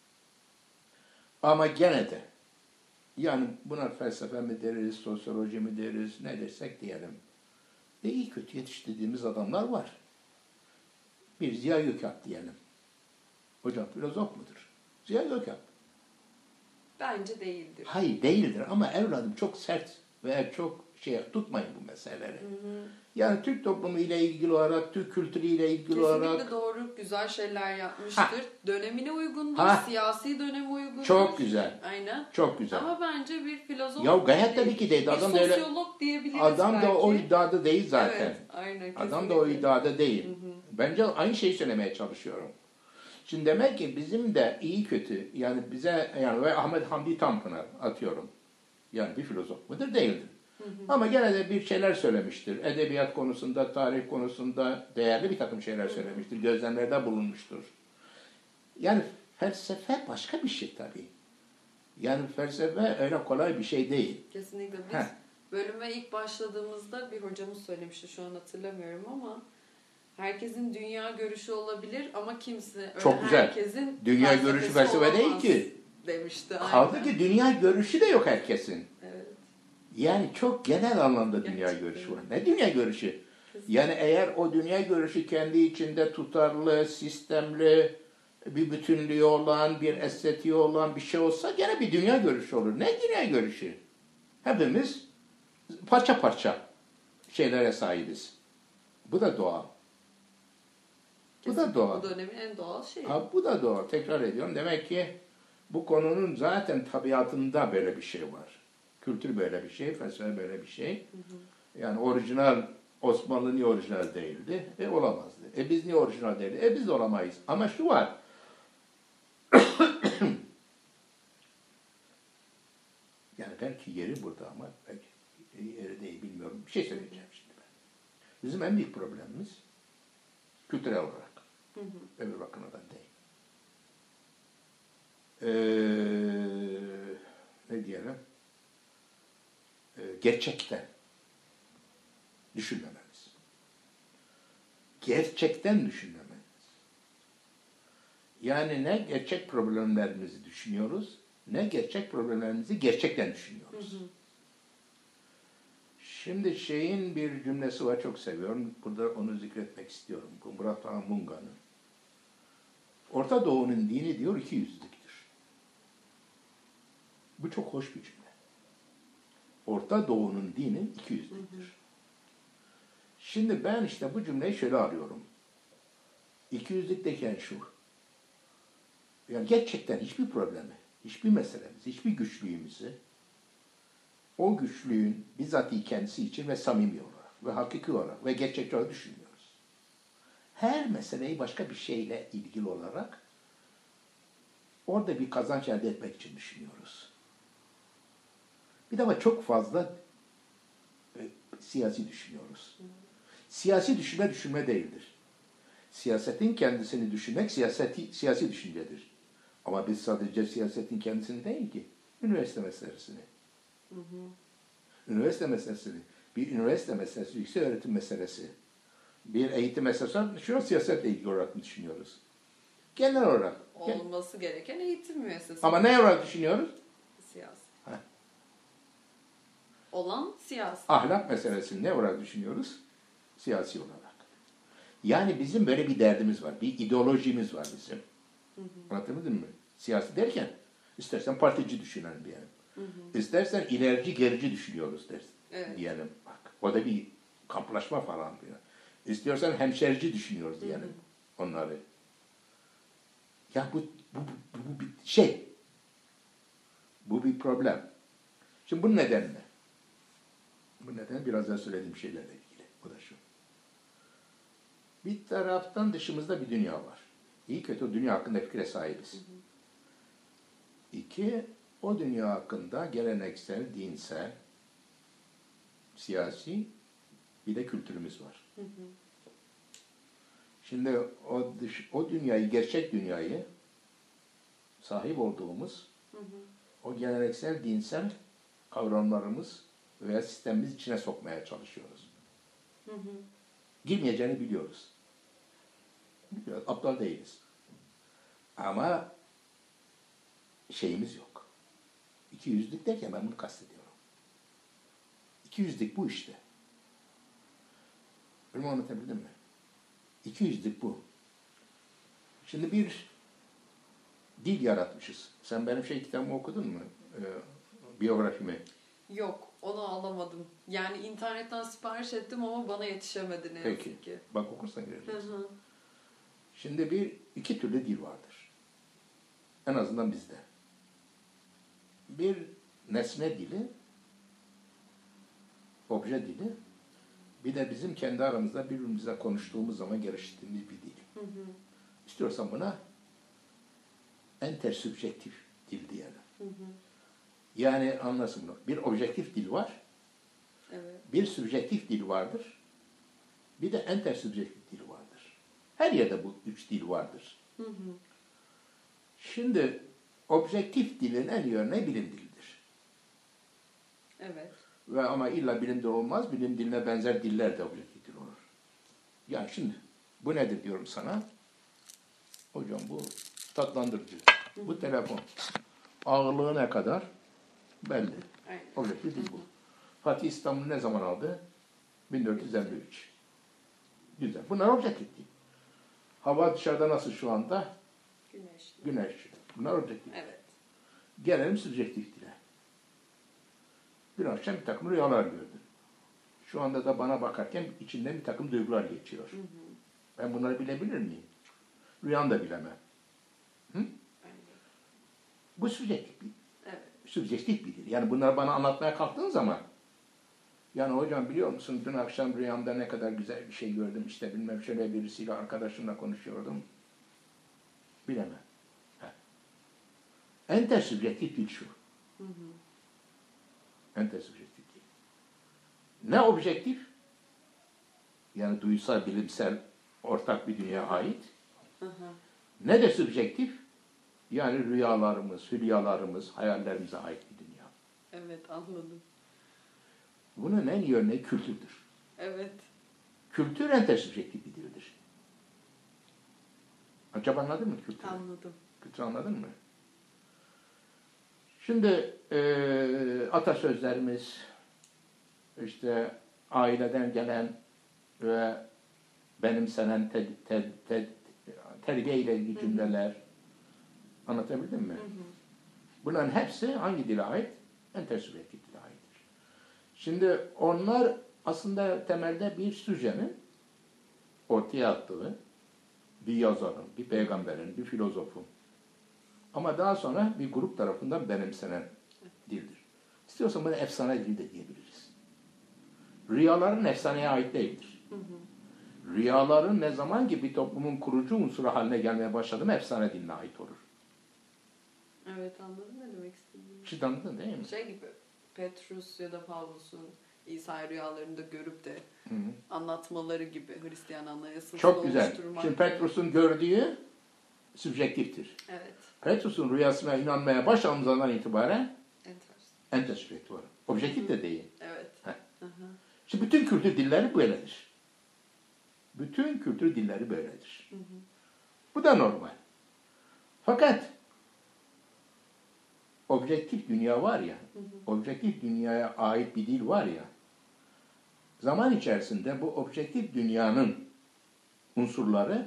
Ama gene de, yani buna felsefe mi deriz, sosyoloji mi deriz, ne dersek diyelim. E iyi kötü yetiştirdiğimiz adamlar var. Bir Ziya Gökalp diyelim. Hocam filozof mudur? Ziya Gökalp. Bence değildir. Hayır değildir ama evladım çok sert veya çok şey tutmayın bu meseleleri. Hı hı. Yani Türk toplumu ile ilgili olarak, Türk kültürü ile ilgili kesinlikle olarak. Kesinlikle doğru, güzel şeyler yapmıştır. Ha. Dönemine uygundur, ha. Siyasi döneme uygundur. Çok güzel. Aynen. Çok güzel. Ama bence bir filozof ya gayet tabii ki değil. Adam bir da sosyolog öyle, diyebiliriz adam belki. da o iddiada değil zaten. Evet, aynen. Kesinlikle. Adam da o iddiada değil. Hı hı. Bence aynı şeyi söylemeye çalışıyorum. Şimdi demek ki bizim de iyi kötü, yani bize, yani ve Ahmet Hamdi Tanpınar atıyorum. Yani bir filozof mudur? Değildir. Hı hı. Ama gene de bir şeyler söylemiştir. Edebiyat konusunda, tarih konusunda değerli bir takım şeyler söylemiştir. Gözlemlerde bulunmuştur. Yani felsefe başka bir şey tabii. Yani felsefe öyle kolay bir şey değil. Kesinlikle. Biz Heh. bölüme ilk başladığımızda bir hocamız söylemişti, şu an hatırlamıyorum ama herkesin dünya görüşü olabilir ama kimse öyle çok güzel. Herkesin dünya görüşü felsefe değil ki. Demişti. Kaldı ki dünya görüşü de yok herkesin. Evet. Yani çok genel anlamda dünya gerçekten görüşü var. Ne dünya görüşü? Kesinlikle. Yani eğer o dünya görüşü kendi içinde tutarlı, sistemli, bir bütünlüğü olan, bir estetiği olan bir şey olsa gene bir dünya görüşü olur. Ne dünya görüşü? Hepimiz parça parça şeylere sahibiz. Bu da doğal. Bu da doğal. Bu dönemin en doğal şeyi. Ha, bu da doğal. Tekrar ediyorum. Demek ki bu konunun zaten tabiatında böyle bir şey var. Kültür böyle bir şey, felsefe böyle bir şey. Hı hı. Yani orijinal, Osmanlı niye orijinal değildi? E olamazdı. E biz niye orijinal değildi? E biz de olamayız. Ama şu var. Yani belki yeri burada ama belki yeri değil, bilmiyorum. Bir şey söyleyeceğim şimdi ben. Bizim en büyük problemimiz kültürel olarak. Hı hı. Öbür bakımdan değil. Ee, ne diyelim? Ee, gerçekten düşünmememiz. Gerçekten düşünmememiz. Yani ne gerçek problemlerimizi düşünüyoruz, ne gerçek problemlerimizi gerçekten düşünüyoruz. Hı hı. Şimdi şeyin bir cümlesi var, çok seviyorum. Burada onu zikretmek istiyorum. Murat Munga'nın. Orta Doğu'nun dini diyor iki yüzlüktür. Bu çok hoş bir cümle. Orta Doğu'nun dini iki yüzlüktür. Şimdi ben işte bu cümleyi şöyle arıyorum. İki yüzlük deken şu. Yani gerçekten hiçbir problemi, hiçbir meselemizi, hiçbir güçlüğümüzü o güçlüğün bizzatihi kendisi için ve samimi olarak ve hakiki olarak ve gerçekçi olarak düşünmüyoruz. Her meseleyi başka bir şeyle ilgili olarak orada bir kazanç elde etmek için düşünüyoruz. Bir de ama çok fazla e, siyasi düşünüyoruz. Siyasi düşünme düşünme değildir. Siyasetin kendisini düşünmek siyaseti, siyasi düşüncedir. Ama biz sadece siyasetin kendisini değil ki, üniversite meselesini. Hı hı. Üniversite meselesini, bir üniversite meselesi, yüksek öğretim meselesi, bir eğitim meselesi, şu an siyasetle ilgili olarak mı düşünüyoruz? Genel olarak. Olması gereken eğitim müessesesi. Ama ne olarak düşünüyoruz? Siyasi. Heh. Olan siyasi. Ahlak meselesini ne olarak düşünüyoruz? Siyasi olarak. Yani bizim böyle bir derdimiz var, bir ideolojimiz var bizim. Hı hı. Anlatabildim mi? Siyasi derken, istersen partici düşünelim diyelim. Hı hı. İstersen ilerici gerici düşünüyoruz dersin, evet. Diyelim. Bak, o da bir kamplaşma falan diyor. İstiyorsan hemşerici düşünüyoruz diyelim, hı hı. Onları. Ya bu, bu, bu, bu bir şey. Bu bir problem. Şimdi bu nedenle. Bu nedenle biraz daha söylediğim şeylerle ilgili. Bu da şu. Bir taraftan dışımızda bir dünya var. İyi kötü o dünya hakkında fikre sahibiz. Hı hı. İki, o dünya hakkında geleneksel, dinsel, siyasi bir de kültürümüz var. Hı hı. Şimdi o, dış, o dünyayı, gerçek dünyayı sahip olduğumuz hı hı. o geleneksel, dinsel kavramlarımız veya sistemimiz içine sokmaya çalışıyoruz. Hı hı. Girmeyeceğini biliyoruz. Biliyoruz, aptal değiliz. Ama şeyimiz yok. İki yüzlük derken ben bunu kastediyorum. İki yüzlük bu işte. Bunu anlatabildim mi? İki yüzlük bu. Şimdi bir dil yaratmışız. Sen benim şey kitabımı okudun mu? Ee, biyografimi. Yok, onu alamadım. Yani internetten sipariş ettim ama bana yetişemedi ne Peki. yazık ki. Bak okursan göreceksin. Şimdi bir, iki türlü dil vardır. En azından bizde. Bir nesne dili, obje dili, bir de bizim kendi aramızda birbirimize konuştuğumuz zaman geliştirdiğimiz bir dil. Hı hı. İstiyorsan buna intersübjektif dil diyelim. Hı hı. Yani anlasın bunu. Bir objektif dil var, evet. Bir sübjektif dil vardır, bir de intersübjektif dil vardır. Her yerde bu üç dil vardır. Hı hı. Şimdi objektif dilin en iyi örneği bilim dilidir. Evet. Ve ama illa bilim dili olmaz, bilim diline benzer diller de objektif dil olur. Yani şimdi bu nedir diyorum sana? Hocam bu tatlandırıcı. Hı hı. Bu telefon. Ağırlığı ne kadar? Belli. Aynen. Objektif dil bu. Fatih İstanbul'u ne zaman aldı? bin dört yüz elli üç. Güzel. Bunlar objektif dil. Hava dışarıda nasıl şu anda? Güneş. Güneş. Bunlar objektif. Evet. Gelelim subjektif dile. Bir akşam bir takım rüyalar gördüm. Şu anda da bana bakarken içinden bir takım duygular geçiyor. Hı hı. Ben bunları bilebilir miyim? Rüyan da bilemem. Hı? Bu subjektif bir, evet. Subjektif bir dil. Yani bunları bana anlatmaya kalktığın zaman, yani hocam biliyor musun dün akşam rüyamda ne kadar güzel bir şey gördüm, işte bilmem şöyle birisiyle arkadaşımla konuşuyordum. Bilemem. Intersubjektif dil şu. Hı hı. Intersubjektif dil. Ne objektif? Yani duysal, bilimsel, ortak bir dünyaya ait. Hı hı. Ne de subjektif? Yani rüyalarımız, hülyalarımız, hayallerimize ait bir dünya. Evet, anladım. Bunun en iyi örneği kültürdür. Evet. Kültür intersubjektif bir dildir. Acaba anladın mı kültürü? Anladım. Kültürü anladın mı? Şimdi e, atasözlerimiz, işte aileden gelen ve benimsenen te, te, te, terbiye ile ilgili cümleler, hı hı. Anlatabildim mi? Hı hı. Bunların hepsi hangi dile ait? Intersubjektif dile aittir. Şimdi onlar aslında temelde bir süjenin ortaya attığı bir yazarın, bir peygamberin, bir filozofun ama daha sonra bir grup tarafından benimsenen dildir. İstiyorsan buna efsane dil de diyebiliriz. Rüyaların efsaneye ait değildir. Hı hı. Rüyaların ne zaman ki bir toplumun kurucu unsuru haline gelmeye başladı mı efsane diline ait olur. Evet, anladım ne demek istediğini. Şimdi anladın değil mi? Şey gibi, Petrus ya da Pavlus'un İsa rüyalarında görüp de hı hı. anlatmaları gibi Hristiyan anlayasını çok güzel. Şimdi Petrus'un gördüğü subjektiftir. Evet. Petrus'un rüyasına inanmaya başladığımız andan itibaren intersubjektif var. Objektif de değil. Evet. Hı hı. Şimdi bütün kültür dilleri böyledir. Bütün kültür dilleri böyledir. Hı hı. Bu da normal. Fakat objektif dünya var ya, hı hı. objektif dünyaya ait bir dil var ya, zaman içerisinde bu objektif dünyanın unsurları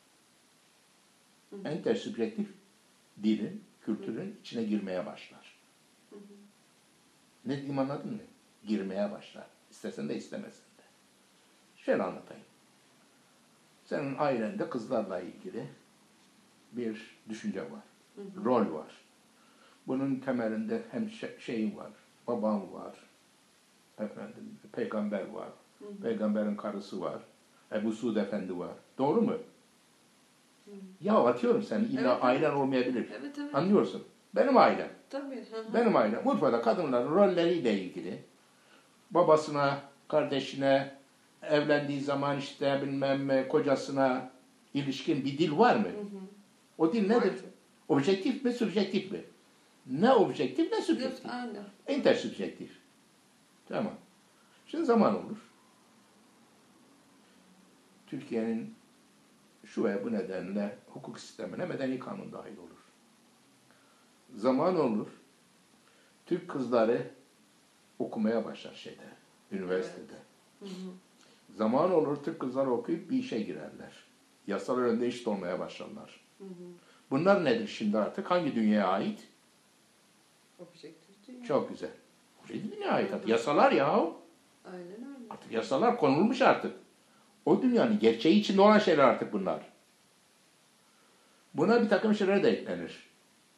hı hı. intersubjektif dilin, kültürün hı hı. içine girmeye başlar. Hı hı. Ne diyeyim anladın mı? Girmeye başlar. İstesen de istemesen de. Şöyle anlatayım. Senin ailende kızlarla ilgili bir düşünce var. Hı hı. Rol var. Bunun temelinde hem şeyin var, baban var, efendim, peygamber var, hı hı. peygamberin karısı var, Ebu Suud Efendi var. Doğru mu? Hı hı. Ya atıyorum sen, illa evet, ailen evet. olmayabilir. Evet, evet. Anlıyorsun. Benim ailem. Tabii. Hı hı. Benim ailem. Urfa'da kadınların rolleriyle ilgili babasına, kardeşine, evlendiği zaman işte bilmem kocasına ilişkin bir dil var mı? Hı hı. O dil nedir? Var. Objektif mi, subjektif mi? Ne objektif ne subjektif? Aynen. Intersubjektif. Tamam. Şimdi zaman olur. Türkiye'nin şu ve bu nedenle hukuk sistemine medeni kanun dahil olur. Zaman olur. Türk kızları okumaya başlar şeyde, üniversitede. Evet. Hı hı. Zaman olur Türk kızları okuyup bir işe girerler. Yasal önünde eşit olmaya başlarlar. Hı hı. Bunlar nedir şimdi artık? Hangi dünyaya ait? Objektif dünya. Çok güzel. Objektif dünyaya ait. Artık yasalar ya. Aynen öyle. Artık yasalar konulmuş artık. O dünyanın gerçeği içinde olan şeyler artık bunlar. Buna bir takım şeyler de eklenir.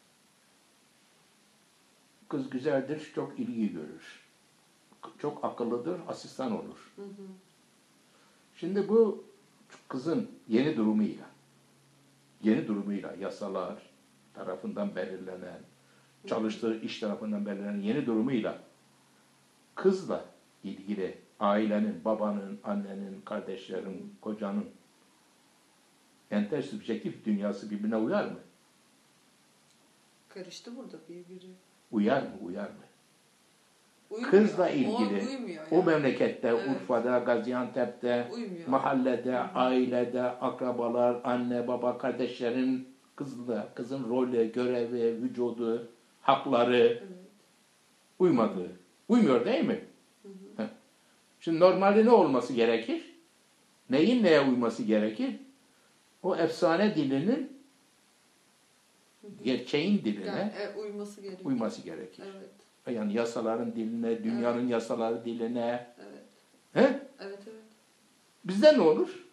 Kız güzeldir, çok ilgi görür. Çok akıllıdır, asistan olur. Hı hı. Şimdi bu kızın yeni durumuyla, yeni durumuyla yasalar tarafından belirlenen, çalıştığı iş tarafından belirlenen yeni durumuyla kızla ilgili ailenin, babanın, annenin, kardeşlerin, kocanın intersubjektif dünyası birbirine uyar mı? Karıştı burada birbiri. Uyar mı? Uyar mı? Uyumuyor. Kızla O ilgili uyumuyor o yani. memlekette, Evet. Urfa'da, Gaziantep'te, Uyumuyor. mahallede, ailede, akrabalar, anne, baba, kardeşlerin kızla, kızın rolü, görevi, vücudu, hakları Evet. uymadığı. Uymuyor değil mi? Hı hı. Heh. Şimdi normalde ne olması gerekir? Neyin neye uyması gerekir? O efsane dilinin gerçeğin diline Yani, e, uyması gerekiyor. uyması gerekir. Evet. Yani yasaların diline, dünyanın yasaları diline. Evet. He? Evet evet. Bizde ne olur?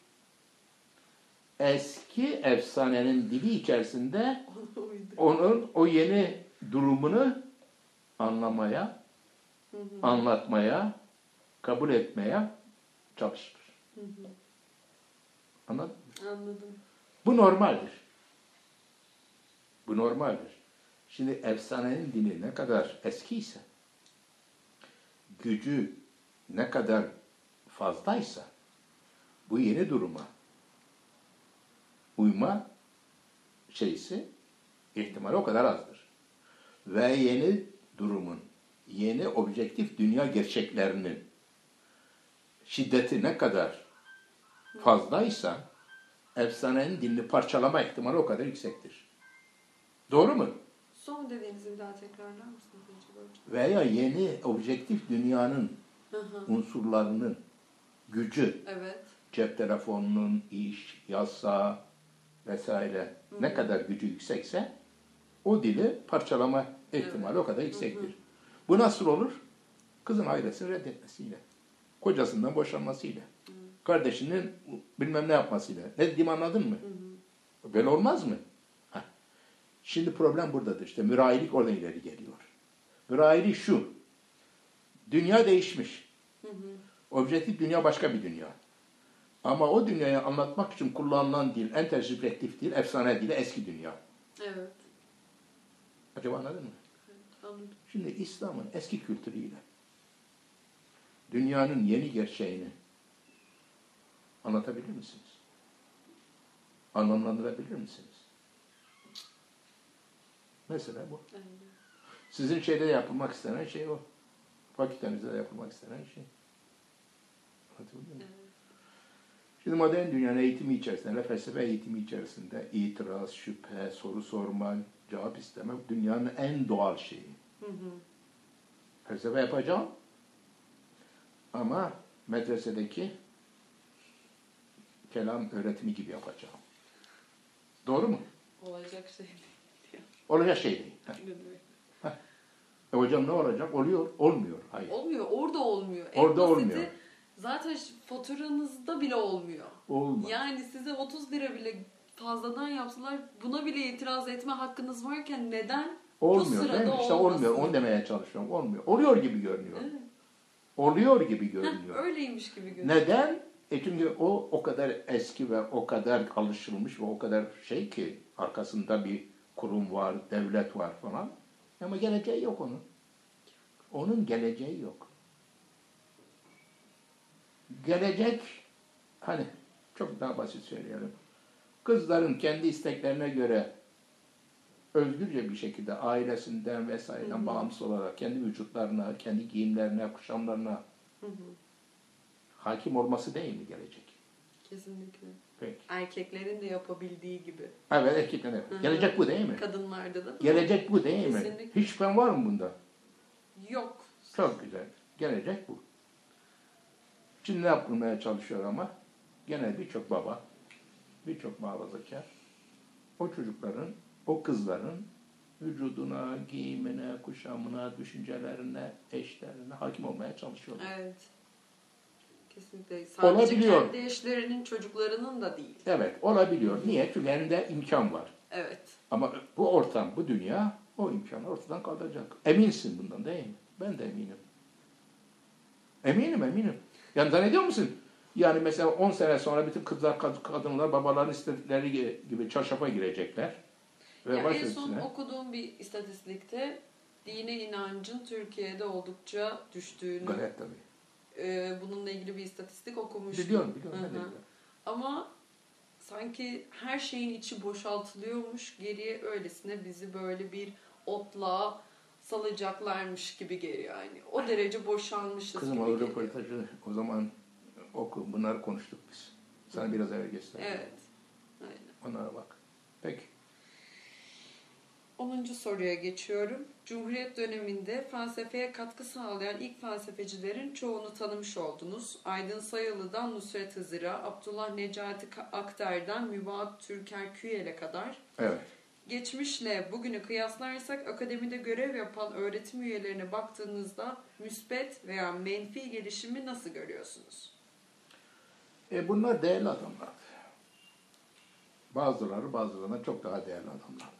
Eski efsanenin dili içerisinde Uydu. onun o yeni durumunu anlamaya, Hı hı. anlatmaya, kabul etmeye çalışılır. Hı hı. Anladın mı? Anladım. Bu normaldir. Bu normaldir. Şimdi efsanenin dili ne kadar eskiyse, gücü ne kadar fazlaysa, bu yeni duruma uyma şeysi ihtimali o kadar azdır. Ve yeni durumun, yeni objektif dünya gerçeklerinin şiddeti ne kadar fazlaysa, efsanenin dilini parçalama ihtimali o kadar yüksektir. Doğru mu? Son dediğinizi bir daha tekrarlar mısınız acaba hocam? Veya yeni objektif dünyanın Hı hı. unsurlarının gücü, Evet. cep telefonunun, iş, yasa vesaire Hı. ne kadar gücü yüksekse o dili parçalama ihtimali Evet. o kadar yüksektir. Hı hı. Bu nasıl olur? Kızın ailesini reddetmesiyle, kocasından boşanmasıyla, Hı. kardeşinin bilmem ne yapmasıyla. Ne dediğimi anladın mı? Hı hı. Böyle olmaz mı? Heh. Şimdi problem buradadır. İşte mürayilik oradan ileri geliyor. Mürayilik şu. Dünya değişmiş. Hı hı. Objektif dünya başka bir dünya. Ama o dünyayı anlatmak için kullanılan dil, intersubjektif dil, efsane dili eski dünya. Evet. Acaba anladın mı? Evet, anladım. Şimdi İslam'ın eski kültürüyle dünyanın yeni gerçeğini anlatabilir misiniz? Anlamlandırabilir misiniz? Mesela bu. Aynen. Sizin şeyde yapılmak istenen şey o. Fakültenizde de yapılmak istenen şey. Anlatabiliyor muyum? Evet. Şimdi modern dünyanın eğitimi içerisinde, felsefe eğitimi içerisinde itiraz, şüphe, soru sorma, cevap istemek dünyanın en doğal şeyi. Hı hı. Felsefe yapacağım ama medresedeki kelam öğretimi gibi yapacağım. Doğru mu? Olacak şey değil. Olacak şey değil. Heh. Aynen öyle. E hocam ne olacak? Oluyor, olmuyor. Hayır. Olmuyor. Orada olmuyor. Orada en basiti, olmuyor. zaten faturanızda bile olmuyor. Olmaz. Yani size otuz lira bile fazladan yapsalar buna bile itiraz etme hakkınız varken neden bu Olmuyor değil sırada mi? İşte olmasın? olmuyor. Onu demeye çalışıyorum. Olmuyor. Oluyor gibi görünüyor. Evet. Oluyor gibi Heh, görünüyor. öyleymiş gibi görünüyor. Neden? E çünkü o o kadar eski ve o kadar alışılmış ve o kadar şey ki arkasında bir kurum var, devlet var falan. Ama geleceği yok onun. Onun geleceği yok. Gelecek, hani çok daha basit söyleyelim. Kızların kendi isteklerine göre özgürce bir şekilde ailesinden vesaireden hı hı. bağımsız olarak kendi vücutlarına, kendi giyimlerine, kuşamlarına hı hı. hakim olması değil mi gelecek? Kesinlikle. Peki. Erkeklerin de yapabildiği gibi. Evet, erkeklerin de. Gelecek bu değil mi? Kadınlarda da. Gelecek bu değil Kesinlikle. mi? Hiç şüphen var mı bunda? Yok. Çok güzel. Gelecek bu. Şimdi ne yapılmaya çalışıyor ama? Gene birçok baba, birçok muhafazakar o çocukların, o kızların vücuduna, giyimine, kuşamına, düşüncelerine, eşlerine hakim olmaya çalışıyorlar. Evet. Kesinlikle. Sadece olabiliyor. Kendi eşlerinin, çocuklarının da değil. Evet, olabiliyor. Niye? Çünkü elinde imkan var. Evet. Ama bu ortam, bu dünya o imkanı ortadan kaldıracak. Eminsin bundan değil mi? Ben de eminim. Eminim, eminim. Yani zannediyor musun? Yani mesela on sene sonra bütün kızlar, kadınlar babaların istedikleri gibi çarşafa girecekler. Ve ya en son üstüne. okuduğum bir istatistikte dine inancın Türkiye'de oldukça düştüğünü. Gayet tabii. E, bununla ilgili bir istatistik okumuştum. Biliyorum, biliyorum. Ben de biliyorum. Ama sanki her şeyin içi boşaltılıyormuş, geriye öylesine bizi böyle bir otla salacaklarmış gibi geliyor. Yani o derece boşalmışız Kızım, gibi geliyor. geliyor. Kızım o röportajı o zaman oku. Bunları konuştuk biz. Sana Hı. biraz evvel gösterdim. Evet. Aynen. Onlara bak. Peki. onuncu soruya geçiyorum. Cumhuriyet döneminde felsefeye katkı sağlayan ilk felsefecilerin çoğunu tanımış oldunuz. Aydın Sayalı'dan Nusret Hızır'a, Abdullah Necati Akder'den Mübahat Türker Küyel'e kadar. Evet. Geçmişle bugünü kıyaslarsak akademide görev yapan öğretim üyelerine baktığınızda müspet veya menfi gelişimi nasıl görüyorsunuz? E bunlar değerli adamlar. Bazıları bazılarına çok daha değerli adamlar.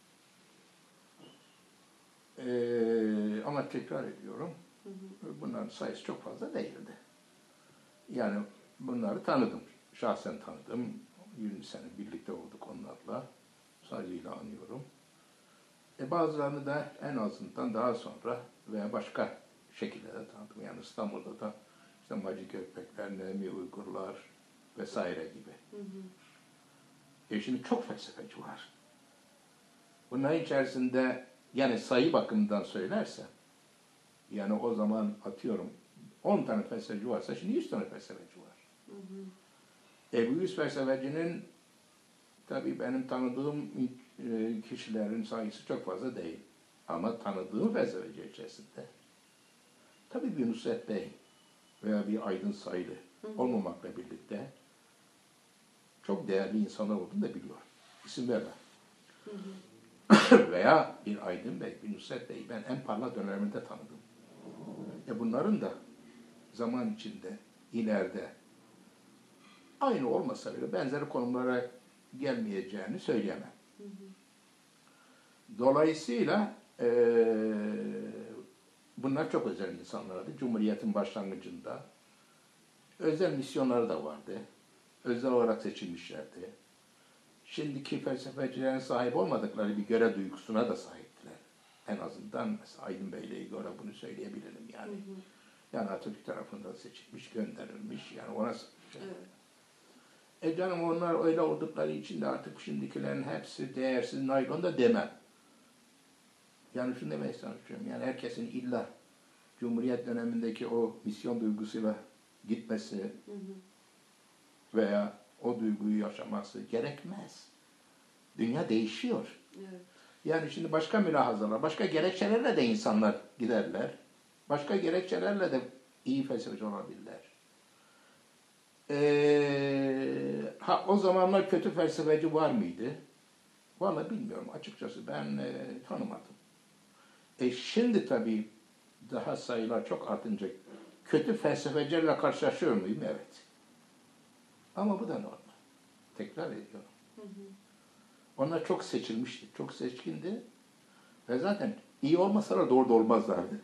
Ee, ama tekrar ediyorum, hı hı. bunların sayısı çok fazla değildi. Yani bunları tanıdım, şahsen tanıdım. yirmi sene birlikte olduk onlarla, saygıyla anıyorum. E bazılarını da en azından daha sonra veya başka şekilde de tanıdım. Yani İstanbul'da da işte Macit Gökbekler, Nemi Uygurlar vesaire gibi. Hı hı. E şimdi çok felsefeci var. Bunların içerisinde yani sayı bakımından söylerse, yani o zaman atıyorum on tane felsefeci varsa şimdi yüz tane felsefeci var. Hı hı. E bu yüz felsefecinin tabii benim tanıdığım kişilerin sayısı çok fazla değil. Ama tanıdığım felsefeci içerisinde tabii bir Nusret Bey veya bir Aydın Sayılı hı hı. olmamakla birlikte çok değerli insanlar olduğunu da biliyorum. İsim vermem. Hı hı. Veya bir Aydın Bey, bir Nusret Bey ben en parlak döneminde tanıdım. E bunların da zaman içinde, ileride aynı olmasa bile benzeri konumlara gelmeyeceğini söyleyemem. Hı hı. Dolayısıyla e, bunlar çok özel insanlardı. Cumhuriyet'in başlangıcında özel misyonları da vardı. Özel olarak seçilmişlerdi. Şimdiki felsefecilerin sahip olmadıkları bir görev duygusuna da sahiptiler. En azından mesela Aydın Bey'le göre bunu söyleyebilirim yani. Hı hı. Yani Atatürk tarafından seçilmiş, gönderilmiş. Yani ona şey. Evet. E canım onlar öyle oldukları için de artık şimdikilerin hepsi değersiz, naylon da demem. Yani şunu demeye çalışıyorum. Yani herkesin illa Cumhuriyet dönemindeki o misyon duygusuyla gitmesi hı hı. veya o duyguyu yaşaması gerekmez. Dünya değişiyor. Evet. Yani şimdi başka mülahazalar, başka gerekçelerle de insanlar giderler. Başka gerekçelerle de iyi felsefeci olabilirler. Ee, ha, o zamanlar kötü felsefeci var mıydı? Vallahi bilmiyorum. Açıkçası ben e, tanımadım. E şimdi tabii daha sayılar çok artınca kötü felsefecilerle karşılaşıyor muyum? Evet. Ama bu da normal. Tekrar ediyorum. Hı hı. Onlar çok seçilmişti, çok seçkindi ve zaten iyi olmasalar doğru da olmazlardı.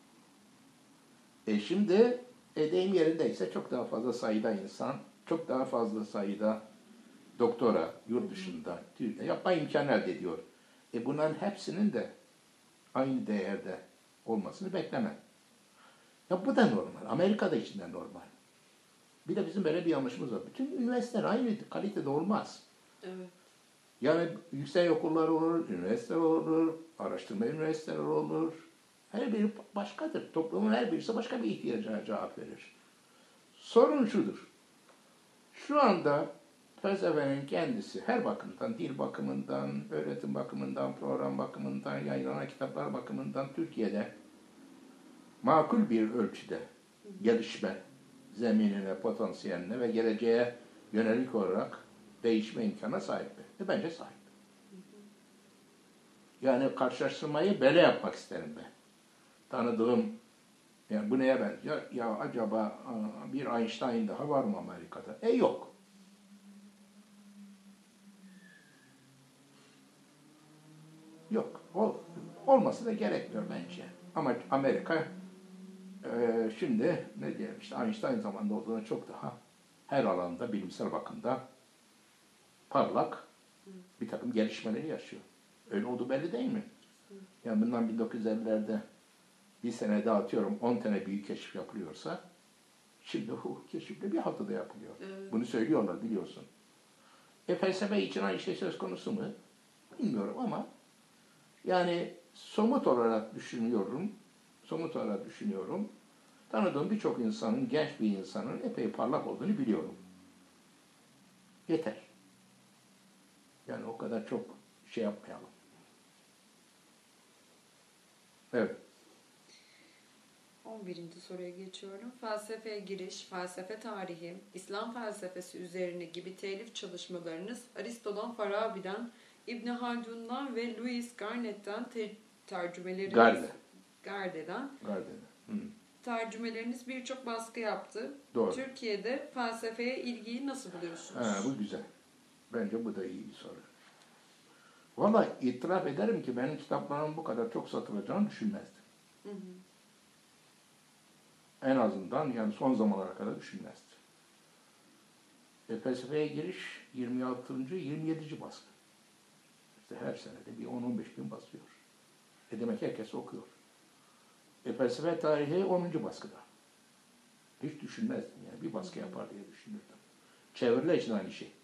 E şimdi e, deyim yerindeyse çok daha fazla sayıda insan, çok daha fazla sayıda doktora, yurt dışında, Türkiye yapma imkanı elde ediyor. E bunların hepsinin de aynı değerde olmasını beklemem. Ya bu da normal. Amerika'da içinden normal. Bir de bizim böyle bir yanlışımız var. Bütün üniversiteler aynı kalitede olmaz. Evet. Yani yüksek okullar olur, üniversiteler olur, araştırma üniversiteleri olur. Her biri başkadır. Toplumun her birisi başka bir ihtiyacına cevap verir. Sorun şudur. Şu anda felsefenin kendisi her bakımdan, dil bakımından, öğretim bakımından, program bakımından, yayınlanan kitaplar bakımından Türkiye'de makul bir ölçüde gelişme zeminine, potansiyeline ve geleceğe yönelik olarak değişme imkanına sahip mi? E bence sahip. Yani karşılaştırmayı böyle yapmak isterim ben. Tanıdığım, yani bu neye benziyor? Ya acaba bir Einstein daha var mı Amerika'da? E yok. Yok. O, olması da gerekmiyor bence. Ama Amerika e, şimdi ne diyelim işte Einstein zamanında olduğuna çok daha her alanda bilimsel bakımda parlak bir takım gelişmeleri yaşıyor. Öyle olduğu belli değil mi? Yani bundan bin dokuz yüz ellilerde bir senede atıyorum on tane büyük keşif yapılıyorsa şimdi o keşifle bir haftada yapılıyor. Evet. Bunu söylüyorlar biliyorsun. E felsefe için aynı şey söz konusu mu? Bilmiyorum ama yani somut olarak düşünüyorum. Somut olarak düşünüyorum. Tanıdığım birçok insanın, genç bir insanın epey parlak olduğunu biliyorum. Yeter. Yani o kadar çok şey yapmayalım. Evet. on birinci soruya geçiyorum. Felsefeye giriş, felsefe tarihi, İslam felsefesi üzerine gibi telif çalışmalarınız Aristo'dan, Farabi'den, İbn Haldun'dan ve Louis Garnett'ten te- tercümeleriniz Garde. Garde'den Garde'den. Hı. tercümeleriniz birçok baskı yaptı. Doğru. Türkiye'de felsefeye ilgiyi nasıl buluyorsunuz? Ha, bu güzel. Bence bu da iyi bir soru. Vallahi itiraf ederim ki benim kitaplarım bu kadar çok satılacağını düşünmezdim. Hı hı. En azından yani son zamanlara kadar düşünmezdim. E, felsefeye giriş yirmi altıncı yirmi yedinci baskı. İşte her senede bir on on beş bin basıyor. E demek herkes okuyor. E, felsefe tarihi onuncu baskıda. Hiç düşünmezdim yani. Bir baskı yapar diye düşünürdüm. Çeviriler için aynı şey.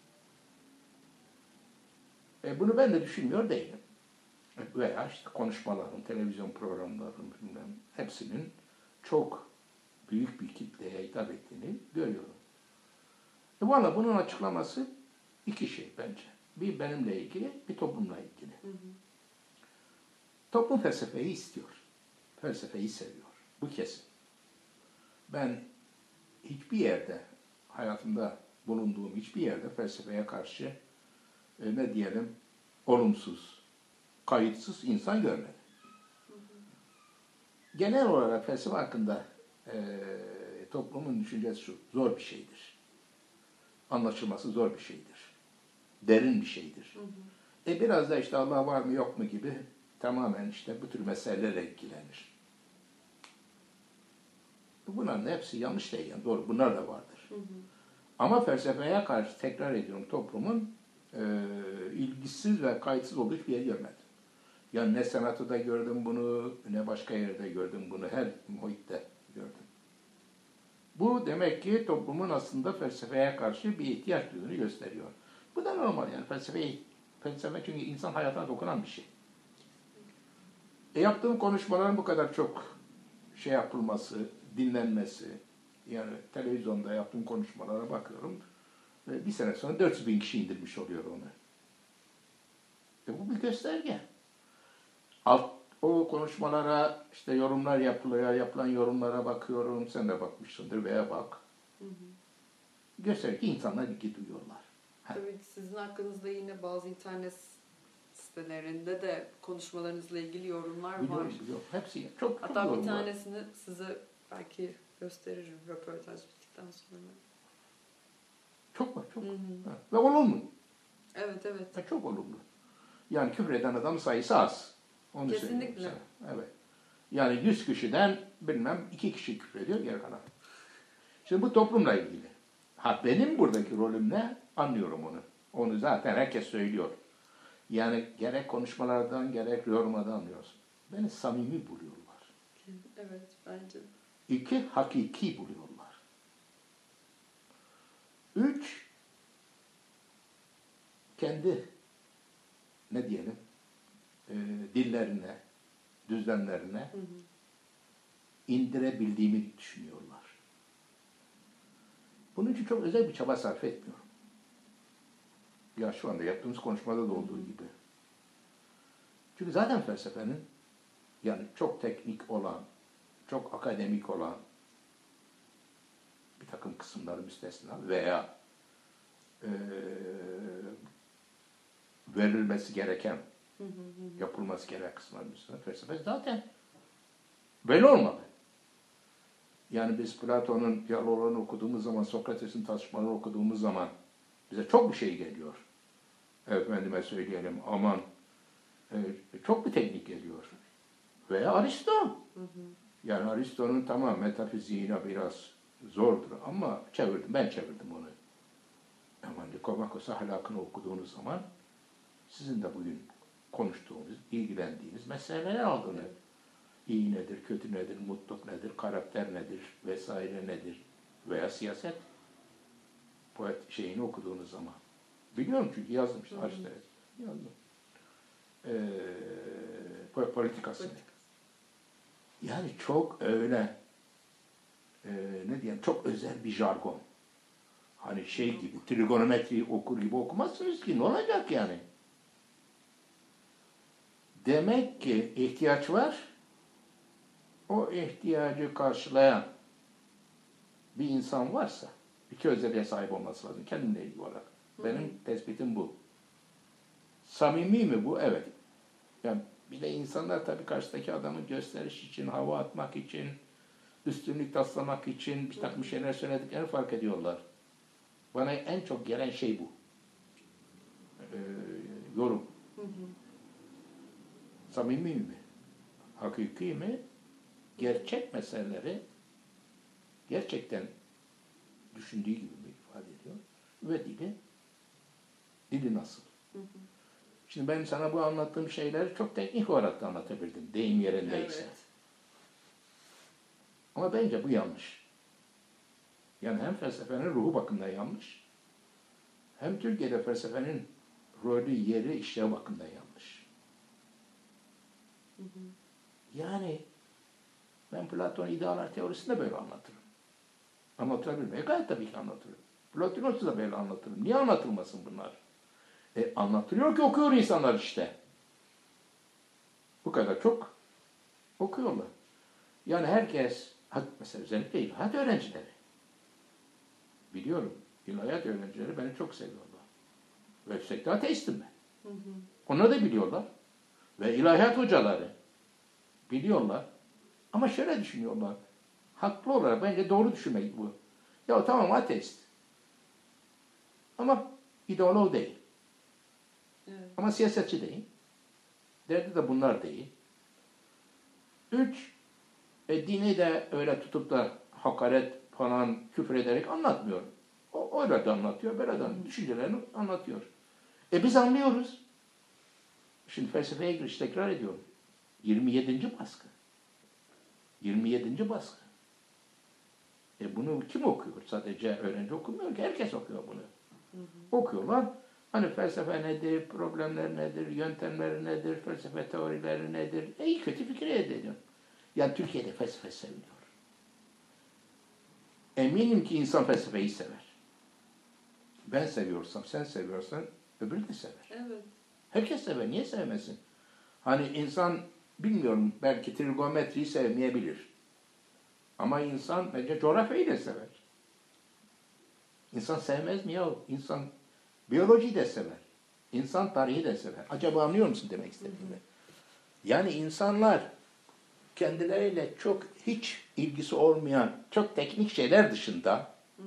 E, bunu ben de düşünmüyor değilim. Veya işte konuşmalarım, televizyon programlarım, bilmem, hepsinin çok büyük bir kitleye hitap ettiğini görüyorum. E valla bunun açıklaması iki şey bence. Bir benimle ilgili, bir toplumla ilgili. Hı hı. Toplum felsefeyi istiyor. Felsefeyi seviyor. Bu kesin. Ben hiçbir yerde, hayatımda bulunduğum hiçbir yerde felsefeye karşı e, ne diyelim, olumsuz, kayıtsız insan görmedim. Hı hı. Genel olarak felsefe hakkında e, toplumun düşüncesi şu, zor bir şeydir. Anlaşılması zor bir şeydir. Derin bir şeydir. Hı hı. E biraz da işte Allah var mı yok mu gibi tamamen işte bu tür meselelerle ilgilenir. Bunların hepsi yanlış değil yani doğru bunlar da vardır. Hı hı. Ama felsefeye karşı tekrar ediyorum toplumun e, ilgisiz ve kayıtsız olduğu hiçbir yer görmedim. Yani ne senatoda gördüm bunu, ne başka yerde gördüm bunu, her muhitte gördüm. Bu demek ki toplumun aslında felsefeye karşı bir ihtiyaç duyduğunu gösteriyor. Bu da normal yani felsefe, felsefe çünkü insan hayatına dokunan bir şey. E yaptığım konuşmaların bu kadar çok şey yapılması, dinlenmesi, yani televizyonda yaptığım konuşmalara bakıyorum, bir sene sonra dört yüz bin kişi indirmiş oluyor onu. E bu bir gösterge. Alt, o konuşmalara işte yorumlar yapılıyor, yapılan yorumlara bakıyorum, sen de bakmışsındır veya bak. Hı hı. Gösterir ki insanlar ilgi duyuyorlar. Tabii sizin hakkınızda yine bazı internet sitelerinde de konuşmalarınızla ilgili yorumlar biliyorum, var. Biliyorum. Hepsi çok, çok hatta bir tanesini var. Size belki gösteririm röportaj bittikten sonra. Çok var, çok. Hı hı. Ve olumlu. Evet, evet. Ve çok olumlu. Yani küfür eden adam sayısı az. Onu kesinlikle. Evet. Yani yüz kişiden bilmem iki kişi küfür ediyor geri kalan. Şimdi bu toplumla ilgili. Ha benim buradaki rolüm ne? Anlıyorum onu. Onu zaten herkes söylüyor. Yani gerek konuşmalardan gerek yorumlardan anlıyorsun. Beni samimi buluyorlar. Evet, bence. İki, hakiki buluyorlar. Üç, kendi ne diyelim e, dillerine, düzlemlerine hı hı. indirebildiğimi düşünüyorlar. Bunun için çok özel bir çaba sarf etmiyorum. Ya şu anda yaptığımız konuşmada da olduğu gibi. Çünkü zaten felsefenin yani çok teknik olan, çok akademik olan bir takım kısımları müstesna veya e, verilmesi gereken, hı hı hı. yapılması gereken kısımlar müstesna felsefe zaten böyle olmalı. Yani biz Platon'un diyaloglarını okuduğumuz zaman, Sokrates'in tartışmalarını okuduğumuz zaman bize çok bir şey geliyor. Efendime söyleyelim, aman e, çok bir teknik geliyor. Veya Aristo. Hı hı. Yani Aristo'nun tamam metafiziğine biraz zordur ama çevirdim, ben çevirdim onu. Ama Nikomakos ahlakını okuduğunuz zaman sizin de bugün konuştuğunuz, ilgilendiğiniz meseleler aldığını. Evet. İyi nedir, kötü nedir, mutluluk nedir, karakter nedir, vesaire nedir veya siyaset poet şeyini okuduğunuz zaman. Biliyorum çünkü yazdım işte Aristo'ya. Yazdım. Ee, politikasını. Yani çok öyle e, ne diyeyim, çok özel bir jargon. Hani şey gibi, trigonometri okur gibi okumazsınız ki ne olacak yani? Demek ki ihtiyaç var. O ihtiyacı karşılayan bir insan varsa iki özelliğe sahip olması lazım kendimle ilgili olarak. Benim Hı. tespitim bu. Samimi mi bu? Evet. Yani bir de insanlar tabii karşıdaki adamı gösteriş için, hava atmak için, üstünlük taslamak için bir takım şeyler söylediklerini fark ediyorlar. Bana en çok gelen şey bu. Ee, yorum. Hı hı. Samimi mi? Hakiki mi? Gerçek meseleleri gerçekten düşündüğü gibi mi ifade ediyor? Ve dili, dili nasıl? Hı hı. Şimdi ben sana bu anlattığım şeyleri çok teknik olarak da anlatabildim. Deyim yerindeyse. Evet. Ama bence bu yanlış. Yani hem felsefenin ruhu bakımından yanlış, hem Türkiye'de felsefenin rolü, yeri, işlev bakımından yanlış. Hı hı. Yani ben Platon idealar teorisinde böyle anlatırım. Anlatabilmeye gayet tabii ki anlatırım. Platonos'u da böyle anlatırım. Niye anlatılmasın bunlar? E, anlatılıyor ki okuyor insanlar işte. Bu kadar çok okuyorlar. Yani herkes, mesela özellikle ilahiyat öğrencileri. Biliyorum, ilahiyat öğrencileri beni çok seviyorlar. Ve üstelik de ateistim ben. Hı hı. Onlar da biliyorlar. Ve ilahiyat hocaları biliyorlar. Ama şöyle düşünüyorlar. Haklı olarak bence doğru düşünmek bu. Ya tamam ateist. Ama ideolog değil. Evet. Ama siyasetçi değil. Derdi de bunlar değil. Üç, e, dini de öyle tutup da hakaret falan küfür ederek anlatmıyor. O öyle de anlatıyor, böyle de anlatıyor. Düşüncelerini anlatıyor. E biz anlıyoruz. Şimdi felsefeye giriş tekrar ediyorum. yirmi yedinci baskı. yirmi yedinci baskı. E bunu kim okuyor? Sadece öğrenci okumuyor ki. Herkes okuyor bunu. Hı hı. Okuyorlar. Hani felsefe nedir, problemler nedir, yöntemleri nedir, felsefe teorileri nedir? E iyi kötü fikir elde ediyor. Yani Türkiye'de felsefe seviliyor. Eminim ki insan felsefeyi sever. Ben seviyorsam, sen seviyorsan öbürü de sever. Evet. Herkes sever. Niye sevmesin? Hani insan bilmiyorum belki trigonometriyi sevmeyebilir. Ama insan bence coğrafyayı da sever. İnsan sevmez mi ya? İnsan biyolojiyi de sever. İnsan tarihi de sever. Acaba anlıyor musun demek istediğimi? Yani insanlar kendileriyle çok hiç ilgisi olmayan çok teknik şeyler dışında hı hı.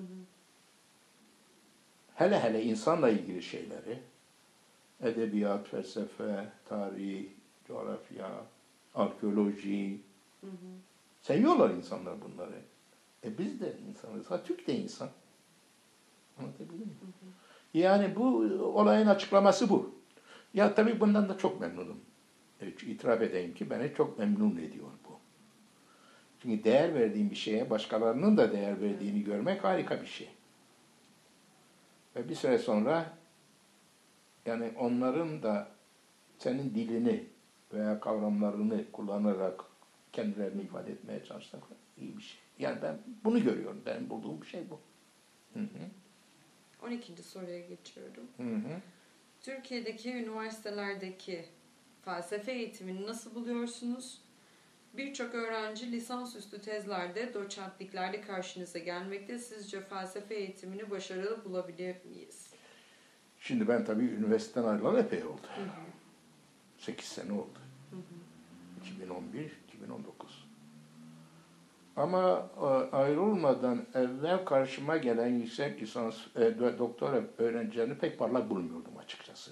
hele hele insanla ilgili şeyleri edebiyat, felsefe, tarih, coğrafya, arkeoloji hı hı. seviyorlar insanlar bunları. E biz de insanız. Ha Türk de insan. Anlatabildim mi? Hı hı. Yani bu olayın açıklaması bu. Ya tabii bundan da çok memnunum. Evet, itiraf edeyim ki beni çok memnun ediyor bu. Çünkü değer verdiğim bir şeye başkalarının da değer verdiğini görmek harika bir şey. Ve bir süre sonra yani onların da senin dilini veya kavramlarını kullanarak kendilerini ifade etmeye çalışmak iyi bir şey. Yani ben bunu görüyorum. Benim bulduğum bir şey bu. Hı hı. on ikinci soruya geçiyorum. Hı hı. Türkiye'deki üniversitelerdeki felsefe eğitimini nasıl buluyorsunuz? Birçok öğrenci lisansüstü tezlerde, doçentliklerde karşınıza gelmekte. Sizce felsefe eğitimini başarılı bulabilir miyiz? Şimdi ben tabii üniversiteden ayrılalı epey oldu. Hı hı. sekiz sene oldu. Hı hı. iki bin on bir iki bin on dokuz. Ama e, ayrılmadan evvel karşıma gelen yüksek lisans, e, doktora öğrencilerini pek parlak bulmuyordum açıkçası.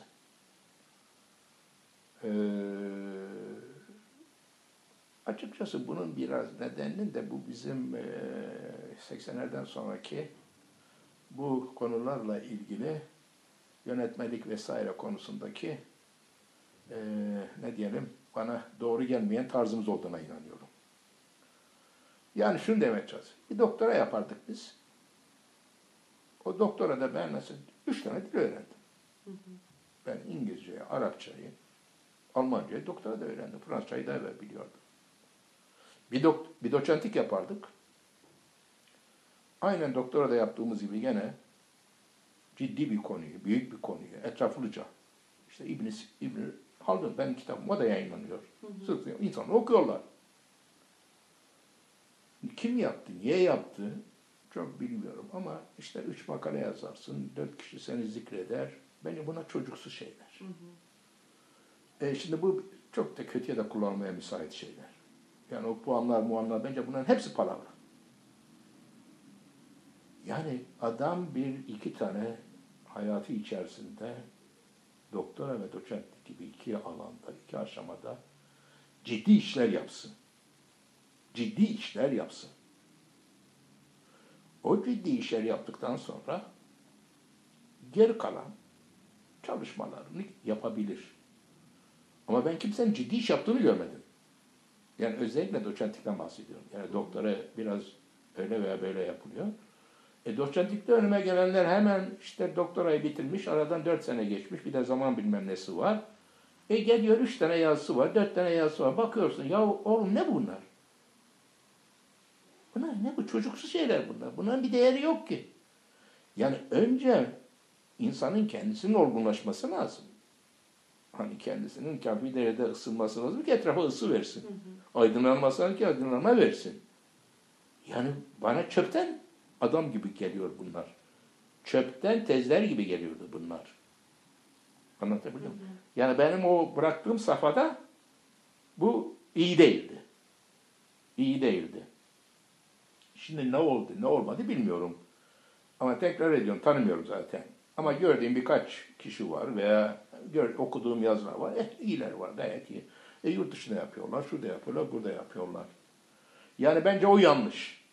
E, açıkçası bunun biraz nedeninin de bu bizim e, seksenlerden sonraki bu konularla ilgili yönetmelik vesaire konusundaki e, ne diyelim bana doğru gelmeyen tarzımız olduğuna inanıyorum. Yani şunu demeye çalışıyorum. Bir doktora yapardık biz. O doktora da ben mesela üç tane dil öğrendim. Hı hı. Ben İngilizceyi, Arapçayı, Almancayı doktora da öğrendim. Fransızcayı da evvel biliyordum. Bir, dok bir doçentlik yapardık. Aynen doktora da yaptığımız gibi gene ciddi bir konuyu, büyük bir konuyu, etraflıca. İşte İbn İbn Haldun benim kitabıma da yayınlanıyor. Hı hı. Sırf insanlar okuyorlar. Kim yaptı, niye yaptı çok bilmiyorum ama işte üç makale yazarsın, dört kişi seni zikreder. Bence buna çocuksu şeyler. Hı hı. E şimdi bu çok da kötüye de kullanmaya müsait şeyler. Yani o puanlar, muanlar bence bunların hepsi palavra. Yani adam bir iki tane hayatı içerisinde doktora ve doçentlik gibi iki alanda, iki aşamada ciddi işler yapsın. Ciddi işler yapsın. O ciddi işler yaptıktan sonra geri kalan çalışmalarını yapabilir. Ama ben kimsenin ciddi iş yaptığını görmedim. Yani özellikle doçentlikten bahsediyorum. Yani doktora biraz öyle veya böyle yapılıyor. E doçentlikte önüme gelenler hemen işte doktorayı bitirmiş, aradan dört sene geçmiş, bir de zaman bilmem nesi var. E geliyor üç tane yazısı var, dört tane yazısı var. Bakıyorsun ya oğlum ne bunlar? Bunlar ne bu? Çocuksu şeyler bunlar. Bunların bir değeri yok ki. Yani önce insanın kendisinin olgunlaşması lazım. Hani kendisinin kafi derecede ısınması lazım ki etrafa ısı versin. Hı hı. Aydınlanması lazım ki aydınlanma versin. Yani bana çöpten adam gibi geliyor bunlar. Çöpten tezler gibi geliyordu bunlar. Anlatabildim mi? Yani benim o bıraktığım safhada bu iyi değildi. İyi değildi. Şimdi ne oldu, ne olmadı bilmiyorum. Ama tekrar ediyorum, tanımıyorum zaten. Ama gördüğüm birkaç kişi var veya gör, okuduğum yazılar var. Eh, iyiler var, gayet iyi. E, yurt dışında yapıyorlar, şurada yapıyorlar, burada yapıyorlar. Yani bence o yanlış.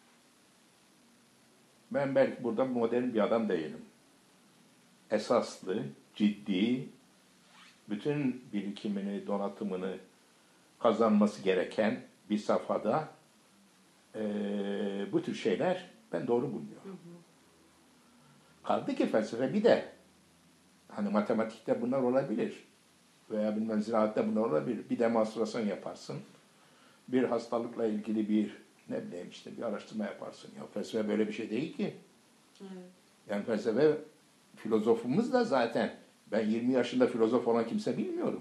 Ben belki burada modern bir adam değilim. Esaslı, ciddi, bütün birikimini, donatımını kazanması gereken bir safhada e, bu tür şeyler ben doğru bulmuyorum. Hı hı. Kaldı ki felsefe bir de hani matematikte bunlar olabilir veya bilmem ziraatte bunlar olabilir. Bir demonstrasyon yaparsın. Bir hastalıkla ilgili bir ne bileyim işte bir araştırma yaparsın. Ya felsefe böyle bir şey değil ki. Evet. Yani felsefe filozofumuz da zaten ben yirmi yaşında filozof olan kimse bilmiyorum.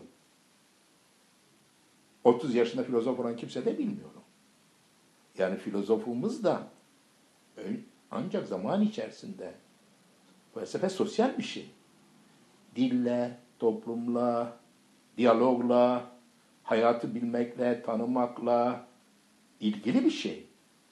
otuz yaşında filozof olan kimse de bilmiyorum. Yani filozofumuz da ancak zaman içerisinde felsefe sosyal bir şey. Dille, toplumla, diyalogla, hayatı bilmekle, tanımakla ilgili bir şey.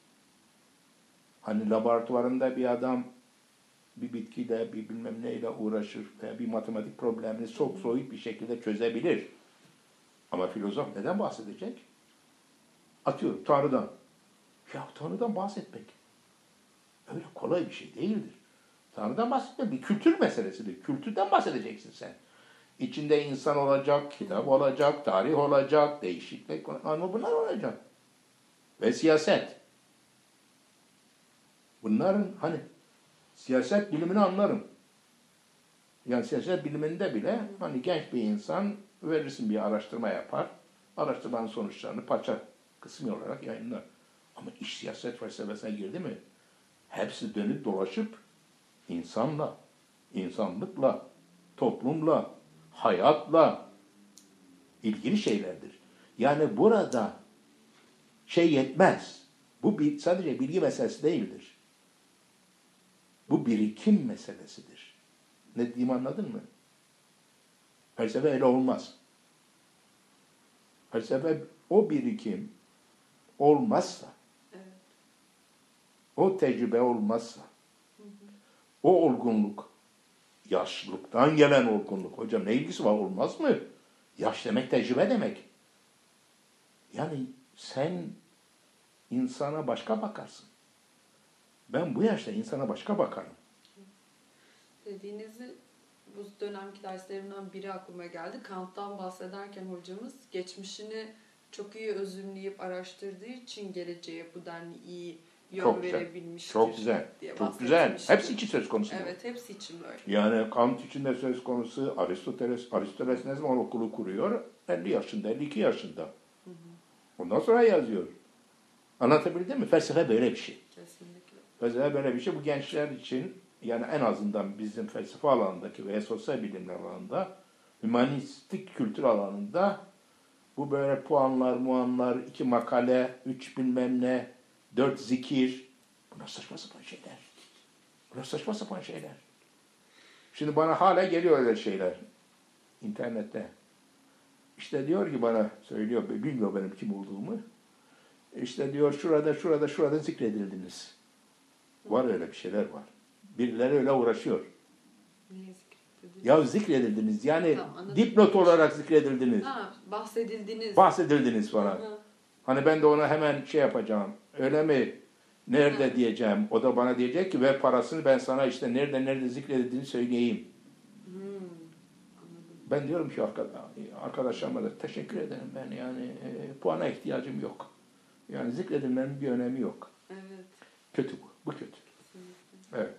Hani laboratuvarında bir adam bir bitkiyle, bir bilmem neyle uğraşır veya bir matematik problemini çok soyut bir şekilde çözebilir. Ama filozof neden bahsedecek? Atıyorum Tanrı'dan. Ya Tanrı'dan bahsetmek öyle kolay bir şey değildir. Tanrı'dan bahsetmek bir kültür meselesidir. Kültürden bahsedeceksin sen. İçinde insan olacak, kitap olacak, tarih olacak, değişiklik, ama bunlar olacak. Ve siyaset. Bunların hani siyaset bilimini anlarım. Yani siyaset biliminde bile hani genç bir insan verirsin bir araştırma yapar. Araştırmanın sonuçlarını parça kısmı olarak yayınlar. Ama iş siyaset felsefesine girdi mi? Hepsi dönüp dolaşıp insanla, insanlıkla, toplumla, hayatla ilgili şeylerdir. Yani burada şey yetmez. Bu bir, sadece bilgi meselesi değildir. Bu birikim meselesidir. Ne dediğimi anladın mı? Felsefe öyle olmaz. Felsefe o birikim olmazsa, Evet. o tecrübe olmazsa, hı hı. o olgunluk, yaşlılıktan gelen olgunluk. Hocam ne ilgisi var, olmaz mı? Yaş demek tecrübe demek. Yani sen insana başka bakarsın. Ben bu yaşta insana başka bakarım. Dediğinizi bu dönemki derslerimden biri aklıma geldi. Kant'tan bahsederken hocamız geçmişini çok iyi özümleyip araştırdığı için geleceğe bu denli iyi yön çok güzel, verebilmiştir. çok güzel, diye çok güzel. Hepsi için söz konusu. Evet, hepsi için böyle. Yani Kant için de söz konusu. Aristoteles, Aristoteles ne zaman okulu kuruyor? elli yaşında, elli iki yaşında. Hı hı. Ondan sonra yazıyor. Anlatabildim mi? Felsefe böyle bir şey. Kesinlikle. Felsefe böyle bir şey. Bu gençler için yani en azından bizim felsefe alanındaki veya sosyal bilimler alanında, hümanistik kültür alanında bu böyle puanlar, muanlar, iki makale, üç bilmem ne, dört zikir. Bunlar saçma sapan şeyler. Bunlar saçma sapan şeyler. Şimdi bana hala geliyor öyle şeyler internette. İşte diyor ki bana, söylüyor, bilmiyor benim kim olduğumu. İşte diyor şurada, şurada, şurada zikredildiniz. Var öyle bir şeyler var. Birileri öyle uğraşıyor. Niye zikredildiniz? Ya zikredildiniz. Yani tamam, dipnot olarak zikredildiniz. Ha, bahsedildiniz. Bahsedildiniz falan. Hı-hı. Hani ben de ona hemen şey yapacağım. Öyle mi? Nerede Hı. diyeceğim. O da bana diyecek ki ver parasını, ben sana işte nerede nerede zikredildiğini söyleyeyim. Hmm. Ben diyorum ki arkadaşlarıma da teşekkür ederim, ben yani e, puana ihtiyacım yok. Yani zikredilmenin bir önemi yok. Evet. Kötü bu. Bu kötü. Kesinlikle. Evet.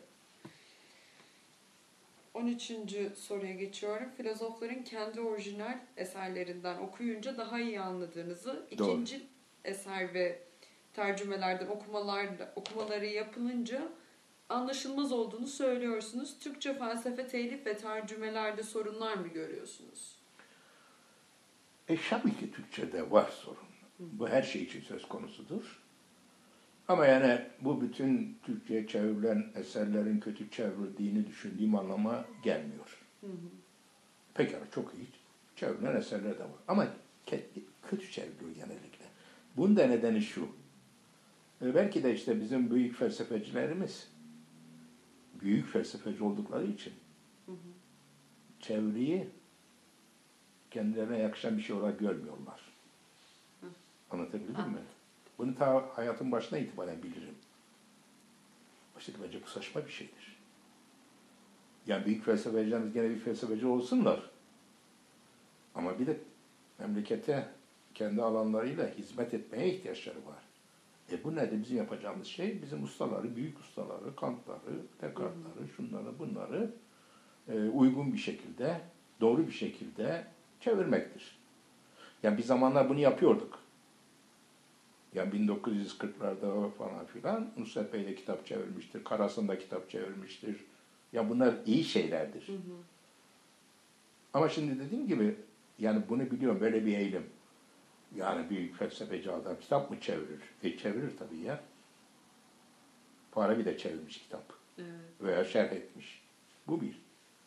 on üçüncü soruya geçiyorum. Filozofların kendi orijinal eserlerinden okuyunca daha iyi anladığınızı, ikinci Doğru. eser ve tercümelerden okumalar, okumaları yapılınca anlaşılmaz olduğunu söylüyorsunuz. Türkçe felsefe telif ve tercümelerde sorunlar mı görüyorsunuz? E tabii ki Türkçe'de var sorun. Bu her şey için söz konusudur. Ama yani bu bütün Türkçe'ye çevrilen eserlerin kötü çevrildiğini düşündüğüm anlama gelmiyor. Hı hı. Pekala çok iyi çevrilen eserler de var. Ama kötü çevriliyor genellikle. Bunun da nedeni şu. E belki de işte bizim büyük felsefecilerimiz büyük felsefeci oldukları için hı hı. çeviriyi kendilerine yakışan bir şey olarak görmüyorlar. Hı. Anlatabildim Anladım. mi? Bunu ta hayatın başına itibaren bilirim. İşte bence bu saçma bir şeydir. Yani büyük felsefecilerimiz gene bir felsefeci olsunlar. Ama bir de memlekete kendi alanlarıyla hizmet etmeye ihtiyaçları var. E bu nedir? Bizim yapacağımız şey, bizim ustaları, büyük ustaları, Kantları, Descartes'ları, şunları, bunları e, uygun bir şekilde, doğru bir şekilde çevirmektir. Yani bir zamanlar bunu yapıyorduk. Yani bin dokuz yüz kırklarda falan filan Nusret Bey de kitap çevirmiştir, Karasın da kitap çevirmiştir. Ya bunlar iyi şeylerdir. Hı hı. Ama şimdi dediğim gibi yani bunu biliyorum, böyle bir eğilim. Yani büyük felsefeci adam kitap mı çevirir? E çevirir tabii ya. Farabi de çevirmiş kitap. Evet. Veya şerh etmiş. Bu bir.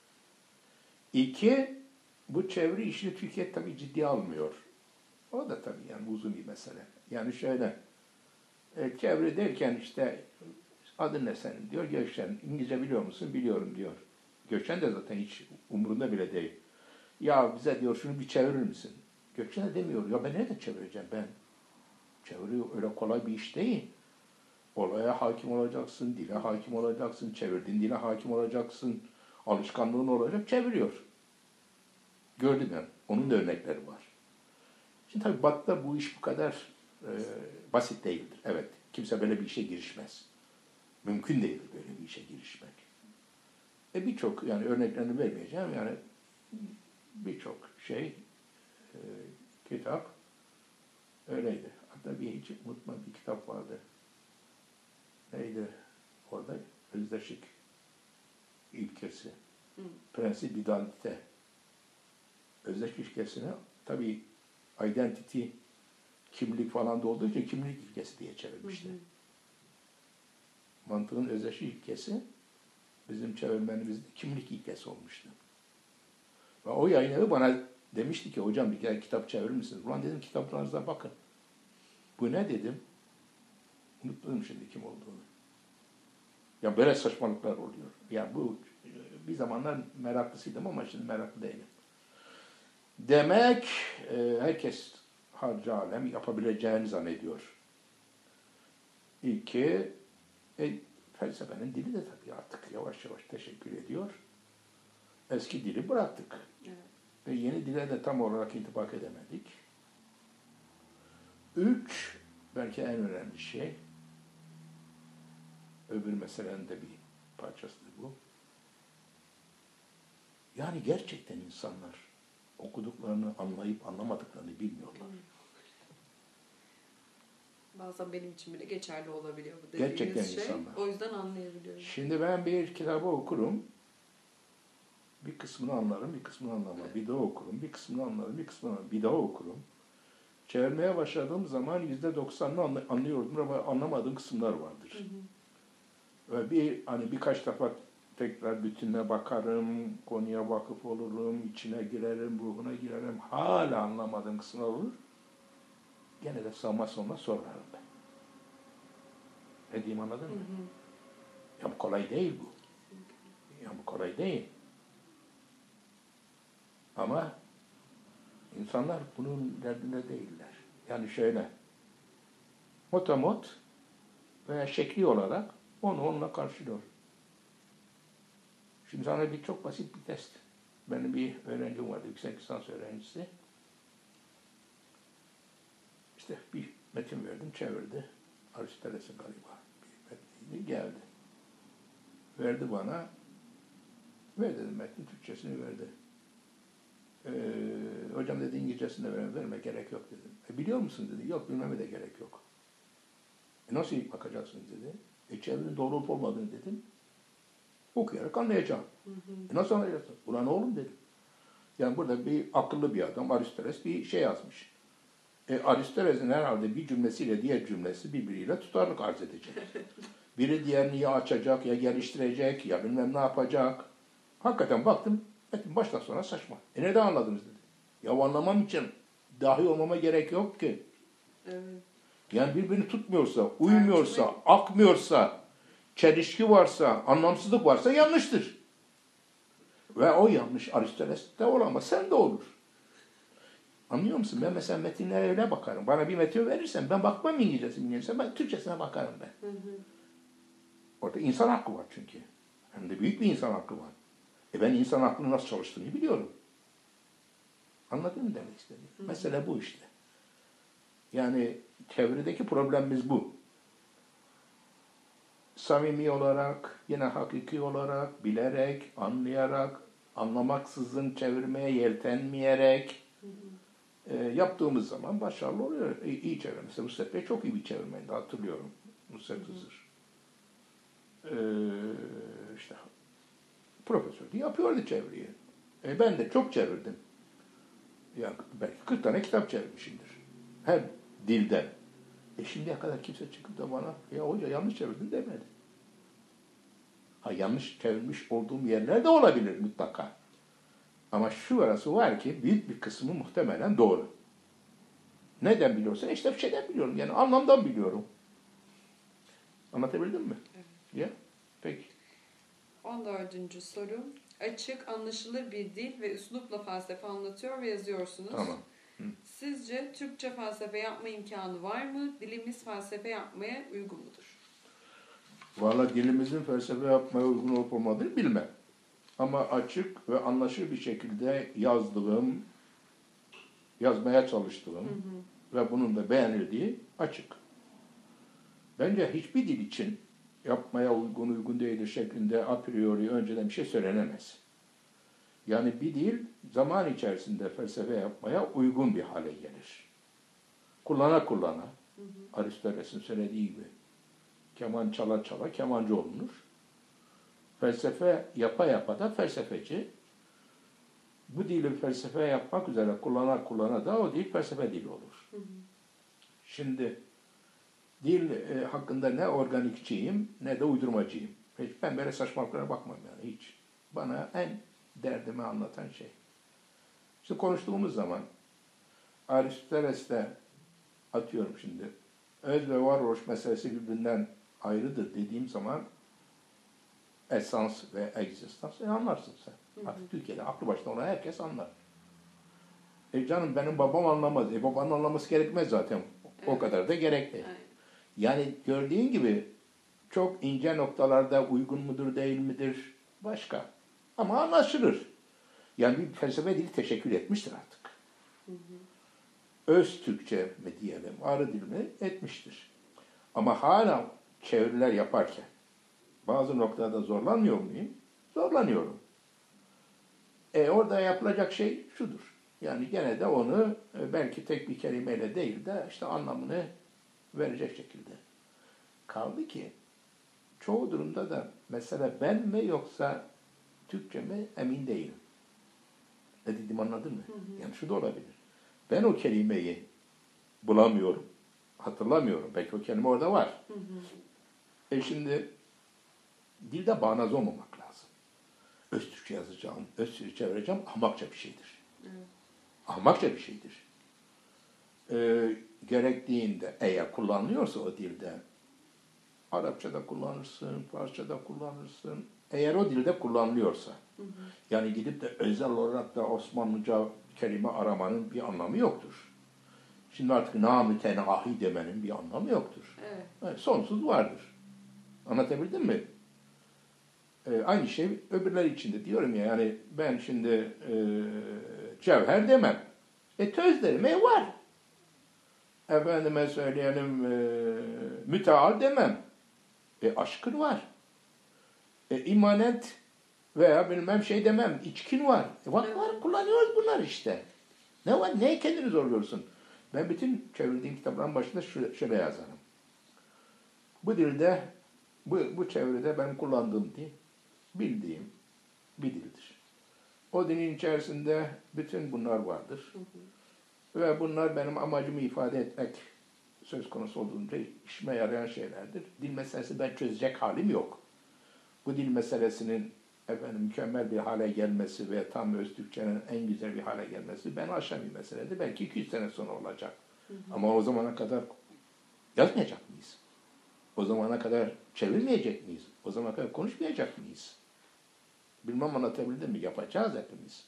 İki, bu çeviri işini Türkiye tabii ciddiye almıyor. O da tabii yani uzun bir mesele. Yani şöyle, e, çeviri derken işte adın ne senin diyor, Gökşen. İngilizce biliyor musun? Biliyorum diyor. Gökşen de zaten hiç umurunda bile değil. Ya bize diyor şunu bir çevirir misin? Gökçen de demiyor. Ya ben nereden çevireceğim ben? Çeviri öyle kolay bir iş değil. Olaya hakim olacaksın, dile hakim olacaksın, çevirdiğin dile hakim olacaksın, alışkanlığın olacak, çeviriyor. Gördüm yani. Onun da örnekleri var. Şimdi tabii Batı'da bu iş bu kadar e, basit değildir. Evet. Kimse böyle bir işe girişmez. Mümkün değildir böyle bir işe girişmek. E birçok yani örneklerini vermeyeceğim. Yani birçok şey e, kitap öyleydi. Hatta bir hiç unutma bir kitap vardı. Neydi orada? Özdeşik ilkesi. Hı. Prensip identite. Özdeşik ilkesine tabii identity, kimlik falan da olduğu için kimlik ilkesi diye çevirmişti. Hı hı. Mantığın özdeşik ilkesi bizim çevirmenimizde kimlik ilkesi olmuştu. Ve o yayın evi bana demişti ki hocam bir kere kitap çevirir misiniz? Ulan dedim kitaplarınıza bakın. Bu ne dedim? Unuttum şimdi kim olduğunu. Ya böyle saçmalıklar oluyor. Ya bu bir zamanlar meraklısıydım ama şimdi meraklı değilim. Demek e, herkes harcı alem yapabileceğini zannediyor. İki, e, felsefenin dili de tabii artık yavaş yavaş teşekkür ediyor. Eski dili bıraktık. Evet. Ve yeni dile de tam olarak intibak edemedik. Üç, belki en önemli şey, öbür meselenin de bir parçasıdır bu. Yani gerçekten insanlar okuduklarını anlayıp anlamadıklarını bilmiyorlar. Bazen benim için bile geçerli olabiliyor bu dediğiniz gerçekten şey. Insanlar. O yüzden anlayabiliyorum. Şimdi ben bir kitabı okurum. Bir kısmını anlarım, bir kısmını anlamam. Evet. Bir daha okurum, bir kısmını anlarım, bir kısmını anlarım. Bir daha okurum. Çevirmeye başladığım zaman yüzde doksanını anlıyordum ama anlamadığım kısımlar vardır. Hı hı. Ve bir hani birkaç defa tekrar bütününe bakarım, konuya vakıf olurum, içine girerim, ruhuna girerim. Hala anlamadığım kısımlar olur. Gene de sağma solma sorarım ben. Ne diyeyim anladın mı? Hı hı. Ya bu kolay değil bu. Ya bu kolay değil. Ama insanlar bunun derdinde değiller. Yani şöyle, motomot veya şekli olarak onu onunla karşılıyor. Şimdi sana bir çok basit bir test. Benim bir öğrencim vardı, yüksek lisans öğrencisi. İşte bir metin verdim, çevirdi. Aristoteles'in galiba bir metniydi, geldi. Verdi bana. Ver dedim metnin Türkçesini verdi. Ee, hocam dedi İngilizcesini de verme, verme gerek yok dedim. E, biliyor musun dedi. Yok bilmeme de gerek yok. E, nasıl bakacaksınız dedi. E, çevirinin doğru olup olmadığını dedim. Okuyarak anlayacağım. Hı hı. E, nasıl anlayacaksın? Ulan oğlum dedim. Yani burada bir akıllı bir adam Aristoteles bir şey yazmış. E, Aristoteles'in herhalde bir cümlesiyle diğer cümlesi birbiriyle tutarlık arz edecek. Biri diğerini ya açacak, ya geliştirecek, ya bilmem ne yapacak. Hakikaten baktım, metin baştan sona saçma. E neden anladınız dedi. Ya anlamam için dahi olmama gerek yok ki. Evet. Yani birbirini tutmuyorsa, uymuyorsa, Tercüme. akmıyorsa, çelişki varsa, anlamsızlık varsa yanlıştır. Ve o yanlış Aristoteles'te olamaz, sen de olur. Anlıyor musun? Ben mesela metinlere öyle bakarım. Bana bir metin verirsen ben bakmam İngilizcesini bilmiyorsam ben Türkçesine bakarım ben. Hı hı. Orada insan hakkı var çünkü. Hem de büyük bir insan hakkı var. E ben insan aklının nasıl çalıştığını biliyorum. Anladın mı demek istediğim? Hı hı. Mesele bu işte. Yani çevredeki problemimiz bu. Samimi olarak, yine hakiki olarak, bilerek, anlayarak, anlamaksızın çevirmeye yeltenmeyerek hı hı. E, yaptığımız zaman başarılı oluyor. İyi, iyi çevirmen. Mesela Nusret Bey çok iyi bir çevirmeydi, hatırlıyorum. Nusret Hızır. Ee, işte profesördü, yapıyordu çeviriyi. E, ben de çok çevirdim. Yani belki kırk tane kitap çevirmişimdir. Her dilden. E şimdiye kadar kimse çıkıp da bana ya hoca yanlış çevirdin demedi. Ha yanlış çevirmiş olduğum yerler de olabilir mutlaka. Ama şu arası var ki büyük bir kısmı muhtemelen doğru. Neden biliyorsun? İşte bir şeyden biliyorum. Yani anlamdan biliyorum. Anlatabildim mi? Evet. Ya? Peki. on dördüncü soru. Açık, anlaşılır bir dil ve üslupla felsefe anlatıyor ve yazıyorsunuz. Tamam. Hı. Sizce Türkçe felsefe yapma imkanı var mı? Dilimiz felsefe yapmaya uygun mudur? Vallahi dilimizin felsefe yapmaya uygun olup olmadığını bilmem. Ama açık ve anlaşılır bir şekilde yazdığım, yazmaya çalıştığım hı hı. ve bunun da beğenildiği açık. Bence hiçbir dil için yapmaya uygun, uygun değildir şeklinde a priori önceden bir şey söylenemez. Yani bir dil zaman içerisinde felsefe yapmaya uygun bir hale gelir. Kullana kullana, hı hı. Aristoteles'in söylediği gibi, keman çala çala kemancı olunur. Felsefe yapa yapa da felsefeci, bu dili felsefe yapmak üzere kullana kullana da o dil felsefe dili olur. Hı hı. Şimdi dil e, hakkında ne organikçiyim ne de uydurmacıyım. Hiç, ben böyle saçmalıklara bakmam yani hiç. Bana en derdimi anlatan şey. İşte konuştuğumuz zaman Aristoteles'te atıyorum şimdi öz ve varoluş meselesi birbirinden ayrıdır dediğim zaman esans ve egzistans e anlarsın sen. Hı hı. Artık Türkiye'de aklı başında olan herkes anlar. E canım benim babam anlamaz. E babanın anlaması gerekmez zaten. Evet. O kadar da gerekli. Evet. Yani gördüğün gibi çok ince noktalarda uygun mudur değil midir başka. Ama anlaşılır. Yani bir felsefe dili teşekkür etmiştir artık. Hı hı. Öz Türkçe mi diyelim, arı dil mi etmiştir. Ama hala çeviriler yaparken bazı noktada zorlanmıyor muyum? Zorlanıyorum. E orada yapılacak şey şudur. Yani gene de onu belki tek bir kelimeyle değil de işte anlamını verecek şekilde. Kaldı ki çoğu durumda da mesela ben mi yoksa Türkçe mi emin değilim. Ne dediğimi anladın mı? Hı hı. Yani şu da olabilir. Ben o kelimeyi bulamıyorum. Hatırlamıyorum. Belki o kelime orada var. Hı hı. E şimdi dilde bağnaz olmamak lazım. Öz Türkçe yazacağım, öz Türkçe çevireceğim ahmakça bir şeydir. Evet. Ahmakça bir şeydir. Ee, gerektiğinde eğer kullanılıyorsa o dilde Arapçada kullanırsın, Farsçada kullanırsın. Eğer o dilde kullanılıyorsa. Hı hı. Yani gidip de özel olarak da Osmanlıca kelime aramanın bir anlamı yoktur. Şimdi artık namı tenahi demenin bir anlamı yoktur. Evet. Yani sonsuz vardır. Anlatabildim mi? Ee, aynı şey öbürler için de diyorum ya, yani ben şimdi e, cevher demem. E tözlerime var. Efendime söyleyelim e, müteal demem. E aşkın var. E imanet veya bilmem şey demem. İçkin var. E var, var kullanıyoruz bunlar işte. Ne var? Neye kendini zorluyorsun? Ben bütün çevirdiğim kitapların başında şöyle yazarım. Bu dilde, bu, bu çeviride benim kullandığım dil, bildiğim bir dildir. O dilin içerisinde bütün bunlar vardır. Hı hı. Ve bunlar benim amacımı ifade etmek söz konusu olduğunda işime yarayan şeylerdir. Dil meselesi ben çözecek halim yok. Bu dil meselesinin efendim mükemmel bir hale gelmesi ve tam öz Türkçenin en güzel bir hale gelmesi beni aşan bir meseledir. Belki iki yüz sene sonra olacak. Hı hı. Ama o zamana kadar yazmayacak mıyız? O zamana kadar çevirmeyecek miyiz? O zamana kadar konuşmayacak mıyız? Bilmem anlatabildim mi? Yapacağız hepimiz.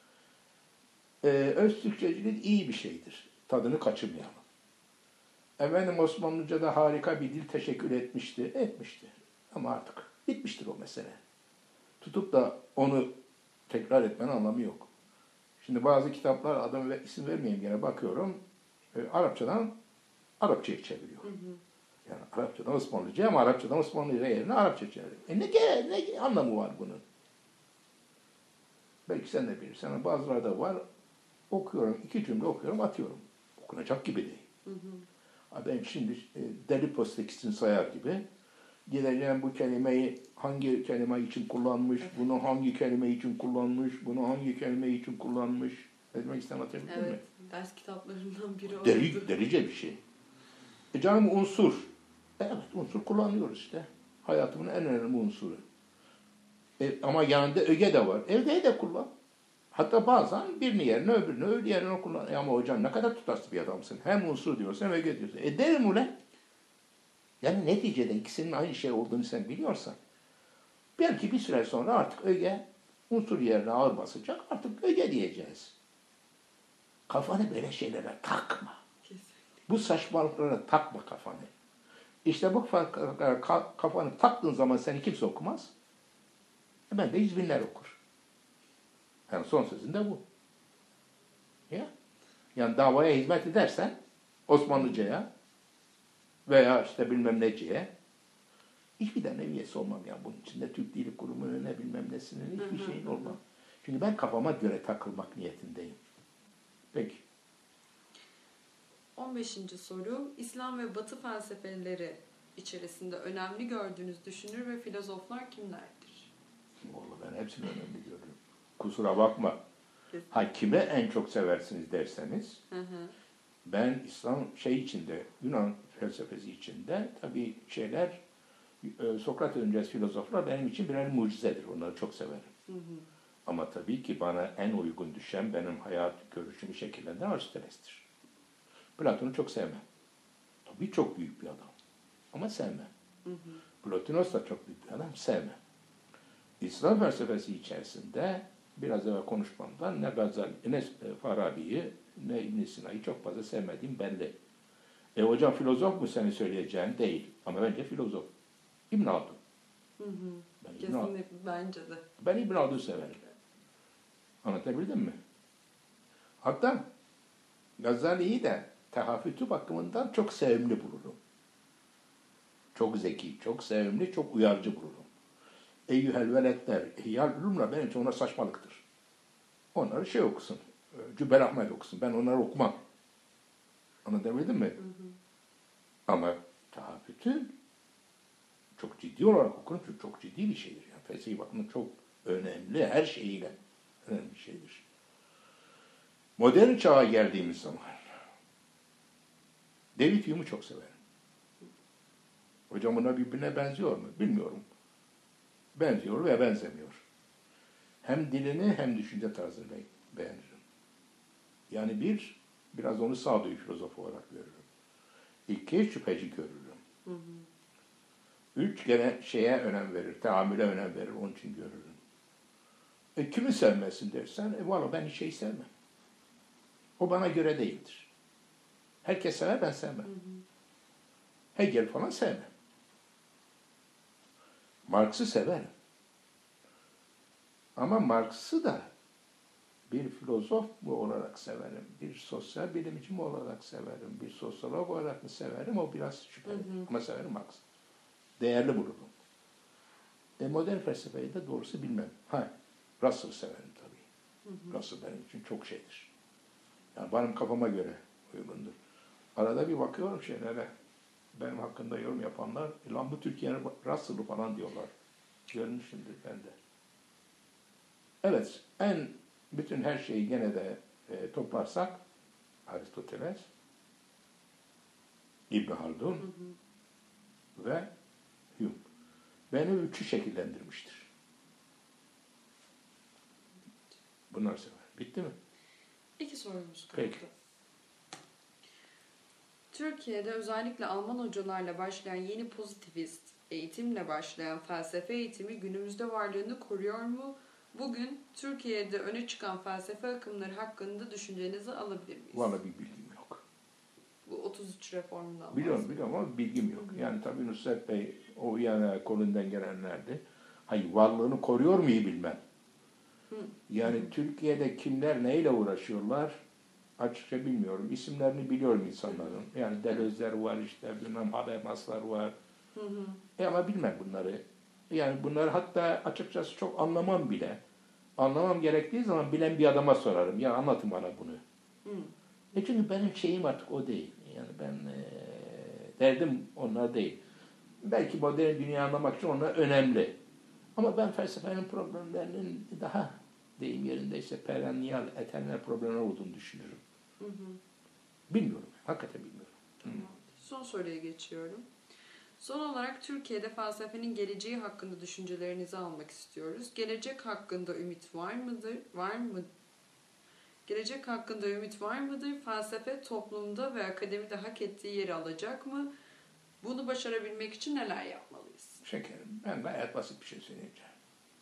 Ee, öz Türkçecilik iyi bir şeydir. Tadını kaçırmayalım. Efendim Osmanlıca'da harika bir dil teşekkür etmişti. Etmişti. Ama artık bitmiştir o mesele. Tutup da onu tekrar etmenin anlamı yok. Şimdi bazı kitaplar, adamı ve isim vermeyeyim gene bakıyorum. E, Arapçadan Arapçaya çeviriyor. Hı hı. Yani Arapçadan Osmanlıca ama Arapçadan Osmanlıca yerine Arapça çeviriyor. E ne, ne, ne anlamı var bunun? Belki sen de bilirsin. Yani bazıları da var. Okuyorum, iki cümle okuyorum, atıyorum. Okunacak gibi değil. Hı hı. Ben şimdi e, deli postekisini sayar gibi gideceğim bu kelimeyi hangi kelime için kullanmış, evet. Bunu hangi kelime için kullanmış, bunu hangi kelime için kullanmış. Ne demek istedim, anlatabildim evet, mi? Evet, ders kitaplarından biri oldu. Deli, delice bir şey. E canım unsur. Evet, unsur kullanıyoruz işte. Hayatımın en önemli unsuru. E, ama yanında öge de var. Ögeyi de kullan. Hatta bazen birini yerine öbürünü, öbür yerine kullan. E ama hocam ne kadar tutarsız bir adamsın. Hem unsur diyorsun hem öge diyorsun. E derim ulan. Yani neticede ikisinin aynı şey olduğunu sen biliyorsan, belki bir süre sonra artık öge unsur yerine ağır basacak, artık öge diyeceğiz. Kafanı böyle şeylere takma. Kesinlikle. Bu saçmalıklara takma kafanı. İşte bu kafanı taktığın zaman seni kimse okumaz. Ben de yüz binler okur. Yani son sözünde bu. Ya. Yani davaya hizmet edersen Osmanlıca'ya veya işte bilmem neciye hiçbir tane üyesi olmam ya. Bunun içinde Türk Dili Kurumu'nun ne bilmem nesinin hiçbir şeyin olmam. Çünkü ben kafama göre takılmak niyetindeyim. Peki. on beşinci soru. İslam ve Batı felsefeleri içerisinde önemli gördüğünüz düşünür ve filozoflar kimlerdir? Vallahi ben hepsini önemli görüyorum. Kusura bakma. Ha kime en çok seversiniz derseniz Hı hı. ben İslam şey içinde, Yunan felsefesi içinde tabii şeyler Sokrat öncesi filozoflar benim için birer mucizedir. Onları çok severim. Hı hı. Ama tabii ki bana en uygun düşen benim hayat görüşümü şekillendiren Aristoteles'tir. Platon'u çok sevmem. Tabii çok büyük bir adam. Ama sevmem. Hı hı. Plotinos da çok büyük bir adam. Sevmem. İslam felsefesi içerisinde biraz evvel konuşmamdan ne Gazali, ne Farabi'yi ne İbn Sina'yı çok fazla sevmediğim belli. E hocam filozof mu seni söyleyeceğin değil. Ama bence filozof. İbn Haldun. Hı hı. Ben İbn Kesinlikle bence de. Ben İbn Haldun'u severim. Anlatabildim mi? Hatta Gazali'yi de tehafütü bakımından çok sevimli bulurum. Çok zeki, çok sevimli, çok uyarıcı bulurum. Eyyühel veletler, İhyal Ulum'la benim için onlar saçmalıktır. Onları şey okusun, Cübbel Ahmet okusun. Ben onları okumam. Anlatabildim mi? Hı hı. Ama tehafütü çok ciddi olarak okunur. Çünkü çok ciddi bir şeydir. Yani felsefi bakımdan çok önemli, her şeyiyle önemli bir şeydir. Modern çağa geldiğimiz zaman David Hume'u çok severim. Hocam buna birbirine benziyor mu? Bilmiyorum. Benziyor veya benzemiyor. Hem dilini hem düşünce tarzını beğenirim. Yani bir, biraz onu sağduyu filozof olarak görürüm. İki, şüpheci görürüm. Hı hı. Üç, gene şeye önem verir, teamüle önem verir, onun için görürüm. E, kimi sevmesin dersen, e valla ben hiç şey sevmem. O bana göre değildir. Herkes sever, ben sevmem. Hı hı. Hegel falan sevmem. Marx'ı severim. Ama Marx'ı da bir filozof mu olarak severim, bir sosyal bilimci mi olarak severim, bir sosyolog olarak mı severim, o biraz şüpheli. Hı hı. Ama severim Marx. Değerli bulurum. E, modern felsefeyi de doğrusu bilmem. Ha, Russell'ı severim tabii. Hı hı. Russell benim için çok şeydir. Yani benim kafama göre uygundur. Arada bir bakıyorum şeylere, benim hakkında yorum yapanlar, lan bu Türkiye'nin Russell'ı falan diyorlar. Görmüşümdür ben de. Evet, en bütün her şeyi gene de e, toplarsak Aristoteles, İbn Haldun hı hı. ve Hume. Beni üçü şekillendirmiştir. Bunlar sefer. Bitti mi? İki sorumuz kaldı. Peki. Türkiye'de özellikle Alman hocalarla başlayan yeni pozitivist eğitimle başlayan felsefe eğitimi günümüzde varlığını koruyor mu? Bugün Türkiye'de öne çıkan felsefe akımları hakkında düşüncenizi alabilir miyiz? Vallahi bir bilgim yok. Bu otuz üç reformundan Biliyorum biliyorum ama bilgim yok. Hı hı. Yani tabii Nusret Bey o yani kolundan gelenlerdi. Hayır varlığını koruyor mu iyi bilmem. Hı. Yani hı. Türkiye'de kimler neyle uğraşıyorlar açıkça bilmiyorum. İsimlerini biliyorum insanların. Yani Deleuze'ler var işte bilmem Habermas'lar var. Hı hı. E ama bilmem bunları. Yani bunları hatta açıkçası çok anlamam bile. Anlamam gerektiği zaman bilen bir adama sorarım. Ya anlatın bana bunu. Hı. E çünkü benim şeyim artık o değil. Yani ben e, derdim onlar değil. Belki modern dünya anlamak için onlar önemli. Ama ben felsefenin problemlerinin daha deyim yerindeyse perennial, eternal problemler olduğunu düşünüyorum. Hı hı. Bilmiyorum. Hakikaten bilmiyorum. Hı. Son soruya geçiyorum. Son olarak Türkiye'de felsefenin geleceği hakkında düşüncelerinizi almak istiyoruz. Gelecek hakkında ümit var mıdır? Var mı? Gelecek hakkında ümit var mıdır? Felsefe toplumda ve akademide hak ettiği yeri alacak mı? Bunu başarabilmek için neler yapmalıyız? Şekerim, ben gayet basit bir şey söyleyeceğim.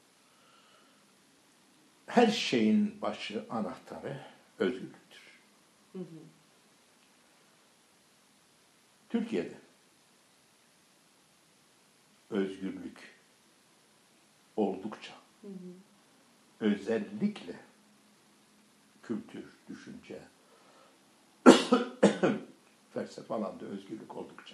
Her şeyin başı, anahtarı özgürlüktür. Hı hı. Türkiye'de özgürlük oldukça Hı hı. Özellikle kültür, düşünce, felsefe alanda özgürlük oldukça,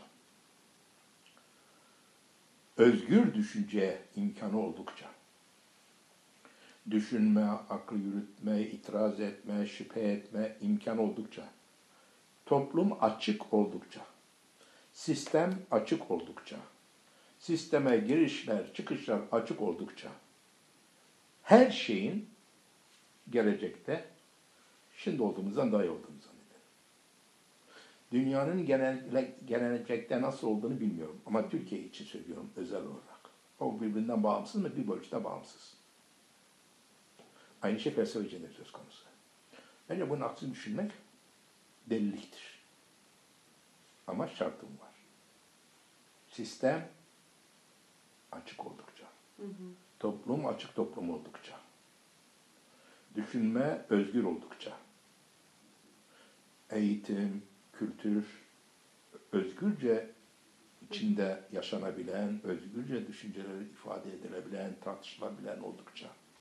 özgür düşünce imkanı oldukça, düşünme, aklı yürütme, itiraz etme, şüphe etme imkanı oldukça, toplum açık oldukça, sistem açık oldukça, sisteme girişler, çıkışlar açık oldukça, her şeyin gelecekte şimdi olduğumuzdan daha iyi olduğunu zannederim. Dünyanın genel, gelecekte nasıl olduğunu bilmiyorum ama Türkiye için söylüyorum özel olarak. O birbirinden bağımsız mı? Bir ölçüde bağımsız. Aynı şey felsefe için de söz konusu. Bence bunun aksini düşünmek deliliktir. Ama şartım var. Sistem açık oldukça, hı hı. Toplum açık toplum oldukça, düşünme özgür oldukça, eğitim, kültür, özgürce içinde yaşanabilen, özgürce düşünceleri ifade edilebilen, tartışılabilen oldukça,